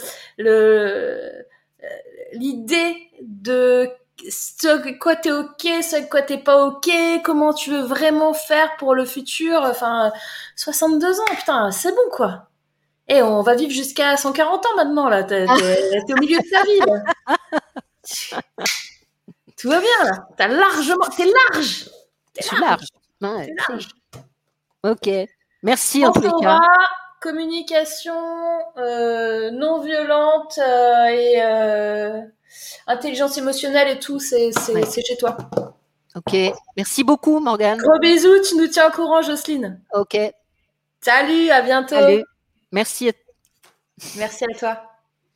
S1: l'idée de ce avec quoi t'es ok, ce avec quoi t'es pas ok, comment tu veux vraiment faire pour le futur. Enfin, 62 ans, putain, c'est bon quoi. Et on va vivre jusqu'à 140 ans maintenant là. T'es au milieu de ta vie là. Tout va bien là. T'es large.
S3: Je
S1: T'es
S3: suis
S1: large.
S3: large. Ouais,
S1: T'es
S3: si.
S1: large.
S3: Ok. Merci en tous les cas.
S1: Aura, communication non violente et intelligence émotionnelle et tout,
S3: Ouais.
S1: c'est chez toi.
S3: Ok. Merci beaucoup, Morgane.
S1: Gros bisous, tu nous tiens au courant, Jocelyne.
S3: Ok.
S1: Salut, à bientôt.
S3: Salut. Merci.
S1: Merci à toi.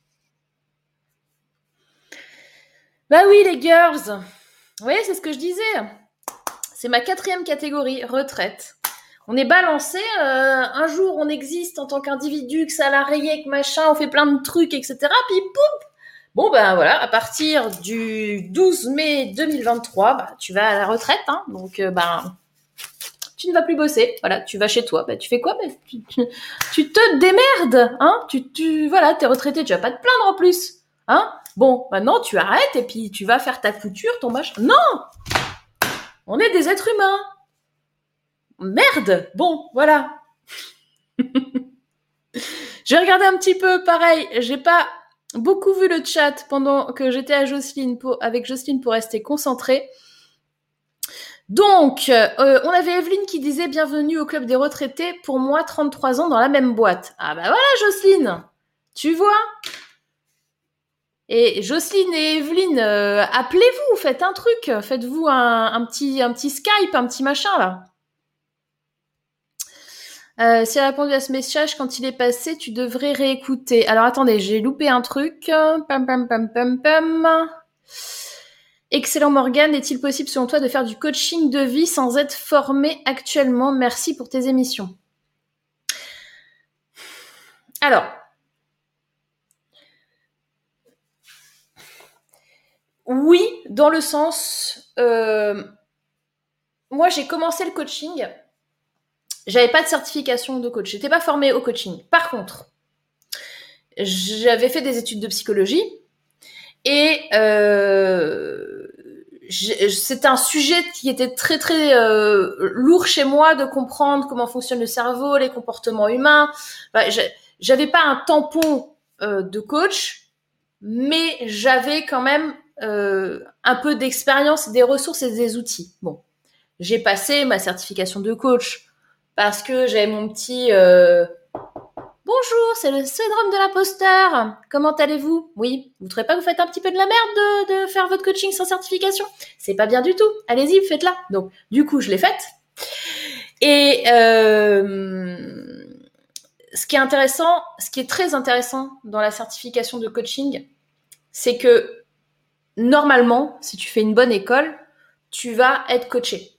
S1: Bah oui, les girls. Oui, c'est ce que je disais. C'est ma 4e catégorie, retraite. On est balancé, un jour on existe en tant qu'individu, que salarié, que machin, on fait plein de trucs, etc. Puis boum. Bon ben voilà, à partir du 12 mai 2023, bah, tu vas à la retraite, hein, donc tu ne vas plus bosser. Voilà, tu vas chez toi. Bah, tu fais quoi? Bah, tu te démerdes, hein. Voilà, t'es retraité, tu vas pas te plaindre en plus, hein. Bon, maintenant tu arrêtes et puis tu vas faire ta couture, ton machin. Non, on est des êtres humains. Merde. Bon, voilà. Je vais regarder un petit peu, pareil. J'ai pas beaucoup vu le chat pendant que j'étais avec Jocelyne pour rester concentrée. Donc, on avait Evelyne qui disait bienvenue au club des retraités. Pour moi, 33 ans dans la même boîte. Ah bah voilà, Jocelyne. Tu vois. Et Jocelyne et Evelyne, appelez-vous, faites un truc, faites-vous un petit Skype, un petit machin là. Si elle a répondu à ce message quand il est passé, tu devrais réécouter. Alors attendez, j'ai loupé un truc. Pam pam pam pam pam. Excellent Morgane, est-il possible selon toi de faire du coaching de vie sans être formé actuellement? Merci pour tes émissions. Alors, oui, dans le sens, moi j'ai commencé le coaching, j'avais pas de certification de coach, j'étais pas formée au coaching. Par contre, j'avais fait des études de psychologie et c'était un sujet qui était très très lourd chez moi de comprendre comment fonctionne le cerveau, les comportements humains. Enfin, j'avais pas un tampon de coach, mais j'avais quand même un peu d'expérience, des ressources et des outils. Bon, j'ai passé ma certification de coach parce que j'avais mon petit bonjour, c'est le syndrome de l'imposteur. Comment allez-vous? Oui, vous trouvez pas que vous faites un petit peu de la merde de faire votre coaching sans certification? C'est pas bien du tout. Allez-y, faites-la. Donc, du coup, je l'ai faite. Et ce qui est très intéressant dans la certification de coaching, c'est que normalement, si tu fais une bonne école, tu vas être coaché.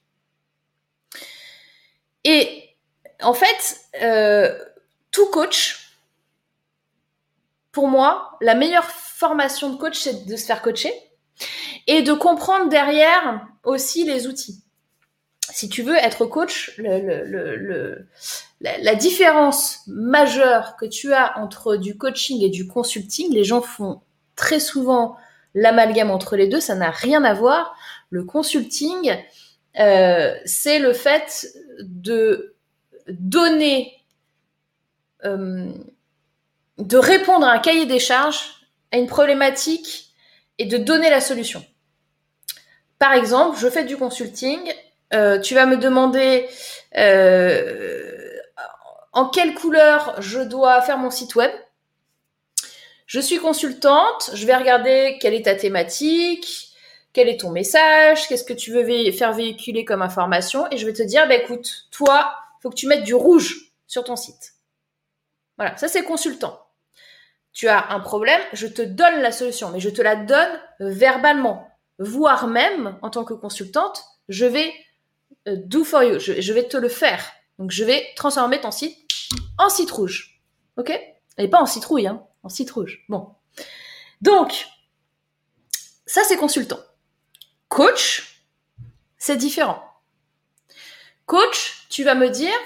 S1: Et en fait, tout coach, pour moi, la meilleure formation de coach, c'est de se faire coacher et de comprendre derrière aussi les outils. Si tu veux être coach, la différence majeure que tu as entre du coaching et du consulting, les gens font très souvent l'amalgame entre les deux, ça n'a rien à voir. Le consulting, c'est le fait de donner, de répondre à un cahier des charges, à une problématique et de donner la solution. Par exemple, je fais du consulting, tu vas me demander en quelle couleur je dois faire mon site web. Je suis consultante, je vais regarder quelle est ta thématique, quel est ton message, qu'est-ce que tu veux faire véhiculer comme information, et je vais te dire, écoute, toi, il faut que tu mettes du rouge sur ton site. Voilà, ça c'est consultant. Tu as un problème, je te donne la solution, mais je te la donne verbalement, voire même, en tant que consultante, je vais do for you, je vais te le faire. Donc, je vais transformer ton site en site rouge. Ok ? Et pas en citrouille, hein, en site rouge. Bon. Donc, ça, c'est consultant. Coach, c'est différent. Coach, tu vas me dire,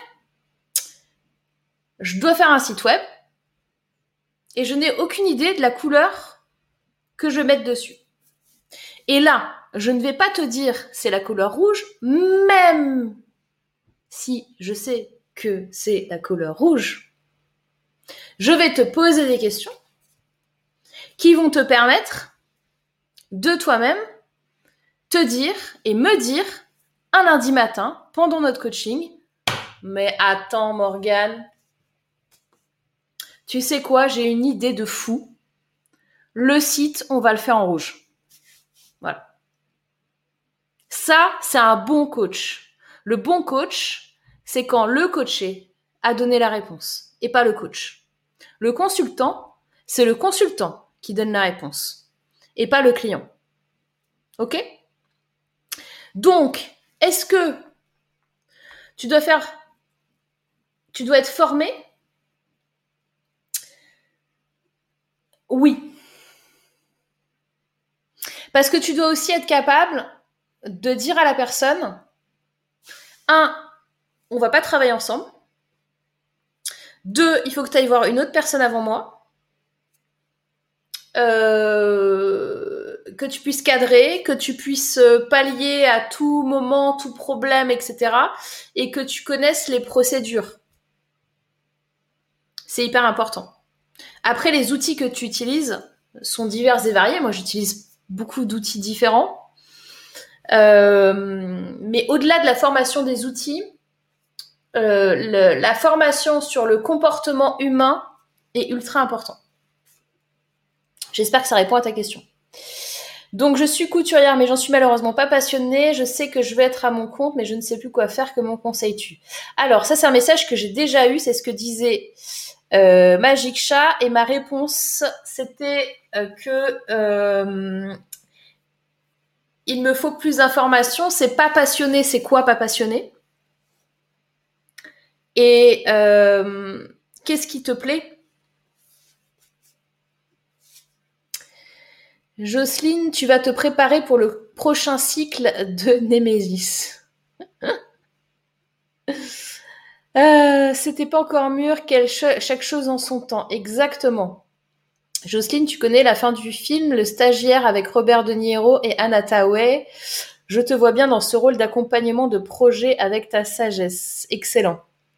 S1: je dois faire un site web et je n'ai aucune idée de la couleur que je vais mettre dessus. Et là, je ne vais pas te dire c'est la couleur rouge, même si je sais que c'est la couleur rouge. Je vais te poser des questions qui vont te permettre de toi-même te dire et me dire un lundi matin pendant notre coaching, mais attends Morgane, tu sais quoi, j'ai une idée de fou. Le site, on va le faire en rouge. Voilà. Ça, c'est un bon coach. Le bon coach, c'est quand le coaché a donné la réponse et pas le coach. Le consultant, c'est le consultant qui donne la réponse et pas le client. Ok ? Donc, est-ce que tu dois être formé ? Oui. Parce que tu dois aussi être capable de dire à la personne, 1, on va pas travailler ensemble. 2, il faut que tu ailles voir une autre personne avant moi. Que tu puisses cadrer, que tu puisses pallier à tout moment, tout problème, etc. Et que tu connaisses les procédures. C'est hyper important. Après, les outils que tu utilises sont divers et variés. Moi, j'utilise beaucoup d'outils différents. Mais au-delà de la formation des outils, la formation sur le comportement humain est ultra important. J'espère que ça répond à ta question. Donc, je suis couturière, mais j'en suis malheureusement pas passionnée. Je sais que je vais être à mon compte, mais je ne sais plus quoi faire. Que m'en conseilles-tu ? Alors, ça, c'est un message que j'ai déjà eu. C'est ce que disait Magic Chat. Et ma réponse, c'était que il me faut plus d'informations. C'est pas passionné. C'est quoi pas passionné ? Et qu'est-ce qui te plaît ? Jocelyne, tu vas te préparer pour le prochain cycle de Némésis. C'était pas encore mûr, chaque chose en son temps. Exactement. Jocelyne, tu connais la fin du film, Le Stagiaire avec Robert De Niro et Anne Hathaway. Je te vois bien dans ce rôle d'accompagnement de projet avec ta sagesse. Excellent.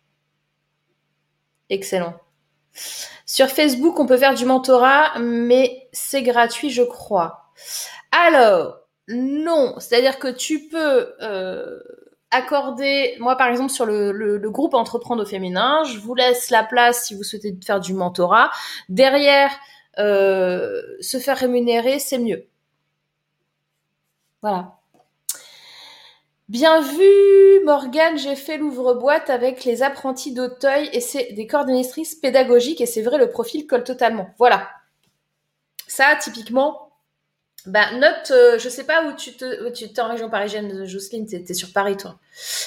S1: Excellent. Sur Facebook, on peut faire du mentorat, mais c'est gratuit, je crois. Alors, non. C'est-à-dire que tu peux accorder... Moi, par exemple, sur le groupe Entreprendre au féminin, je vous laisse la place si vous souhaitez faire du mentorat. Derrière, se faire rémunérer, c'est mieux. Voilà. Bien vu, Morgane, j'ai fait l'ouvre-boîte avec les apprentis d'Auteuil et c'est des coordonnatrices pédagogiques et c'est vrai, le profil colle totalement. Voilà. Ça, typiquement, note, je sais pas où tu t'es en région parisienne, Jocelyne, t'es sur Paris, toi.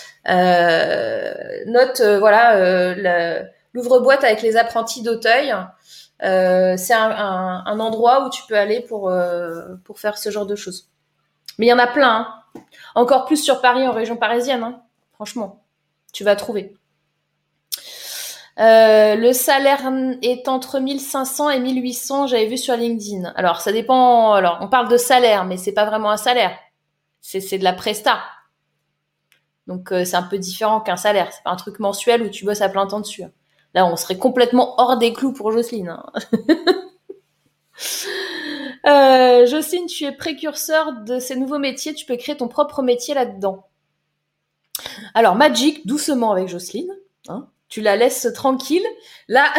S1: Note, l'ouvre-boîte avec les apprentis d'Auteuil. C'est un endroit où tu peux aller pour faire ce genre de choses. Mais il y en a plein, hein. Encore plus sur Paris, en région parisienne, hein. Franchement, tu vas trouver. Le salaire est entre 1500 et 1800, j'avais vu sur LinkedIn. Alors, ça dépend. Alors, on parle de salaire, mais c'est pas vraiment un salaire. C'est de la presta. Donc, c'est un peu différent qu'un salaire. C'est pas un truc mensuel où tu bosses à plein temps dessus. Là, on serait complètement hors des clous pour Jocelyne. Hein. Jocelyne, tu es précurseur de ces nouveaux métiers. Tu peux créer ton propre métier là-dedans. Alors, Magic, doucement avec Jocelyne. Hein. Tu la laisses tranquille. Là,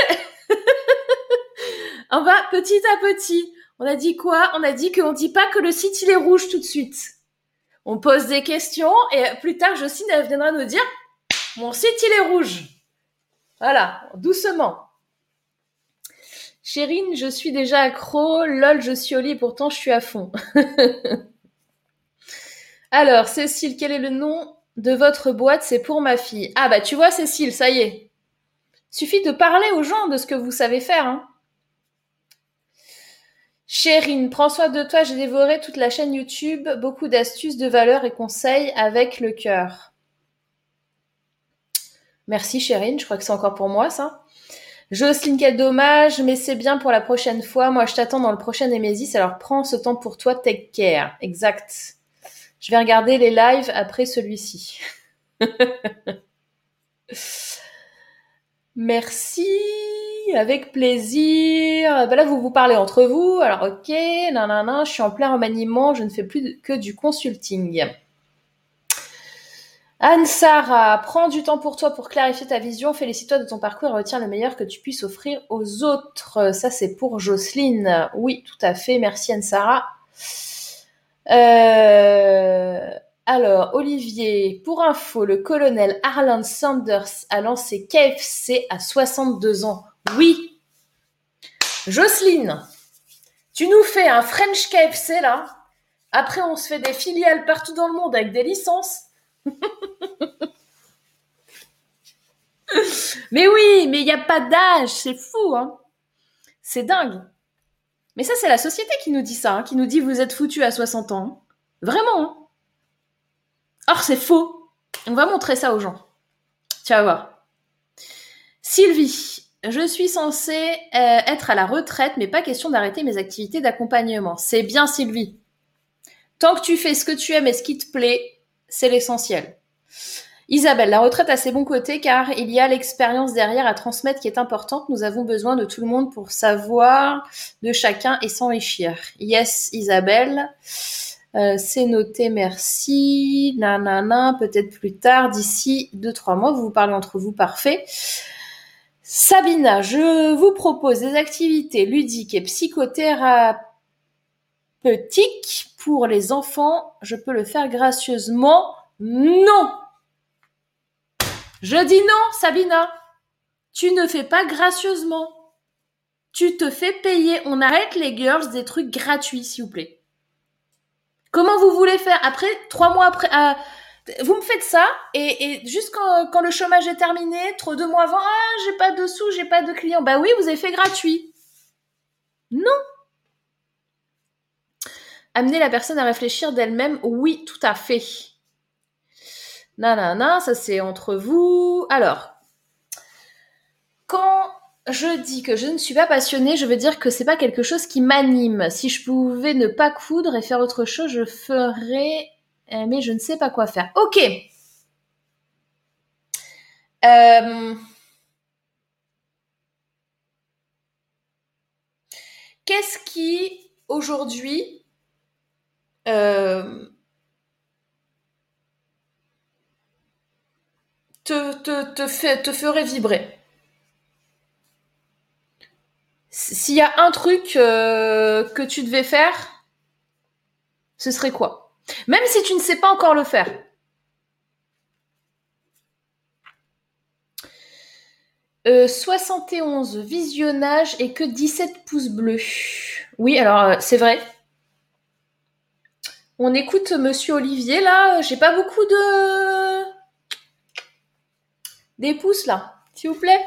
S1: on va petit à petit. On a dit quoi? On a dit qu'on dit pas que le site, il est rouge tout de suite. On pose des questions et plus tard, Jocelyne, elle viendra nous dire « Mon site, il est rouge ». Voilà, doucement. Chérine, je suis déjà accro. Lol, je suis au lit, pourtant je suis à fond. Alors, Cécile, quel est le nom de votre boîte? C'est pour ma fille. Ah bah tu vois, Cécile, ça y est. Suffit de parler aux gens de ce que vous savez faire. Hein. Chérine, prends soin de toi, j'ai dévoré toute la chaîne YouTube. Beaucoup d'astuces, de valeurs et conseils avec le cœur. Merci Chérine, je crois que c'est encore pour moi ça. Jocelyne, quel dommage, mais c'est bien pour la prochaine fois. Moi, je t'attends dans le prochain Nemesis, alors prends ce temps pour toi, take care. Exact. Je vais regarder les lives après celui-ci. Merci, avec plaisir. Ben là, vous parlez entre vous. Alors, ok, nanana, je suis en plein remaniement, je ne fais plus que du consulting. Anne-Sara, prends du temps pour toi pour clarifier ta vision, félicite-toi de ton parcours et retiens le meilleur que tu puisses offrir aux autres. Ça, c'est pour Jocelyne. Oui, tout à fait. Merci Anne-Sara. Alors, Olivier, pour info, le colonel Harlan Sanders a lancé KFC à 62 ans. Oui. Jocelyne, tu nous fais un French KFC, là. Après, on se fait des filiales partout dans le monde avec des licences. Mais oui, mais il n'y a pas d'âge, c'est fou, hein. C'est dingue. Mais ça, c'est la société qui nous dit ça, hein, qui nous dit vous êtes foutus à 60 ans. Vraiment, hein. Or, c'est faux. On va montrer ça aux gens. Tu vas voir. Sylvie, je suis censée être à la retraite, mais pas question d'arrêter mes activités d'accompagnement. C'est bien, Sylvie. Tant que tu fais ce que tu aimes et ce qui te plaît, c'est l'essentiel. Isabelle, la retraite a ses bons côtés car il y a l'expérience derrière à transmettre qui est importante. Nous avons besoin de tout le monde pour savoir de chacun et s'enrichir. Yes, Isabelle. C'est noté, merci. Nanana, peut-être plus tard, d'ici 2-3 mois, vous parlez entre vous, parfait. Sabina, je vous propose des activités ludiques et psychothérapeutiques pour les enfants. Je peux le faire gracieusement? Non! Je dis non, Sabina. Tu ne fais pas gracieusement. Tu te fais payer. On arrête les girls des trucs gratuits, s'il vous plaît. Comment vous voulez faire? Après, 3 mois après, vous me faites ça et juste quand le chômage est terminé, 2 mois avant, j'ai pas de sous, j'ai pas de clients. Bah oui, vous avez fait gratuit. Non. Amener la personne à réfléchir d'elle-même, oui, tout à fait. Nanana, ça c'est entre vous. Alors, quand je dis que je ne suis pas passionnée, je veux dire que c'est pas quelque chose qui m'anime. Si je pouvais ne pas coudre et faire autre chose, je ferais, mais je ne sais pas quoi faire. Ok. Qu'est-ce qui, aujourd'hui, te ferait vibrer? S'il y a un truc que tu devais faire, ce serait quoi? Même si tu ne sais pas encore le faire. « 71 visionnages et que 17 pouces bleus. » Oui, alors c'est vrai. On écoute Monsieur Olivier, là. J'ai pas beaucoup des pouces, là. S'il vous plaît.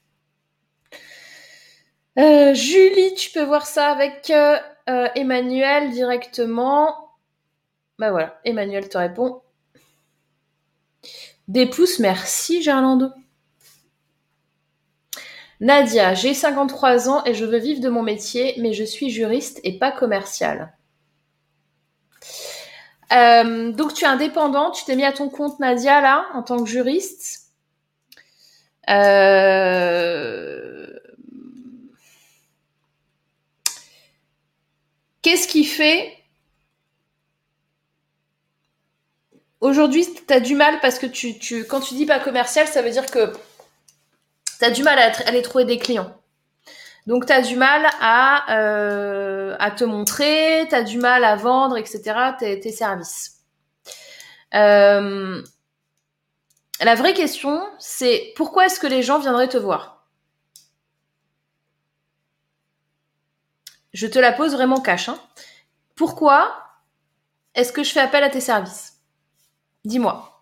S1: Julie, tu peux voir ça avec Emmanuel directement. Bah voilà, Emmanuel te répond. Des pouces, merci Gerlando. Nadia, j'ai 53 ans et je veux vivre de mon métier, mais je suis juriste et pas commerciale. Donc tu es indépendante, tu t'es mis à ton compte, Nadia, là, en tant que juriste. Qu'est-ce qui fait... Aujourd'hui, tu as du mal parce que quand tu dis pas commercial, ça veut dire que tu as du mal à aller trouver des clients. Donc, tu as du mal à te montrer, tu as du mal à vendre, etc., tes services. La vraie question, c'est pourquoi est-ce que les gens viendraient te voir? Je te la pose vraiment cash. Hein. Pourquoi est-ce que je fais appel à tes services? Dis-moi.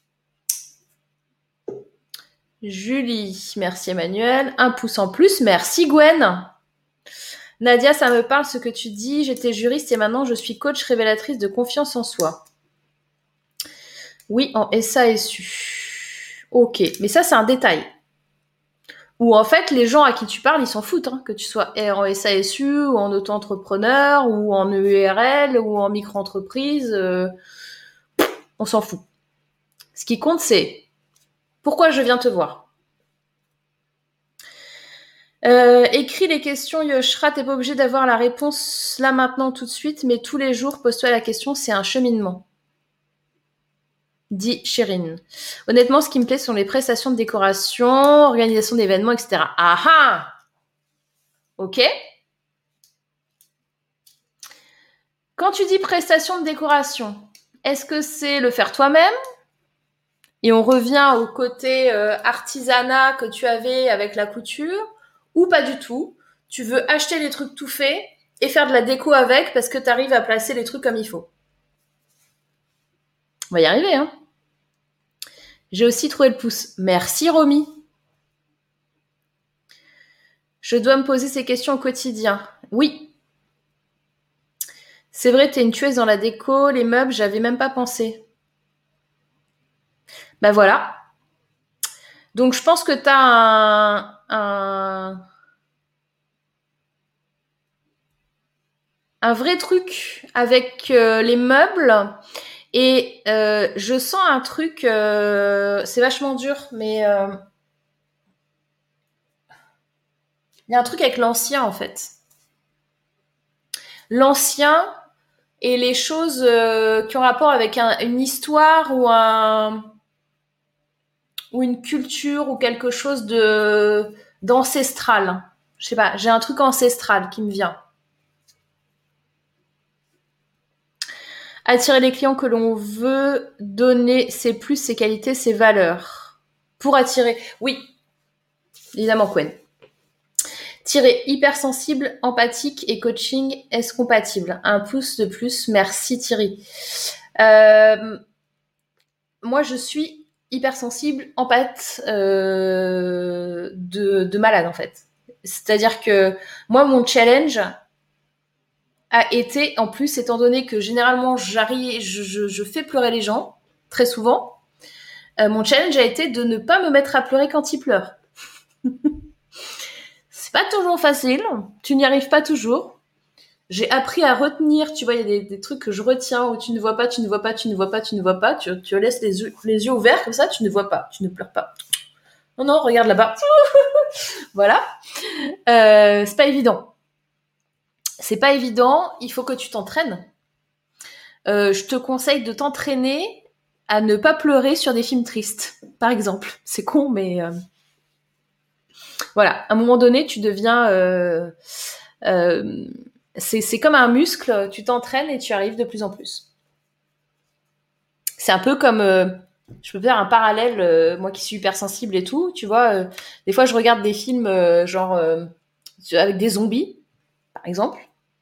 S1: Julie, merci Emmanuel. 1 pouce en plus, merci Gwen. Nadia, ça me parle ce que tu dis. J'étais juriste et maintenant je suis coach révélatrice de confiance en soi. Oui, en SASU. Ok, mais ça c'est un détail. Où en fait les gens à qui tu parles, ils s'en foutent. Hein, que tu sois en SASU ou en auto-entrepreneur ou en EURL ou en micro-entreprise, on s'en fout. Ce qui compte c'est pourquoi je viens te voir. Écris les questions, Yoshra, t'es pas obligé d'avoir la réponse là maintenant tout de suite, mais tous les jours, pose-toi la question, c'est un cheminement. Dit Chérine. Honnêtement, ce qui me plaît sont les prestations de décoration, organisation d'événements, etc. Ah ah! Ok. Quand tu dis prestation de décoration, est-ce que c'est le faire toi-même? Et on revient au côté artisanat que tu avais avec la couture, ou pas du tout? Tu veux acheter les trucs tout faits et faire de la déco avec parce que tu arrives à placer les trucs comme il faut. On va y arriver, hein. J'ai aussi trouvé le pouce. Merci, Romy. Je dois me poser ces questions au quotidien. Oui. C'est vrai, t'es une tueuse dans la déco, les meubles, j'avais même pas pensé. Ben voilà. Donc, je pense que t'as un vrai truc avec les meubles. Et je sens un truc, c'est vachement dur, mais il y a un truc avec l'ancien, en fait. L'ancien et les choses qui ont rapport avec une histoire ou une culture ou quelque chose d'ancestral. Je sais pas, j'ai un truc ancestral qui me vient. Attirer les clients que l'on veut, donner ses plus, ses qualités, ses valeurs. Pour attirer, oui, évidemment, Gwen. Tirer hypersensible, empathique et coaching, est-ce compatible? 1 pouce de plus, merci Thierry. Moi, je suis hypersensible, empathe de malade en fait. C'est-à-dire que moi, mon challenge a été, en plus, étant donné que généralement je fais pleurer les gens très souvent, mon challenge a été de ne pas me mettre à pleurer quand ils pleurent. C'est pas toujours facile, tu n'y arrives pas toujours. J'ai appris à retenir, tu vois, il y a des trucs que je retiens où tu ne vois pas, tu laisses les yeux ouverts comme ça, tu ne vois pas, tu ne pleures pas. Non, regarde là-bas. Voilà. C'est pas évident. C'est pas évident, il faut que tu t'entraînes. Je te conseille de t'entraîner à ne pas pleurer sur des films tristes, par exemple. C'est con, mais voilà. À un moment donné, tu deviens... c'est comme un muscle, tu t'entraînes et tu arrives de plus en plus. C'est un peu comme... je peux faire un parallèle, moi qui suis hypersensible et tout, tu vois, des fois je regarde des films genre avec des zombies, par exemple.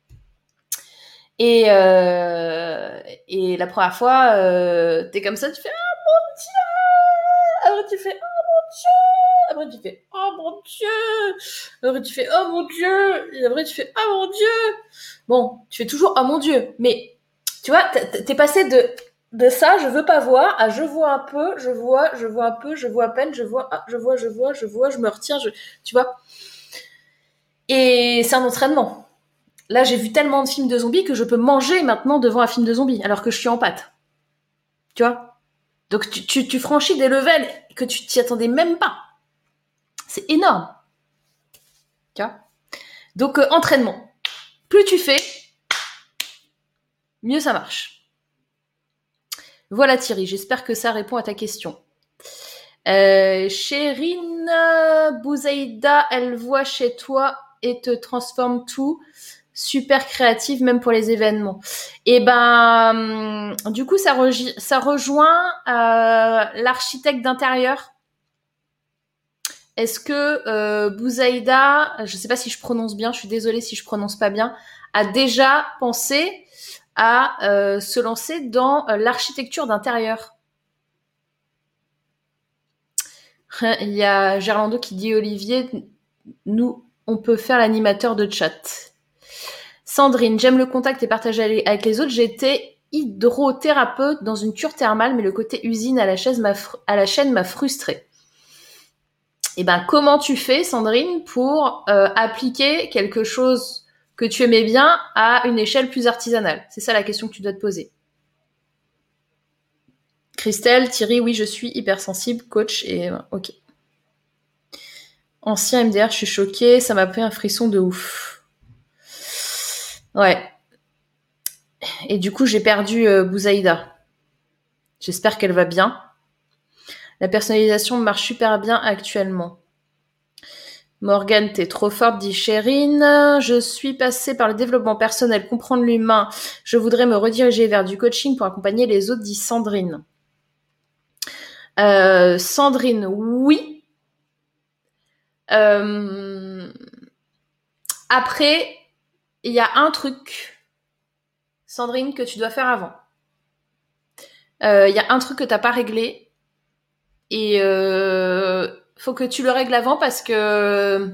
S1: Et la première fois, t'es comme ça, tu fais « Oh mon Dieu !» Après tu fais « Oh mon Dieu !» Après tu fais « Oh mon Dieu !» Après tu fais « Oh mon Dieu !» Et après tu fais « Oh mon Dieu !» Bon, tu fais toujours « Oh mon Dieu !» Mais tu vois, t'es passé de De ça, je veux pas voir. Ah, je vois un peu, je vois un peu, je vois à peine, je vois, je me retire, tu vois. Et c'est un entraînement. Là, j'ai vu tellement de films de zombies que je peux manger maintenant devant un film de zombies, alors que je suis en pâte. Tu vois. Donc, tu franchis des levels que tu t'y attendais même pas. C'est énorme. Tu vois. Donc, entraînement. Plus tu fais, mieux ça marche. Voilà Thierry, j'espère que ça répond à ta question. Chérine Bouzaïda, elle voit chez toi et te transforme tout. Super créative, même pour les événements. Et ben, du coup, ça rejoint l'architecte d'intérieur. Est-ce que Bouzaïda, je ne sais pas si je prononce bien, je suis désolée si je prononce pas bien, a déjà pensé à se lancer dans l'architecture d'intérieur? Il y a Gerlando qui dit Olivier, nous, on peut faire l'animateur de chat. Sandrine, j'aime le contact et partager avec les autres. J'étais hydrothérapeute dans une cure thermale, mais le côté usine à la chaîne m'a frustrée. Et ben, comment tu fais, Sandrine, pour appliquer quelque chose que tu aimais bien à une échelle plus artisanale? C'est ça la question que tu dois te poser. Christelle, Thierry, oui, je suis hypersensible, coach, et ok. Ancien MDR, je suis choquée, ça m'a pris un frisson de ouf. Ouais. Et du coup, j'ai perdu Bouzaïda. J'espère qu'elle va bien. La personnalisation marche super bien actuellement. Morgane, t'es trop forte, dit Chérine. Je suis passée par le développement personnel, comprendre l'humain. Je voudrais me rediriger vers du coaching pour accompagner les autres, dit Sandrine. Sandrine, oui. Après, il y a un truc, Sandrine, que tu dois faire avant. Il y a un truc que t'as pas réglé. Et faut que tu le règles avant parce que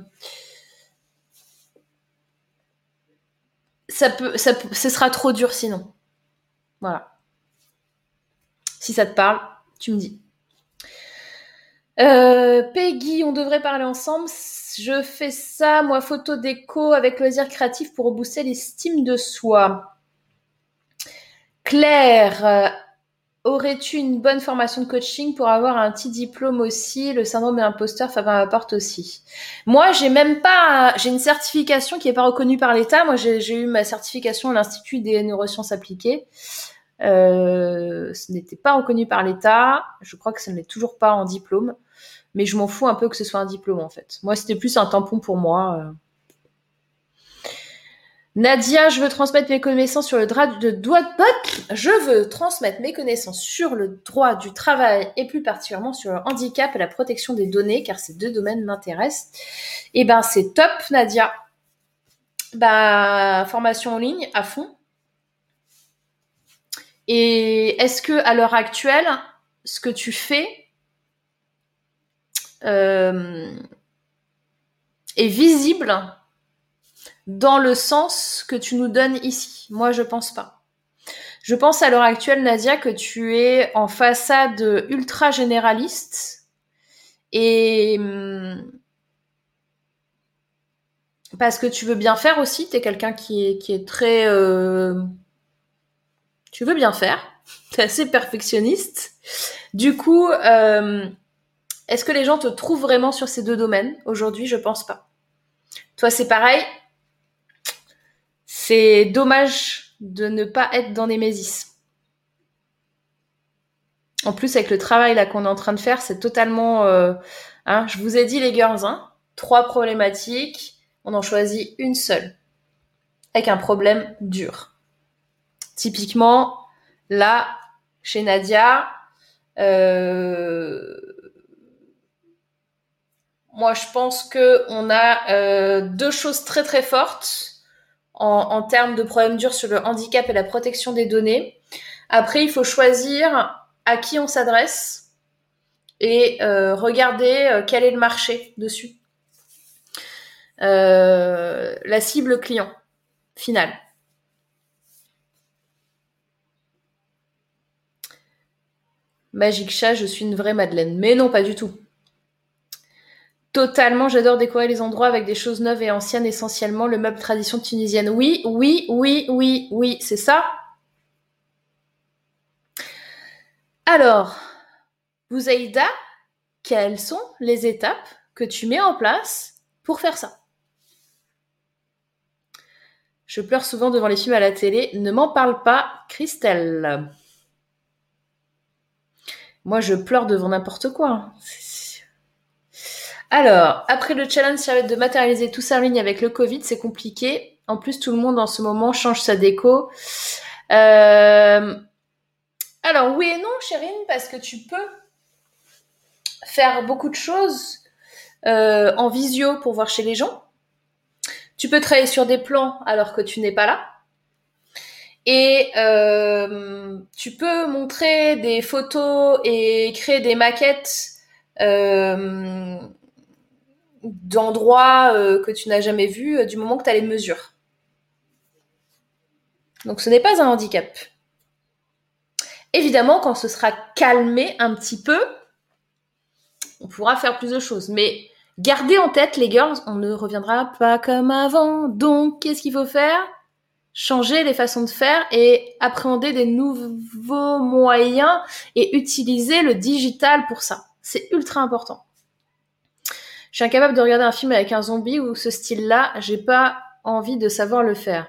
S1: ce sera trop dur sinon. Voilà. Si ça te parle, tu me dis. Peggy, on devrait parler ensemble. Je fais ça, moi, photo déco avec loisir créatif pour rebooster l'estime de soi. Claire, aurais-tu une bonne formation de coaching pour avoir un petit diplôme aussi? Le syndrome de l'imposteur, Fabien m'apporte aussi. Moi, j'ai une certification qui n'est pas reconnue par l'État. Moi, j'ai eu ma certification à l'Institut des neurosciences appliquées. Ce n'était pas reconnu par l'État. Je crois que ça ne l'est toujours pas en diplôme. Mais je m'en fous un peu que ce soit un diplôme, en fait. Moi, c'était plus un tampon pour moi. Nadia, je veux transmettre mes connaissances sur le droit du travail et plus particulièrement sur le handicap et la protection des données, car ces deux domaines m'intéressent. Et ben, c'est top, Nadia. Bah, formation en ligne à fond. Et est-ce que à l'heure actuelle, ce que tu fais est visible dans le sens que tu nous donnes ici? Moi, je pense pas. Je pense à l'heure actuelle, Nadia, que tu es en façade ultra généraliste et parce que tu veux bien faire aussi. T'es quelqu'un qui est très... Tu veux bien faire. T'es assez perfectionniste. Du coup, est-ce que les gens te trouvent vraiment sur ces deux domaines? Aujourd'hui, je pense pas. Toi, c'est pareil. C'est dommage de ne pas être dans Némésis. En plus, avec le travail là qu'on est en train de faire, c'est totalement... je vous ai dit, les girls, 3 problématiques. On en choisit une seule. Avec un problème dur. Typiquement, là, chez Nadia, moi, je pense qu'on a 2 choses très très fortes en termes de problèmes durs sur le handicap et la protection des données. Après, il faut choisir à qui on s'adresse et regarder quel est le marché dessus. La cible client finale. Magic Chat, je suis une vraie Madeleine. Mais non, pas du tout. Totalement, j'adore décorer les endroits avec des choses neuves et anciennes, essentiellement le meuble tradition tunisienne. Oui, c'est ça. Alors, Bouzaïda, quelles sont les étapes que tu mets en place pour faire ça? Je pleure souvent devant les films à la télé. Ne m'en parle pas, Christelle. Moi, je pleure devant n'importe quoi. Alors, après le challenge, ça va être de matérialiser tout ça en ligne avec le Covid, c'est compliqué. En plus, tout le monde en ce moment change sa déco. Alors, oui et non, Chérine, parce que tu peux faire beaucoup de choses en visio pour voir chez les gens. Tu peux travailler sur des plans alors que tu n'es pas là. Et tu peux montrer des photos et créer des maquettes d'endroits que tu n'as jamais vus du moment que tu as les mesures. Donc ce n'est pas un handicap. Évidemment, quand ce sera calmé un petit peu, on pourra faire plus de choses. Mais gardez en tête, les girls, on ne reviendra pas comme avant. Donc, qu'est-ce qu'il faut faire? Changer les façons de faire et appréhender des nouveaux moyens et utiliser le digital pour ça. C'est ultra important. Je suis incapable de regarder un film avec un zombie ou ce style-là. J'ai pas envie de savoir le faire.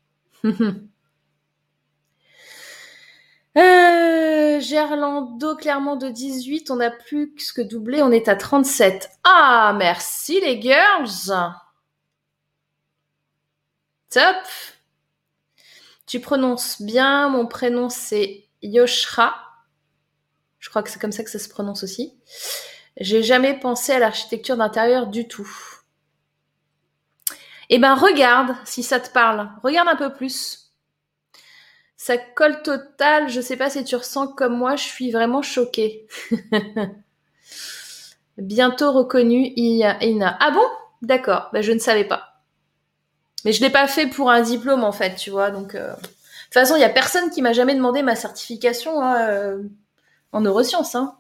S1: Gerlando, clairement de 18, on n'a plus que doublé, on est à 37. Ah, merci les girls. Top. Tu prononces bien, mon prénom c'est Yoshra. Je crois que c'est comme ça que ça se prononce aussi. J'ai jamais pensé à l'architecture d'intérieur du tout. Eh ben, regarde si ça te parle. Regarde un peu plus. Ça colle total. Je sais pas si tu ressens comme moi, je suis vraiment choquée. Bientôt reconnu Ina. Ah bon? D'accord. Ben, je ne savais pas. Mais je l'ai pas fait pour un diplôme, en fait, tu vois. Donc, de toute façon, il y a personne qui m'a jamais demandé ma certification en neurosciences. Hein.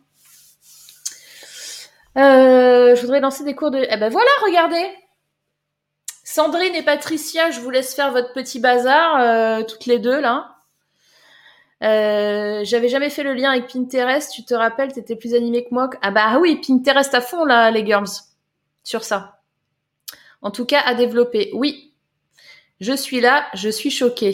S1: Je voudrais lancer des cours de... Eh ben voilà, regardez. Sandrine et Patricia, je vous laisse faire votre petit bazar, toutes les deux, là. J'avais jamais fait le lien avec Pinterest. Tu te rappelles, t'étais plus animée que moi. Ah bah oui, Pinterest à fond, là, les girls. Sur ça. En tout cas, à développer. Oui. Je suis là, je suis choquée.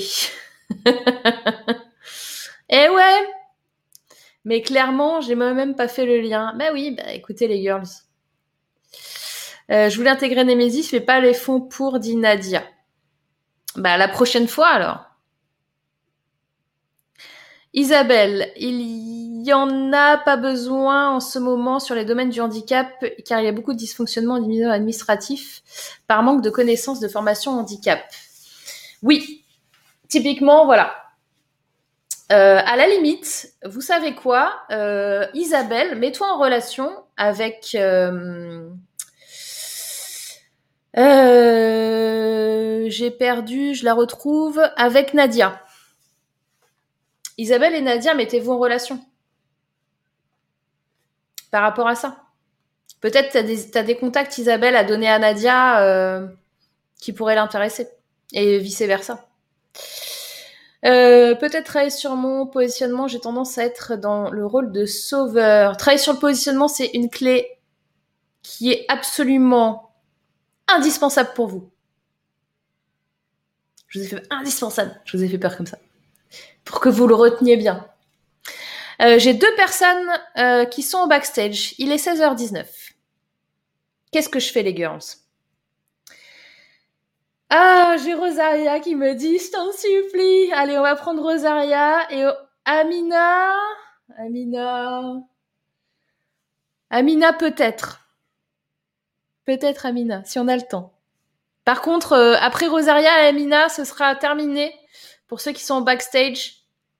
S1: Eh ouais. Mais clairement, j'ai moi-même pas fait le lien. Bah oui, bah écoutez les girls. Je voulais intégrer Nemesis, mais pas les fonds pour, dit Nadia. Bah la prochaine fois alors. Isabelle, il y en a pas besoin en ce moment sur les domaines du handicap, car il y a beaucoup de dysfonctionnements au niveau administratif par manque de connaissances de formation handicap. Oui, typiquement, voilà. À la limite, vous savez quoi, Isabelle, mets-toi en relation avec j'ai perdu, je la retrouve avec Nadia. Isabelle et Nadia, mettez-vous en relation par rapport à ça. Peut-être t'as des contacts, Isabelle, à donner à Nadia qui pourraient l'intéresser et vice-versa. Peut-être travailler sur mon positionnement, j'ai tendance à être dans le rôle de sauveur. Travailler sur le positionnement, c'est une clé qui est absolument indispensable pour vous. Je vous ai fait indispensable, je vous ai fait peur comme ça. Pour que vous le reteniez bien. J'ai 2 personnes qui sont au backstage. Il est 16h19. Qu'est-ce que je fais, les girls? Ah, j'ai Rosaria qui me dit « Je t'en supplie ». Allez, on va prendre Rosaria et Amina. Amina, peut-être. Peut-être Amina, si on a le temps. Par contre, après Rosaria et Amina, ce sera terminé. Pour ceux qui sont en backstage,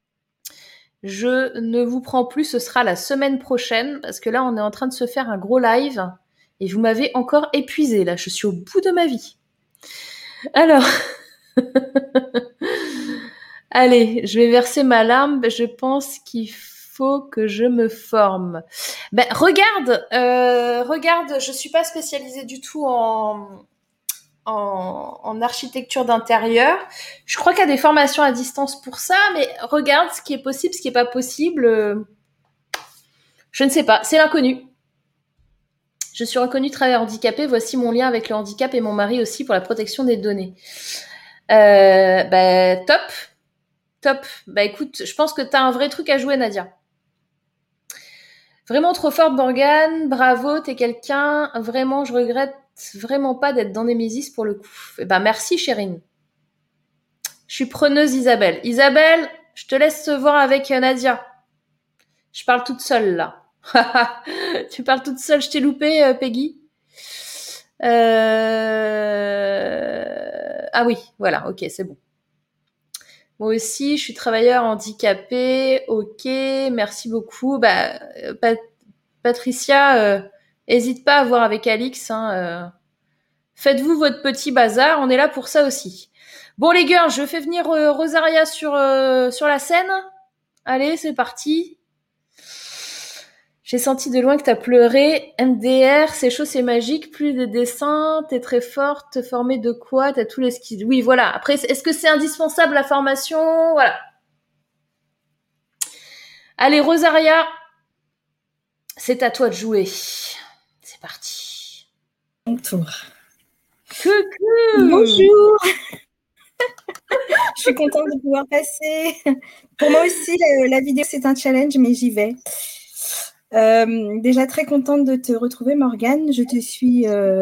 S1: je ne vous prends plus, ce sera la semaine prochaine, parce que là, on est en train de se faire un gros live, et vous m'avez encore épuisé, là, je suis au bout de ma vie. Alors, allez, je vais verser ma larme, je pense qu'il faut que je me forme. Ben, regarde, je suis pas spécialisée du tout en architecture d'intérieur. Je crois qu'il y a des formations à distance pour ça, mais regarde ce qui est possible, ce qui est pas possible. Je ne sais pas, c'est l'inconnu. Je suis reconnue travailleur handicapé. Voici mon lien avec le handicap et mon mari aussi pour la protection des données. Top. Bah écoute, je pense que t'as un vrai truc à jouer, Nadia. Vraiment trop forte, Morgane. Bravo, t'es quelqu'un. Vraiment, je regrette vraiment pas d'être dans Némésis pour le coup. Merci, Chérine. Je suis preneuse, Isabelle. Isabelle, je te laisse te voir avec Nadia. Je parle toute seule, là. Tu parles toute seule. Je t'ai loupé, Peggy. Ah oui, voilà, ok, c'est bon. Moi aussi, je suis travailleur handicapé. Ok, merci beaucoup. Patricia, hésite pas à voir avec Alix. Faites-vous votre petit bazar. On est là pour ça aussi. Bon les gars, je fais venir Rosaria sur la scène. Allez, c'est parti. J'ai senti de loin que t'as pleuré. MDR, c'est chaud, c'est magique. Plus de dessins, t'es très forte. Formée de quoi? T'as tous les skills. Oui, voilà. Après, est-ce que c'est indispensable la formation? Voilà. Allez, Rosaria, c'est à toi de jouer. C'est parti.
S4: Mon tour.
S1: Coucou.
S4: Bonjour. Je suis contente de pouvoir passer. Pour moi aussi, la vidéo, c'est un challenge, mais j'y vais. Déjà très contente de te retrouver, Morgane. Je te suis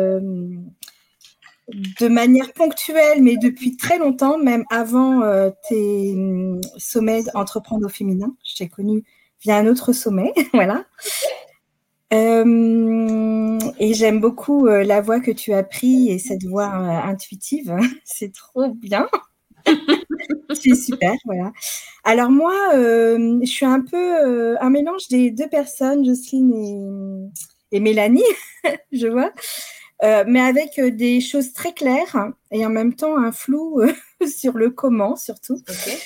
S4: de manière ponctuelle, mais depuis très longtemps, même avant tes sommets Entreprendre au féminin. Je t'ai connue via un autre sommet, voilà. Et j'aime beaucoup la voix que tu as prise et cette voix intuitive. C'est trop bien. C'est super, voilà. Alors moi, je suis un peu un mélange des deux personnes, Jocelyne et Mélanie, je vois, mais avec des choses très claires et en même temps un flou sur le comment surtout.
S1: Okay.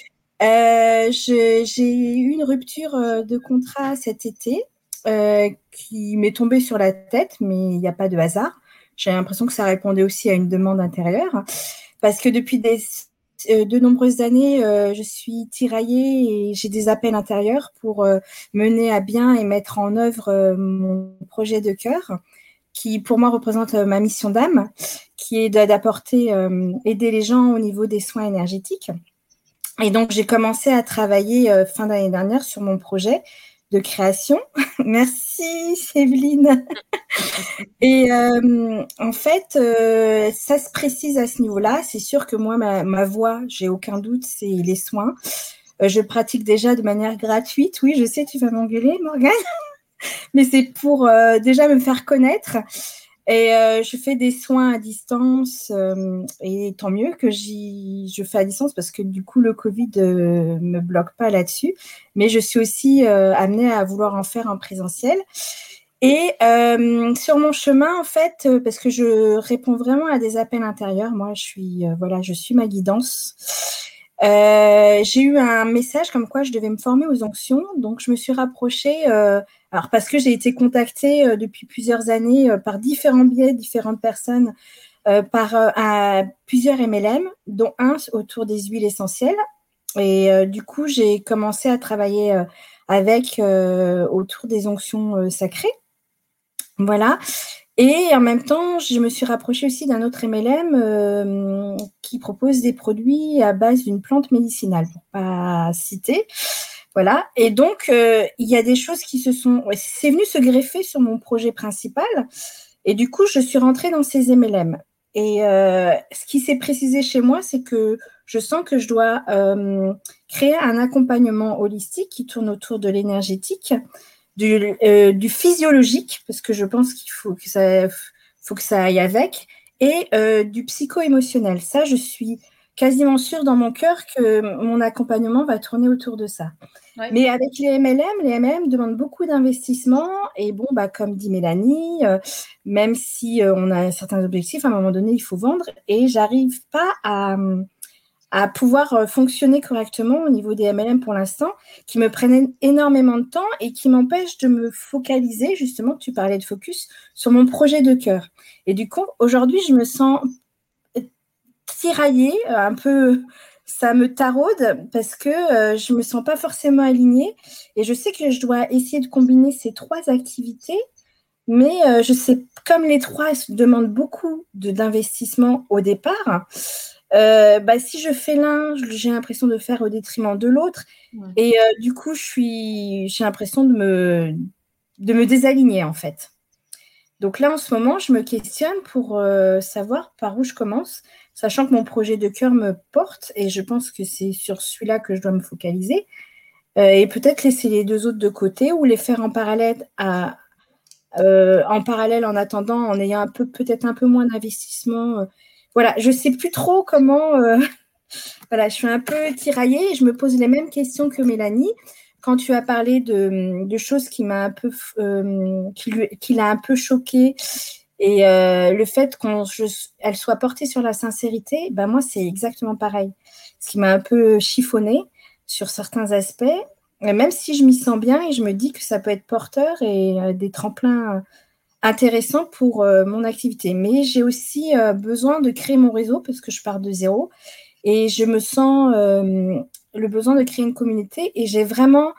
S4: J'ai eu une rupture de contrat cet été qui m'est tombée sur la tête, mais il n'y a pas de hasard. J'ai l'impression que ça répondait aussi à une demande intérieure parce que depuis de nombreuses années, je suis tiraillée et j'ai des appels intérieurs pour mener à bien et mettre en œuvre mon projet de cœur qui, pour moi, représente ma mission d'âme, qui est d'apporter, aider les gens au niveau des soins énergétiques. Et donc, j'ai commencé à travailler fin d'année dernière sur mon projet de création. Merci, Evelyne. Et en fait, ça se précise à ce niveau-là. C'est sûr que moi, ma voie, j'ai aucun doute, c'est les soins. Je pratique déjà de manière gratuite. Oui, je sais, tu vas m'engueuler, Morgane. Mais c'est pour déjà me faire connaître. Et je fais des soins à distance et tant mieux que je fais à distance parce que du coup, le Covid me bloque pas là-dessus. Mais je suis aussi amenée à vouloir en faire en présentiel. Et sur mon chemin, en fait, parce que je réponds vraiment à des appels intérieurs, moi, je suis ma guidance. J'ai eu un message comme quoi je devais me former aux onctions, donc je me suis rapprochée, alors parce que j'ai été contactée depuis plusieurs années par différents biais, différentes personnes, par plusieurs MLM, dont un autour des huiles essentielles. Et du coup, j'ai commencé à travailler avec autour des onctions sacrées. Voilà. Et en même temps, je me suis rapprochée aussi d'un autre MLM qui propose des produits à base d'une plante médicinale, pour pas citer. Voilà. Et donc, il y a des choses qui c'est venu se greffer sur mon projet principal. Et du coup, je suis rentrée dans ces MLM. Et ce qui s'est précisé chez moi, c'est que je sens que je dois créer un accompagnement holistique qui tourne autour de l'énergétique, du physiologique, parce que je pense qu'il faut que ça aille avec, et du psycho-émotionnel. Ça, je suis quasiment sûre dans mon cœur que mon accompagnement va tourner autour de ça. Ouais. Mais avec les MLM demandent beaucoup d'investissement. Et bon, comme dit Mélanie, même si on a certains objectifs, à un moment donné, il faut vendre. Et j'arrive pas à pouvoir fonctionner correctement au niveau des MLM pour l'instant, qui me prennent énormément de temps et qui m'empêchent de me focaliser, justement, tu parlais de focus, sur mon projet de cœur. Et du coup, aujourd'hui, je me sens tiraillée, un peu, ça me taraude parce que je me sens pas forcément alignée et je sais que je dois essayer de combiner ces 3 activités, mais je sais, comme les 3 demandent beaucoup d'investissement au départ, si je fais l'un, j'ai l'impression de faire au détriment de l'autre.
S1: Ouais.
S4: Et du coup, j'ai l'impression de me désaligner, en fait. Donc là, en ce moment, je me questionne pour savoir par où je commence, sachant que mon projet de cœur me porte et je pense que c'est sur celui-là que je dois me focaliser. Et peut-être laisser les 2 autres de côté ou les faire en parallèle en attendant, en ayant peut-être un peu moins d'investissement. Voilà, je ne sais plus trop comment. Voilà, je suis un peu tiraillée et je me pose les mêmes questions que Mélanie. Quand tu as parlé de choses qui l'a un peu choquée et le fait qu'elle soit portée sur la sincérité, ben moi, c'est exactement pareil. Ce qui m'a un peu chiffonnée sur certains aspects, même si je m'y sens bien et je me dis que ça peut être porteur et des tremplins intéressants pour mon activité. Mais j'ai aussi besoin de créer mon réseau parce que je pars de zéro. Et je me sens le besoin de créer une communauté et j'ai vraiment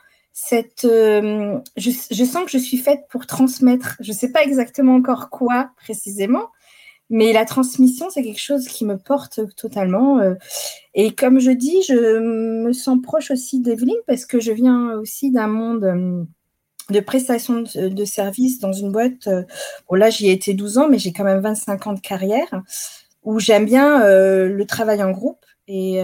S4: je sens que je suis faite pour transmettre. Je ne sais pas exactement encore quoi précisément, mais la transmission, c'est quelque chose qui me porte totalement. Et comme je dis, je me sens proche aussi d'Evelyne parce que je viens aussi d'un monde de prestation de services dans une boîte. Bon, là, j'y ai été 12 ans, mais j'ai quand même 25 ans de carrière où j'aime bien le travail en groupe et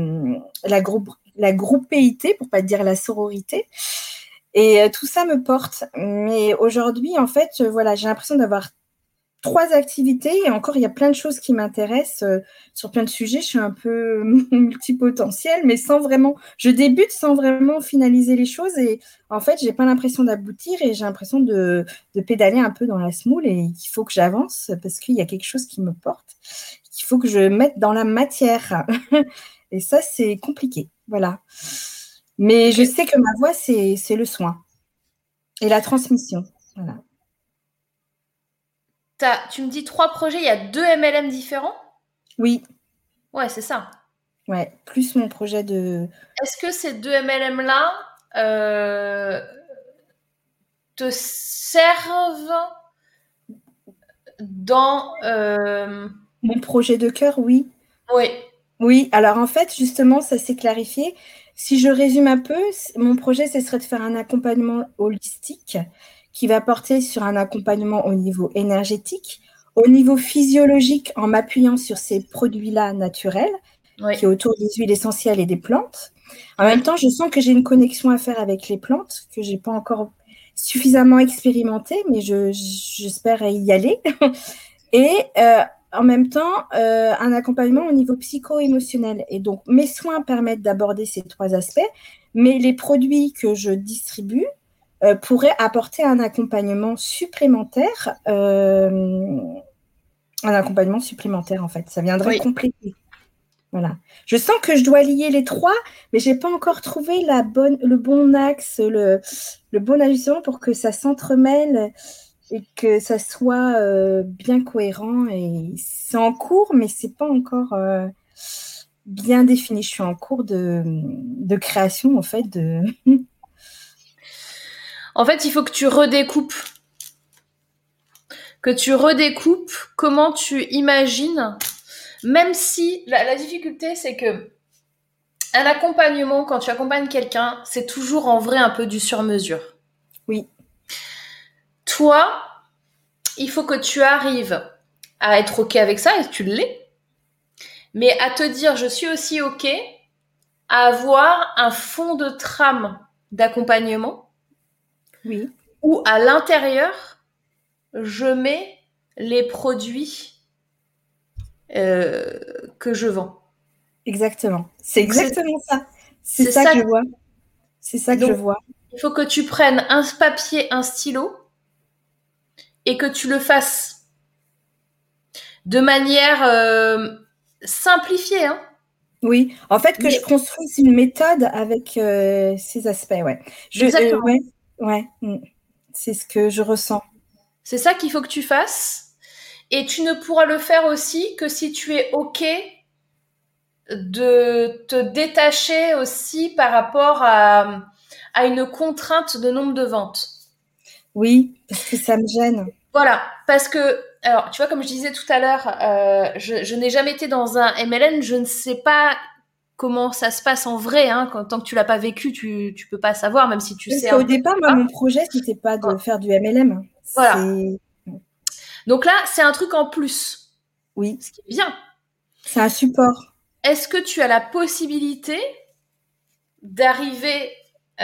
S4: la groupéité, pour pas dire la sororité. Et tout ça me porte. Mais aujourd'hui, en fait, voilà, j'ai l'impression d'avoir 3 activités et encore, il y a plein de choses qui m'intéressent sur plein de sujets. Je suis un peu multipotentielle, mais je débute sans vraiment finaliser les choses et en fait, j'ai pas l'impression d'aboutir et j'ai l'impression de pédaler un peu dans la semoule et qu'il faut que j'avance parce qu'il y a quelque chose qui me porte, qu'il faut que je mette dans la matière. Et ça, c'est compliqué. Voilà. Mais je sais que ma voie, c'est le soin et la transmission. Voilà.
S1: Tu me dis 3 projets, il y a 2 MLM différents?
S4: Oui.
S1: Ouais, c'est ça.
S4: Ouais, plus mon projet de...
S1: Est-ce que ces 2 MLM-là te servent dans...
S4: Mon projet de cœur, oui.
S1: Oui.
S4: Oui, alors en fait, justement, ça s'est clarifié. Si je résume un peu, mon projet, ce serait de faire un accompagnement holistique qui va porter sur un accompagnement au niveau énergétique, au niveau physiologique en m'appuyant sur ces produits-là naturels,
S1: Oui.
S4: qui est autour des huiles essentielles et des plantes. En même temps, je sens que j'ai une connexion à faire avec les plantes, que je n'ai pas encore suffisamment expérimentée, mais j'espère y aller. Et en même temps, un accompagnement au niveau psycho-émotionnel. Et donc, mes soins permettent d'aborder ces 3 aspects, mais les produits que je distribue pourraient apporter un accompagnement supplémentaire. En fait. Ça viendrait compléter. Voilà. Je sens que je dois lier les 3, mais je n'ai pas encore trouvé le bon axe, le bon ajustement pour que ça s'entremêle et que ça soit bien cohérent. Et c'est en cours, mais c'est pas encore bien défini. Je suis en cours de création, en fait.
S1: En fait, il faut que tu redécoupes. Comment tu imagines, même si la difficulté, c'est que un accompagnement, quand tu accompagnes quelqu'un, c'est toujours en vrai un peu du sur-mesure.
S4: Oui.
S1: Toi, il faut que tu arrives à être OK avec ça, et tu l'es, mais à te dire, je suis aussi OK à avoir un fond de trame d'accompagnement.
S4: Oui.
S1: Où à l'intérieur, je mets les produits que je vends.
S4: Exactement. C'est exactement ça. C'est ça que je vois. C'est ça que je vois.
S1: Il faut que tu prennes un papier, un stylo et que tu le fasses de manière simplifiée, hein.
S4: Oui, en fait, que
S1: Mais-
S4: je construise une méthode avec ces aspects, ouais.
S1: Exactement.
S4: Ouais, c'est ce que je ressens.
S1: C'est ça qu'il faut que tu fasses. Et tu ne pourras le faire aussi que si tu es OK de te détacher aussi par rapport à une contrainte de nombre de ventes.
S4: Oui, parce que ça me gêne.
S1: Voilà, parce que, alors, tu vois, comme je disais tout à l'heure, je n'ai jamais été dans un MLM, je ne sais pas comment ça se passe en vrai, hein, tant que tu l'as pas vécu, tu peux pas savoir, même si tu
S4: Parce
S1: sais un
S4: qu'au
S1: peu.
S4: départ, moi, mon projet, c'était pas de faire du MLM.
S1: Voilà.
S4: C'est,
S1: Donc là, c'est un truc en plus,
S4: oui,
S1: ce qui est bien.
S4: c'est un support.
S1: Est-ce que tu as la possibilité d'arriver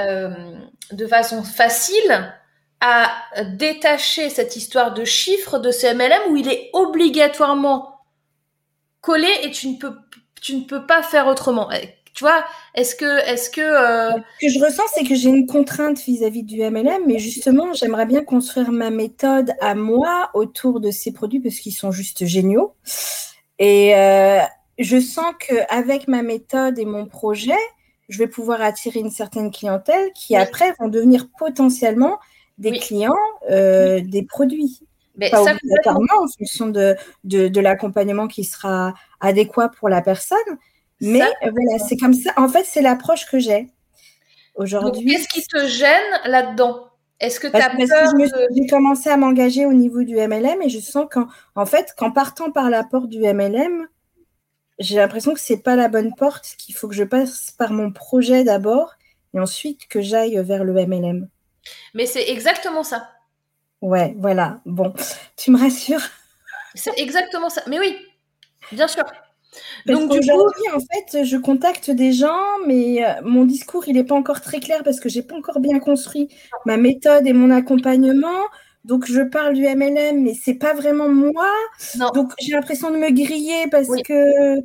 S1: de façon facile à détacher cette histoire de chiffres de ce MLM où il est obligatoirement collé et tu ne peux pas faire autrement. Tu vois, est-ce que
S4: Ce que je ressens, c'est que j'ai une contrainte vis-à-vis du MLM, mais justement, j'aimerais bien construire ma méthode à moi autour de ces produits parce qu'ils sont juste géniaux. Et je sens qu'avec ma méthode et mon projet, je vais pouvoir attirer une certaine clientèle qui
S1: Oui.
S4: après vont devenir potentiellement des
S1: Oui.
S4: clients des produits.
S1: Mais
S4: Pas
S1: ça,
S4: obligatoirement en fonction de l'accompagnement qui sera adéquat pour la personne. Mais
S1: ça,
S4: voilà, c'est comme ça. En fait, c'est l'approche que j'ai
S1: donc
S4: aujourd'hui.
S1: qu'est-ce qui te gêne là-dedans? Est-ce que tu as
S4: Parce que
S1: peur de...
S4: j'ai commencé à m'engager au niveau du MLM et je sens qu'en fait, qu'en partant par la porte du MLM, j'ai l'impression que c'est pas la bonne porte, qu'il faut que je passe par mon projet d'abord et ensuite que j'aille vers le MLM.
S1: Mais c'est exactement ça.
S4: Ouais, voilà. Bon, tu me rassures.
S1: C'est exactement ça. Mais oui, bien sûr.
S4: Parce
S1: Donc du coup,
S4: qu'aujourd'hui, en fait, je contacte des gens, mais mon discours, il n'est pas encore très clair parce que j'ai pas encore bien construit ma méthode et mon accompagnement. Donc, je parle du MLM, mais c'est pas vraiment moi.
S1: non,
S4: Donc, j'ai l'impression de me griller parce
S1: oui.
S4: que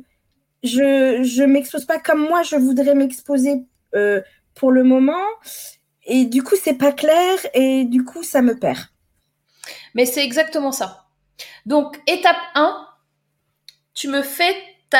S4: je m'expose pas comme moi, je voudrais m'exposer pour le moment. Et du coup, c'est pas clair et du coup, ça me perd.
S1: Mais c'est exactement ça. Donc, étape 1, tu me fais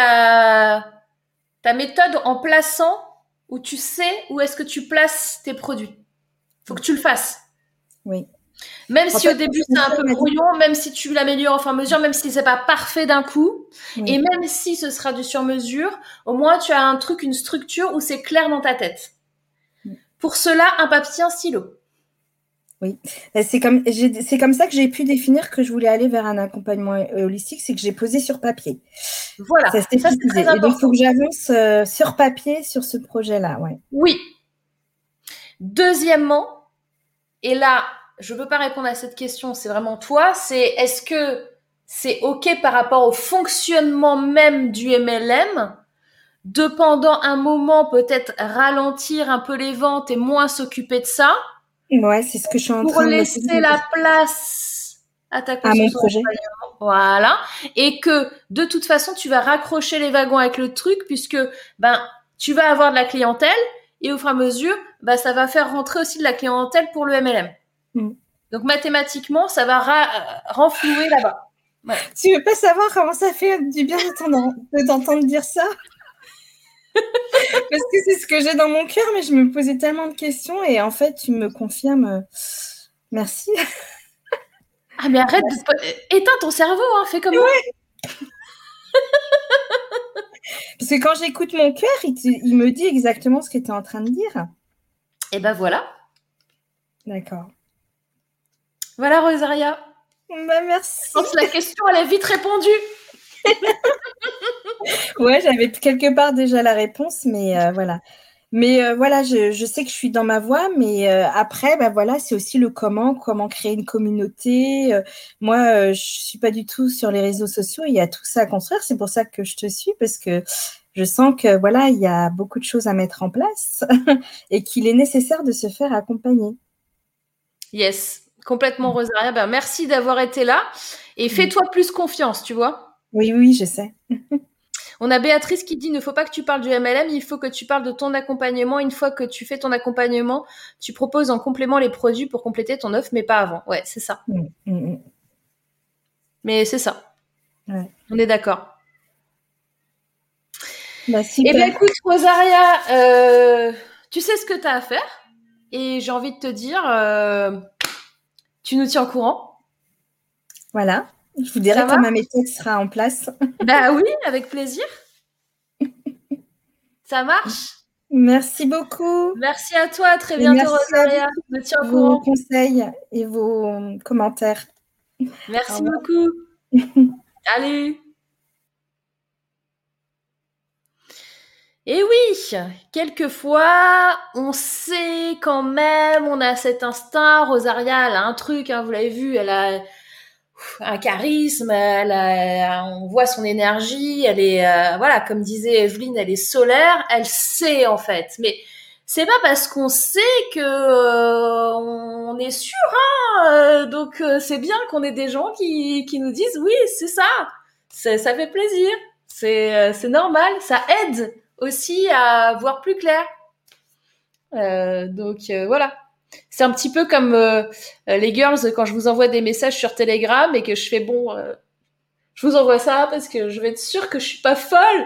S1: ta méthode en plaçant où tu sais où est-ce que tu places tes produits. Faut que tu le fasses.
S4: Oui.
S1: Même
S4: En
S1: si au
S4: fait,
S1: début c'est un peu brouillon, même si tu l'améliores au fur et à mesure, même si c'est pas parfait d'un coup,
S4: oui.
S1: et même si ce sera du sur-mesure, au moins tu as un truc, une structure où c'est clair dans ta tête. Pour cela, un papier, un stylo.
S4: Oui, c'est comme ça que j'ai pu définir que je voulais aller vers un accompagnement holistique, c'est que j'ai posé sur papier.
S1: Voilà,
S4: Ça s'est
S1: ça c'est
S4: précisé.
S1: très
S4: Et donc, il faut
S1: important.
S4: que j'avance sur papier sur ce projet-là. Ouais.
S1: Oui. Deuxièmement, et là, je ne peux pas répondre à cette question, c'est vraiment toi, c'est est-ce que c'est OK par rapport au fonctionnement même du MLM de pendant un moment peut-être ralentir un peu les ventes et moins s'occuper de ça
S4: Ouais, c'est ce que je suis en
S1: pour
S4: train de me poser
S1: laisser la place à ta
S4: à mon
S1: construction
S4: projet.
S1: d'accompagnement. Voilà. Et que de toute façon, tu vas raccrocher les wagons avec le truc puisque ben tu vas avoir de la clientèle et au fur et à mesure, ben, ça va faire rentrer aussi de la clientèle pour le MLM.
S4: Mm.
S1: Donc mathématiquement, ça va renflouer là-bas. Voilà.
S4: Tu veux pas savoir comment ça fait du bien de t'entendre dire ça? Parce que c'est ce que j'ai dans mon cœur, mais je me posais tellement de questions et en fait, tu me confirmes. Merci.
S1: Ah mais arrête éteins ton cerveau, hein, fais comme moi.
S4: Parce que quand j'écoute mon cœur, il me dit exactement ce que tu es en train de dire.
S1: Et ben voilà.
S4: D'accord.
S1: Voilà Rosaria.
S4: Bah, merci.
S1: Je pense que la question, elle est vite répondue.
S4: Ouais, j'avais quelque part déjà la réponse, mais voilà. Mais voilà, je sais que je suis dans ma voie, mais après, bah voilà, c'est aussi le comment créer une communauté. Moi, je suis pas du tout sur les réseaux sociaux. Il y a tout ça à construire. C'est pour ça que je te suis, parce que je sens que voilà, il y a beaucoup de choses à mettre en place et qu'il est nécessaire de se faire accompagner.
S1: Yes, complètement Rosaria. Ben, merci d'avoir été là et fais-toi plus confiance, tu vois.
S4: Oui, oui, je sais.
S1: On a Béatrice qui dit il ne faut pas que tu parles du MLM, il faut que tu parles de ton accompagnement. Une fois que tu fais ton accompagnement, tu proposes en complément les produits pour compléter ton offre, mais pas avant. Ouais, c'est ça. Mais c'est ça.
S4: Ouais.
S1: On est d'accord.
S4: Bah,
S1: Eh
S4: super.
S1: bien, écoute, Rosaria, tu sais ce que tu as à faire. Et j'ai envie de te dire, tu nous tiens au courant.
S4: Voilà. Je vous dirai
S1: Ça va?
S4: quand ma méthode sera en place.
S1: Bah oui, avec plaisir. Ça marche?
S4: Merci beaucoup.
S1: Merci à toi. À très
S4: Et
S1: bientôt,
S4: merci à
S1: Rosaria. Je me tiens au
S4: vous pour vos
S1: courant.
S4: conseils et vos commentaires. Au
S1: Merci
S4: revoir.
S1: beaucoup. Allez. Et oui, quelquefois, on sait quand même, on a cet instinct. Rosaria, elle a un truc, hein, vous l'avez vu, elle a un charisme, on voit son énergie, elle est, voilà, comme disait Evelyne, elle est solaire, elle sait en fait. Mais c'est pas parce qu'on sait que on est sûr, hein. Donc c'est bien qu'on ait des gens qui nous disent oui, c'est ça. Ça fait plaisir. C'est normal. Ça aide aussi à voir plus clair. Donc voilà. C'est un petit peu comme les girls quand je vous envoie des messages sur Telegram et que je fais bon, je vous envoie ça parce que je veux être sûre que je suis pas folle.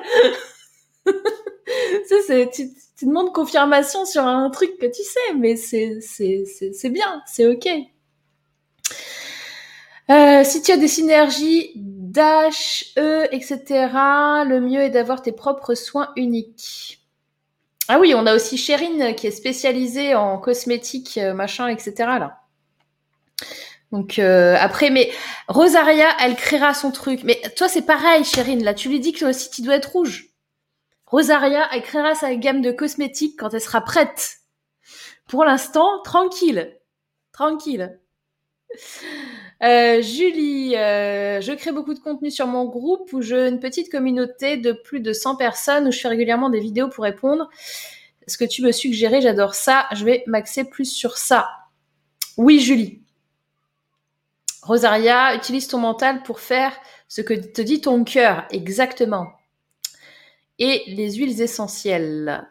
S1: Tu demandes confirmation sur un truc que tu sais, mais c'est bien, c'est ok. Si tu as des synergies d'HE, etc., le mieux est d'avoir tes propres soins uniques. Ah oui, on a aussi Chérine qui est spécialisée en cosmétiques, machin, etc. là. Donc après, mais Rosaria, elle créera son truc. Mais toi, c'est pareil, Chérine. Là, tu lui dis que toi aussi, tu dois être rouge. Rosaria, elle créera sa gamme de cosmétiques quand elle sera prête. Pour l'instant, tranquille. Tranquille. Julie, je crée beaucoup de contenu sur mon groupe où j'ai une petite communauté de plus de 100 personnes où je fais régulièrement des vidéos pour répondre. Ce que tu me suggérais, j'adore ça. Je vais m'axer plus sur ça. Oui, Julie. Rosaria, utilise ton mental pour faire ce que te dit ton cœur. Exactement. Et les huiles essentielles.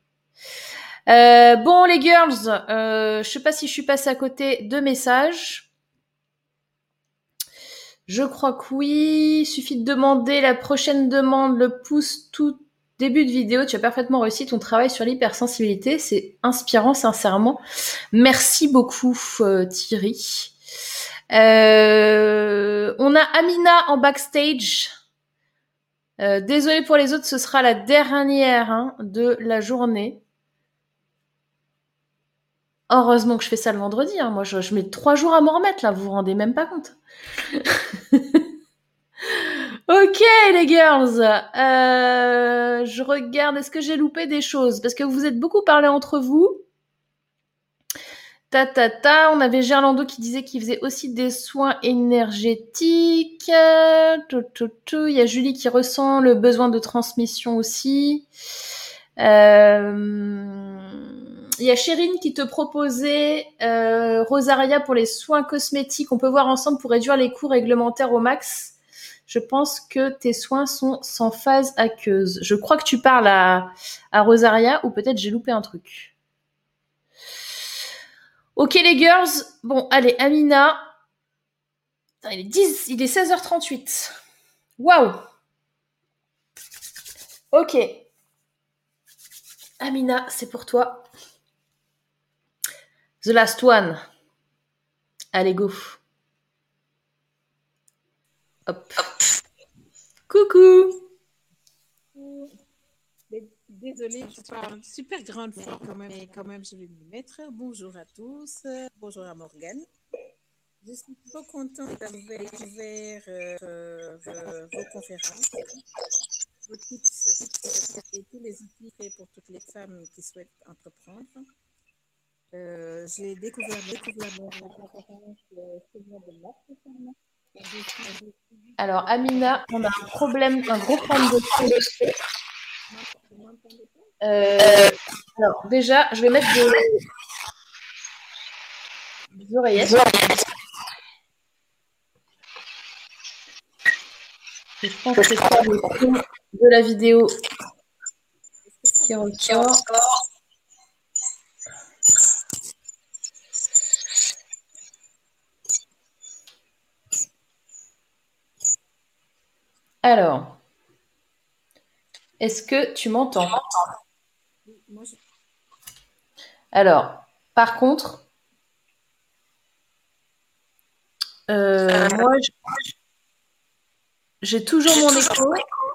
S1: Bon, les girls, je sais pas si je suis passée à côté de messages. Je crois que oui. Suffit de demander la prochaine demande, le pouce tout début de vidéo. Tu as parfaitement réussi ton travail sur l'hypersensibilité. C'est inspirant, sincèrement. Merci beaucoup, Thierry. On a Amina en backstage. Désolée pour les autres, ce sera la dernière de la journée. Heureusement que je fais ça le vendredi. Hein. Moi, je mets 3 jours à m'en remettre, là. Vous vous rendez même pas compte. Ok, les girls. Je regarde. Est-ce que j'ai loupé des choses? Parce que vous êtes beaucoup parlé entre vous. On avait Gerlando qui disait qu'il faisait aussi des soins énergétiques. Il y a Julie qui ressent le besoin de transmission aussi. Il y a Chérine qui te proposait Rosaria pour les soins cosmétiques. On peut voir ensemble pour réduire les coûts réglementaires au max. Je pense que tes soins sont sans phase aqueuse. Je crois que tu parles à Rosaria ou peut-être j'ai loupé un truc. Ok les girls, bon allez Amina, il est 16h38. Waouh. Ok. Amina, c'est pour toi. The last one. Allez go. Hop. Coucou.
S5: Désolée, je parle super grande fois mais quand même, je vais m'y mettre. Bonjour à tous. Bonjour à Morgane. Je suis trop contente d'avoir découvert vos conférences, vos tips et tous les outils faits pour toutes les femmes qui souhaitent entreprendre. J'ai découvert vos conférences ce mois de mars.
S1: Alors Amina, on a un problème, un gros problème de son. Alors déjà, je vais mettre des oreillettes. Je pense que c'est ça le son de la vidéo qui ressort. Alors, Est-ce que tu m'entends?
S5: Moi,
S1: Alors, par contre, moi, j'ai toujours mon écho.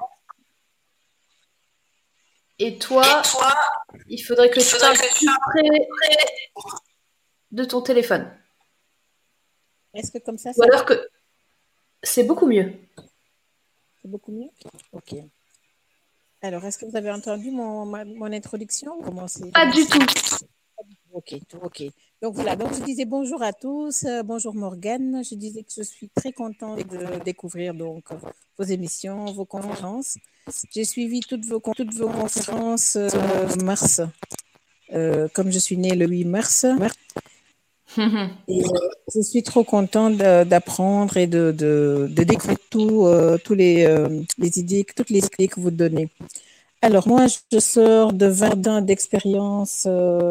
S1: Et toi, il faudrait que tu parles plus près de ton téléphone.
S5: est-ce que comme ça,
S1: Ou alors que c'est beaucoup mieux.
S5: c'est beaucoup mieux? Ok. Alors, est-ce que vous avez entendu mon introduction?
S1: Pas du tout.
S5: Ok, ok. Donc voilà, donc je disais bonjour à tous, bonjour Morgane. Je disais que je suis très contente de découvrir donc vos émissions, vos conférences. J'ai suivi toutes vos conférences mars, comme je suis née le 8 mars. Et je suis trop contente d'apprendre et de découvrir toutes les idées que vous donnez. Alors, moi, je sors de 20 ans d'expérience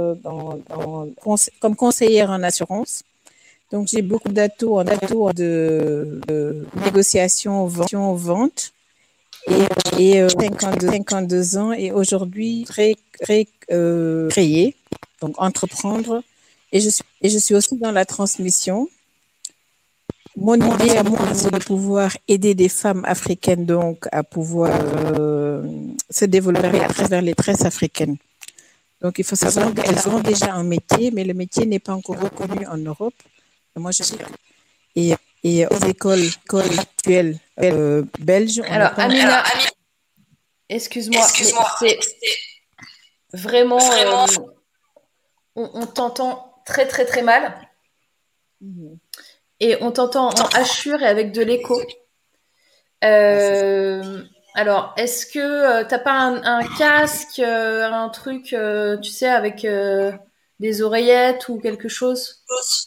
S5: comme conseillère en assurance. Donc, j'ai beaucoup d'atouts de négociation, vente. Et 52 ans. Et aujourd'hui, créer, donc entreprendre. Et je suis aussi dans la transmission. Mon idée à moi, c'est de pouvoir aider des femmes africaines donc à pouvoir se développer à travers les tresses africaines. Donc, il faut savoir qu'elles ont déjà un métier, mais le métier n'est pas encore reconnu en Europe. Et moi, je sais et aux écoles actuelles belges.
S1: Alors, Amina, excuse-moi, mais c'est vraiment, on t'entend très très très mal. Et on t'entend en hachure et avec de l'écho. Alors, est-ce que t'as pas un casque, un truc, tu sais, avec des oreillettes ou quelque chose?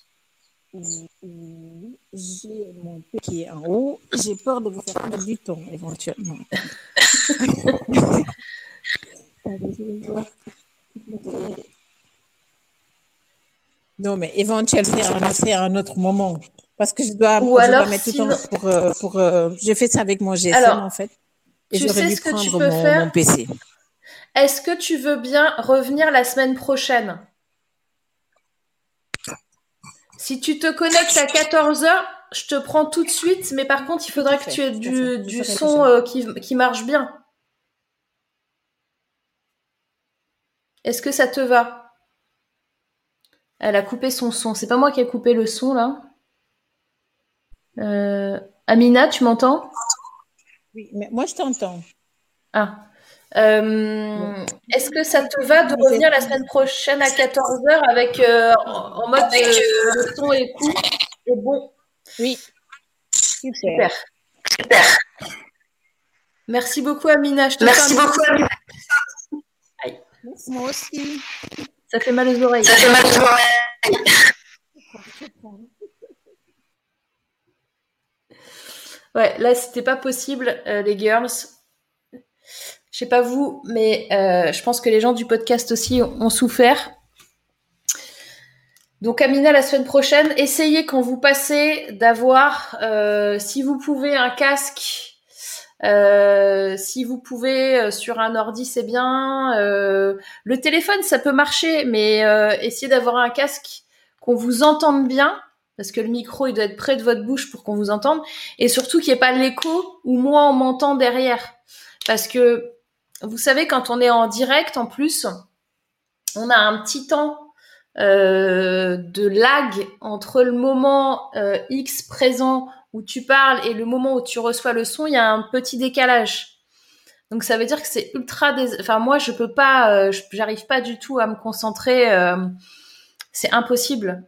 S5: Oui, j'ai mon P qui est en haut. J'ai peur de vous faire perdre du temps, éventuellement. Non, mais éventuellement, c'est à un autre moment. Parce que je dois mettre tout le temps pour je fais ça avec mon GSM, en fait. Et j'aurais dû prendre mon PC.
S1: Est-ce que tu veux bien revenir la semaine prochaine? Si tu te connectes à 14h, je te prends tout de suite, mais par contre, il faudra que tu aies du son qui marche bien. Est-ce que ça te va? Elle a coupé son son. C'est pas moi qui ai coupé le son, là. Amina, tu m'entends?
S5: Oui, mais moi, je t'entends.
S1: Ah. Est-ce que ça te va de revenir la semaine prochaine à 14h avec en mode le son et tout et bon?
S5: Oui.
S1: Super. Merci beaucoup, Amina. Je te fais un beaucoup, Amina. Aïe.
S5: Moi aussi.
S1: Ça fait mal aux oreilles. Ouais, là, c'était pas possible, les girls. Je sais pas vous, mais je pense que les gens du podcast aussi ont souffert. Donc Amina, la semaine prochaine, essayez quand vous passez d'avoir, si vous pouvez, un casque. Si vous pouvez sur un ordi, c'est bien. Le téléphone, ça peut marcher, mais essayez d'avoir un casque qu'on vous entende bien, parce que le micro, il doit être près de votre bouche pour qu'on vous entende, et surtout qu'il n'y ait pas l'écho ou moi on m'entend derrière, parce que vous savez, quand on est en direct, en plus, on a un petit temps de lag entre le moment X présent où tu parles et le moment où tu reçois le son, il y a un petit décalage. Donc ça veut dire que c'est ultra enfin moi je peux pas j'arrive pas du tout à me concentrer, c'est impossible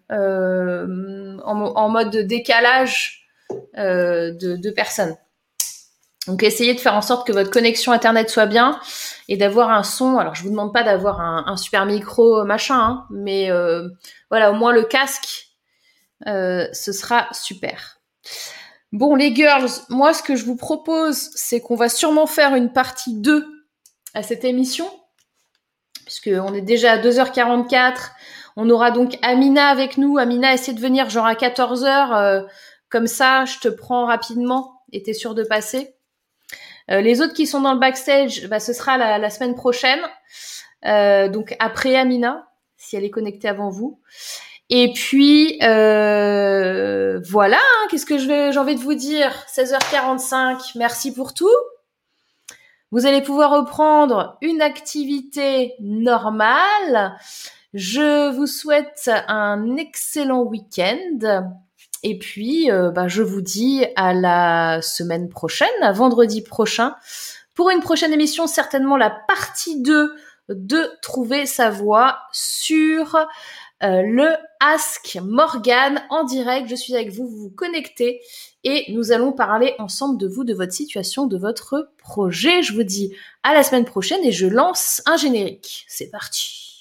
S1: en mode de décalage de personnes. Donc essayez de faire en sorte que votre connexion internet soit bien et d'avoir un son. Alors je vous demande pas d'avoir un super micro machin, hein, mais voilà, au moins le casque, ce sera super. Bon les girls, moi ce que je vous propose, c'est qu'on va sûrement faire une partie 2 à cette émission, puisqu'on est déjà à 2h44. On aura donc Amina avec nous. Amina, essaie de venir genre à 14h, comme ça je te prends rapidement et t'es sûre de passer. Les autres qui sont dans le backstage, bah, ce sera la semaine prochaine. Donc après Amina, si elle est connectée avant vous. Et puis voilà, hein, qu'est-ce que j'ai envie de vous dire, 16h45, merci pour tout. Vous allez pouvoir reprendre une activité normale. Je vous souhaite un excellent week-end. Et puis, je vous dis à la semaine prochaine, à vendredi prochain, pour une prochaine émission, certainement la partie 2 de Trouver sa voie sur le Ask Morgane en direct. Je suis avec vous, vous vous connectez et nous allons parler ensemble de vous, de votre situation, de votre projet. Je vous dis à la semaine prochaine et je lance un générique. C'est parti.